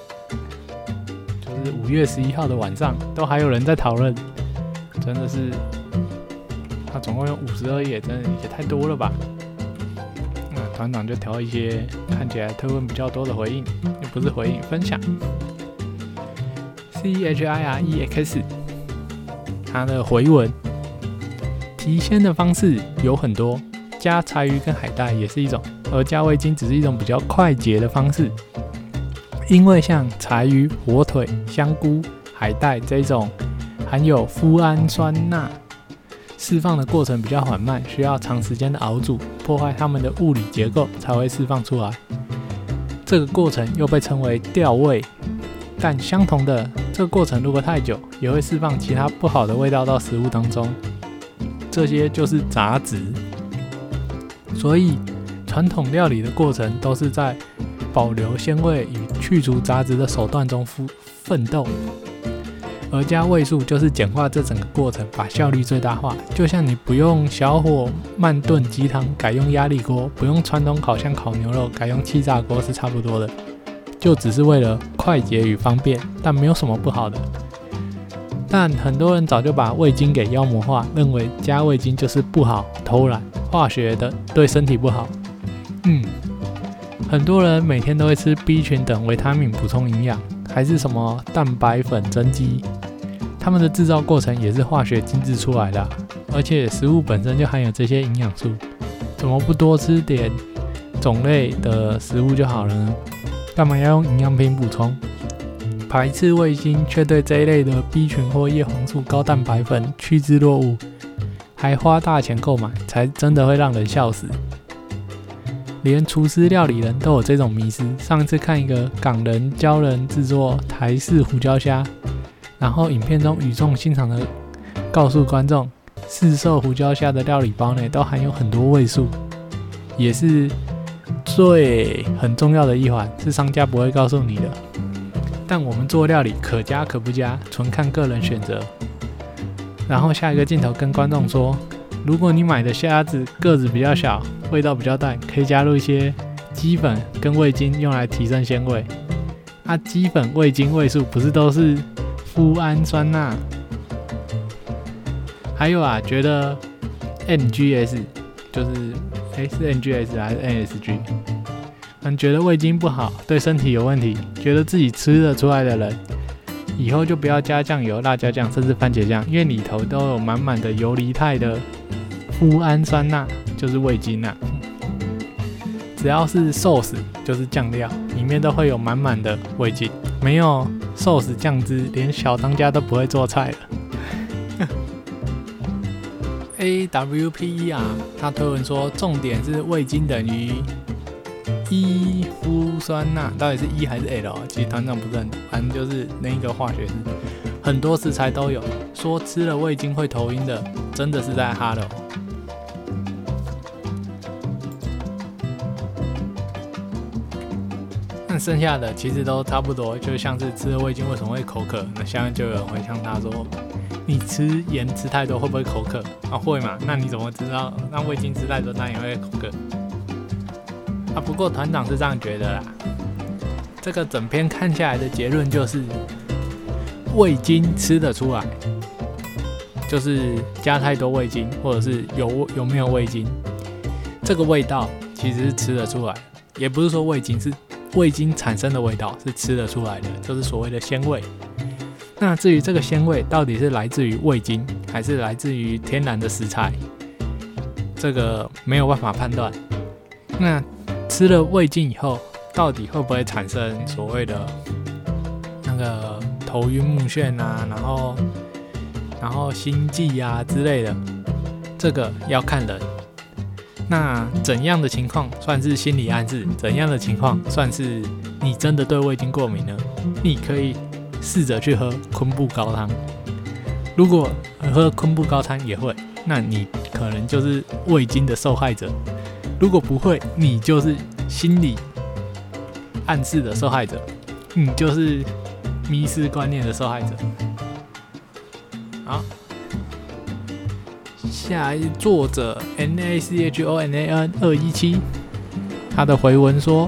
Speaker 1: 就是5月11号的晚上，都还有人在讨论，真的是，他总共有52页，真的也太多了吧？那团长就挑一些看起来推文比较多的回应，也不是回应，分享。CHIREX 他的回文，提鲜的方式有很多，加柴鱼跟海带也是一种，而加味精只是一种比较快捷的方式。因为像柴鱼、火腿、香菇、海带这种含有麩胺酸钠，释放的过程比较缓慢，需要长时间的熬煮，破坏它们的物理结构才会释放出来。这个过程又被称为调味。 但相同的，这个过程如果太久，也会释放其他不好的味道到食物当中，这些就是杂质。所以传统料理的过程都是在保留鲜味与去除杂质的手段中奋斗，而加味素就是简化这整个过程，把效率最大化。就像你不用小火慢炖鸡汤，改用压力锅；不用传统烤箱烤牛肉，改用气炸锅是差不多的，就只是为了快捷与方便，但没有什么不好的。但很多人早就把味精给妖魔化，认为加味精就是不好、偷懒、化学的，对身体不好。很多人每天都会吃 B 群等维他命补充营养，还是什么蛋白粉增肌，它们的制造过程也是化学精制出来的而且食物本身就含有这些营养素，怎么不多吃点种类的食物就好了呢？干嘛要用营养品补充？排斥味精，却对这一类的 B 群或叶黄素高蛋白粉趋之若鹜，还花大钱购买，才真的会让人笑死。连厨师料理人都有这种迷思。上一次看一个港人教人制作台式胡椒虾，然后影片中语重心长的告诉观众，市售胡椒虾的料理包内都含有很多味素，也是最很重要的一环，是商家不会告诉你的。但我们做料理可加可不加，纯看个人选择。然后下一个镜头跟观众说，如果你买的虾子个子比较小，味道比较淡，可以加入一些鸡粉跟味精，用来提升鲜味。鸡粉、味精、味素不是都是麩胺酸钠？还有觉得 NGS 就是是 NGS 还是 NSG？ 觉得味精不好，对身体有问题，觉得自己吃得出来的人，以后就不要加酱油、辣椒酱，甚至番茄酱，因为里头都有满满的游离态的麩胺酸钠，就是味精啊。只要是寿司就是酱料，里面都会有满满的味精，没有寿司酱汁，连小当家都不会做菜了。AWPER 他推文说，重点是味精等于1麩酸钠，到底是 E 还是 L？ 其实团长不是很懂，反正就是那个化学式，很多食材都有。说吃了味精会头晕的，真的是在哈喽。那剩下的其实都差不多，就像是吃了味精为什么会口渴？那下面就有人会向他说，你吃盐吃太多会不会口渴？会嘛？那你怎么知道？那味精吃太多，那也会口渴。不过团长是这样觉得啦。这个整篇看下来的结论就是，味精吃得出来，就是加太多味精，或者是有没有味精，这个味道其实是吃得出来的。也不是说味精是味精产生的味道，是吃得出来的，就是所谓的鲜味。那至于这个鲜味到底是来自于味精，还是来自于天然的食材，这个没有办法判断。那吃了味精以后，到底会不会产生所谓的那个头晕目眩然后心悸之类的，这个要看人。那怎样的情况算是心理暗示？怎样的情况算是你真的对味精过敏呢？你可以试着去喝昆布高汤。如果喝昆布高汤也会，那你可能就是味精的受害者。如果不会，你就是心理暗示的受害者，你就是迷失观念的受害者。好，下一作者 NACHONAN217， 他的回文说，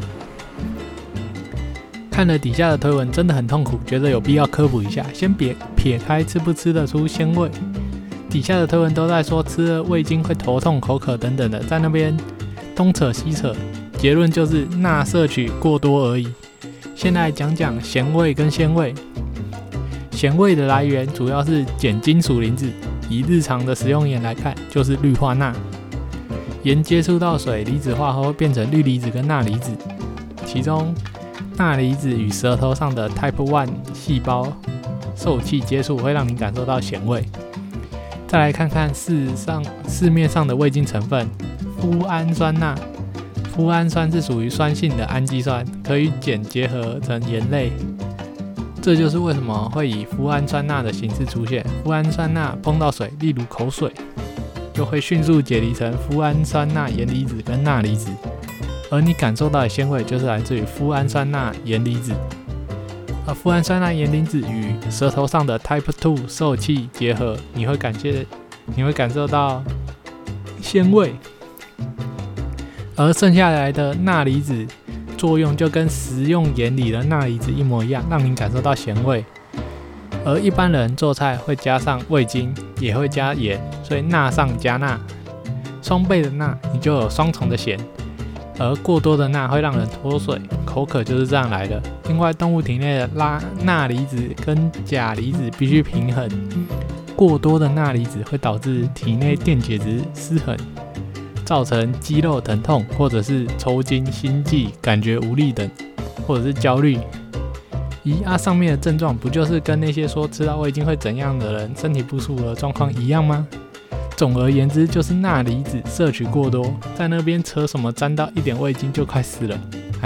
Speaker 1: 看了底下的推文真的很痛苦，觉得有必要科普一下。先撇开吃不吃得出鲜味，底下的推文都在说吃了味精会头痛、口渴等等的，在那边东扯西扯，结论就是钠摄取过多而已。先来讲讲咸味跟鲜味。咸味的来源主要是碱金属离子，以日常的食用盐来看，就是氯化钠。盐接触到水，离子化后会变成氯离子跟钠离子，其中钠离子与舌头上的 Type 1细胞受器接触，会让你感受到咸味。再来看看市面上的味精成分，麩胺酸钠。麩胺酸是属于酸性的氨基酸，可与碱结合成盐类， 这就是为什么会以脯氨酸钠的形式出现。脯氨酸钠碰到水，例如口水，就会迅速解离成脯氨酸钠盐离子跟钠离子，而你感受到的鲜味就是来自于脯氨酸钠盐离子。而脯氨酸钠盐离子与舌头上的 Type 2受气结合，你会感受到鲜味，而剩下来的钠离子作用就跟食用盐里的钠离子一模一样，让你感受到咸味。而一般人做菜会加上味精，也会加盐，所以钠上加钠，双倍的钠，你就有双重的咸。而过多的钠会让人脱水，口渴就是这样来的。另外，动物体内的钠离子跟钾离子必须平衡，过多的钠离子会导致体内电解质失衡，造成肌肉疼痛，或者是抽筋、心悸、感觉无力等，或者是焦虑。上面的症状不就是跟那些说吃到味精会怎样的人身体不舒服的状况一样吗？总而言之，就是钠离子摄取过多，在那边扯什么沾到一点味精就快死了。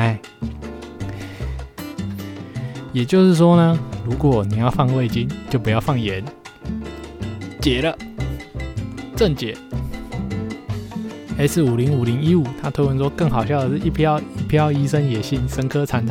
Speaker 1: 也就是说呢，如果你要放味精，就不要放盐。解了，正解。S505015他推文说，更好笑的是，一票医生也信，生科惨。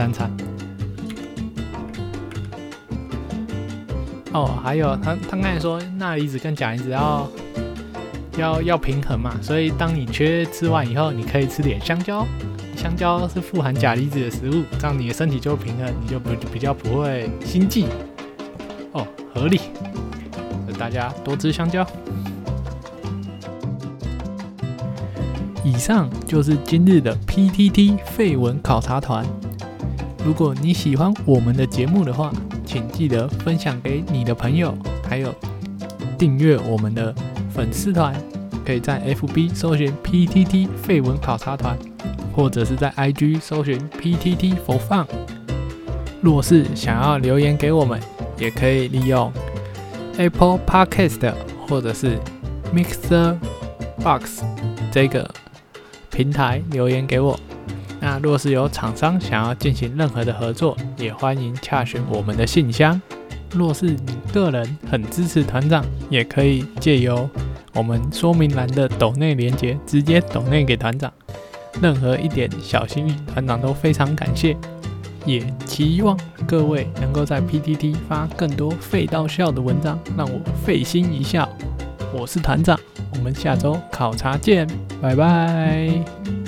Speaker 1: 还有他刚才说钠离子跟钾离子要平衡嘛，所以当你缺吃完以后，你可以吃点香蕉。香蕉是富含钾离子的食物，这样你的身体就会平衡，你就比较不会心悸。合理。大家多吃香蕉。以上就是今日的 PTT 废文考察团。如果你喜欢我们的节目的话，请记得分享给你的朋友，还有订阅我们的粉丝团，可以在 FB 搜寻 PTT 废文考察团，或者是在 IG 搜寻 PTT for fun。若是想要留言给我们，也可以利用 Apple Podcast 或者是 Mixer Box 这个平台留言给我。那若是有厂商想要进行任何的合作，也欢迎洽询我们的信箱。若是你个人很支持团长，也可以借由我们说明栏的抖内连结，直接抖内给团长。任何一点小心意，团长都非常感谢。也期望各位能够在 PTT 发更多废到笑的文章，让我费心一笑。我是团长，我们下周考察见，拜拜。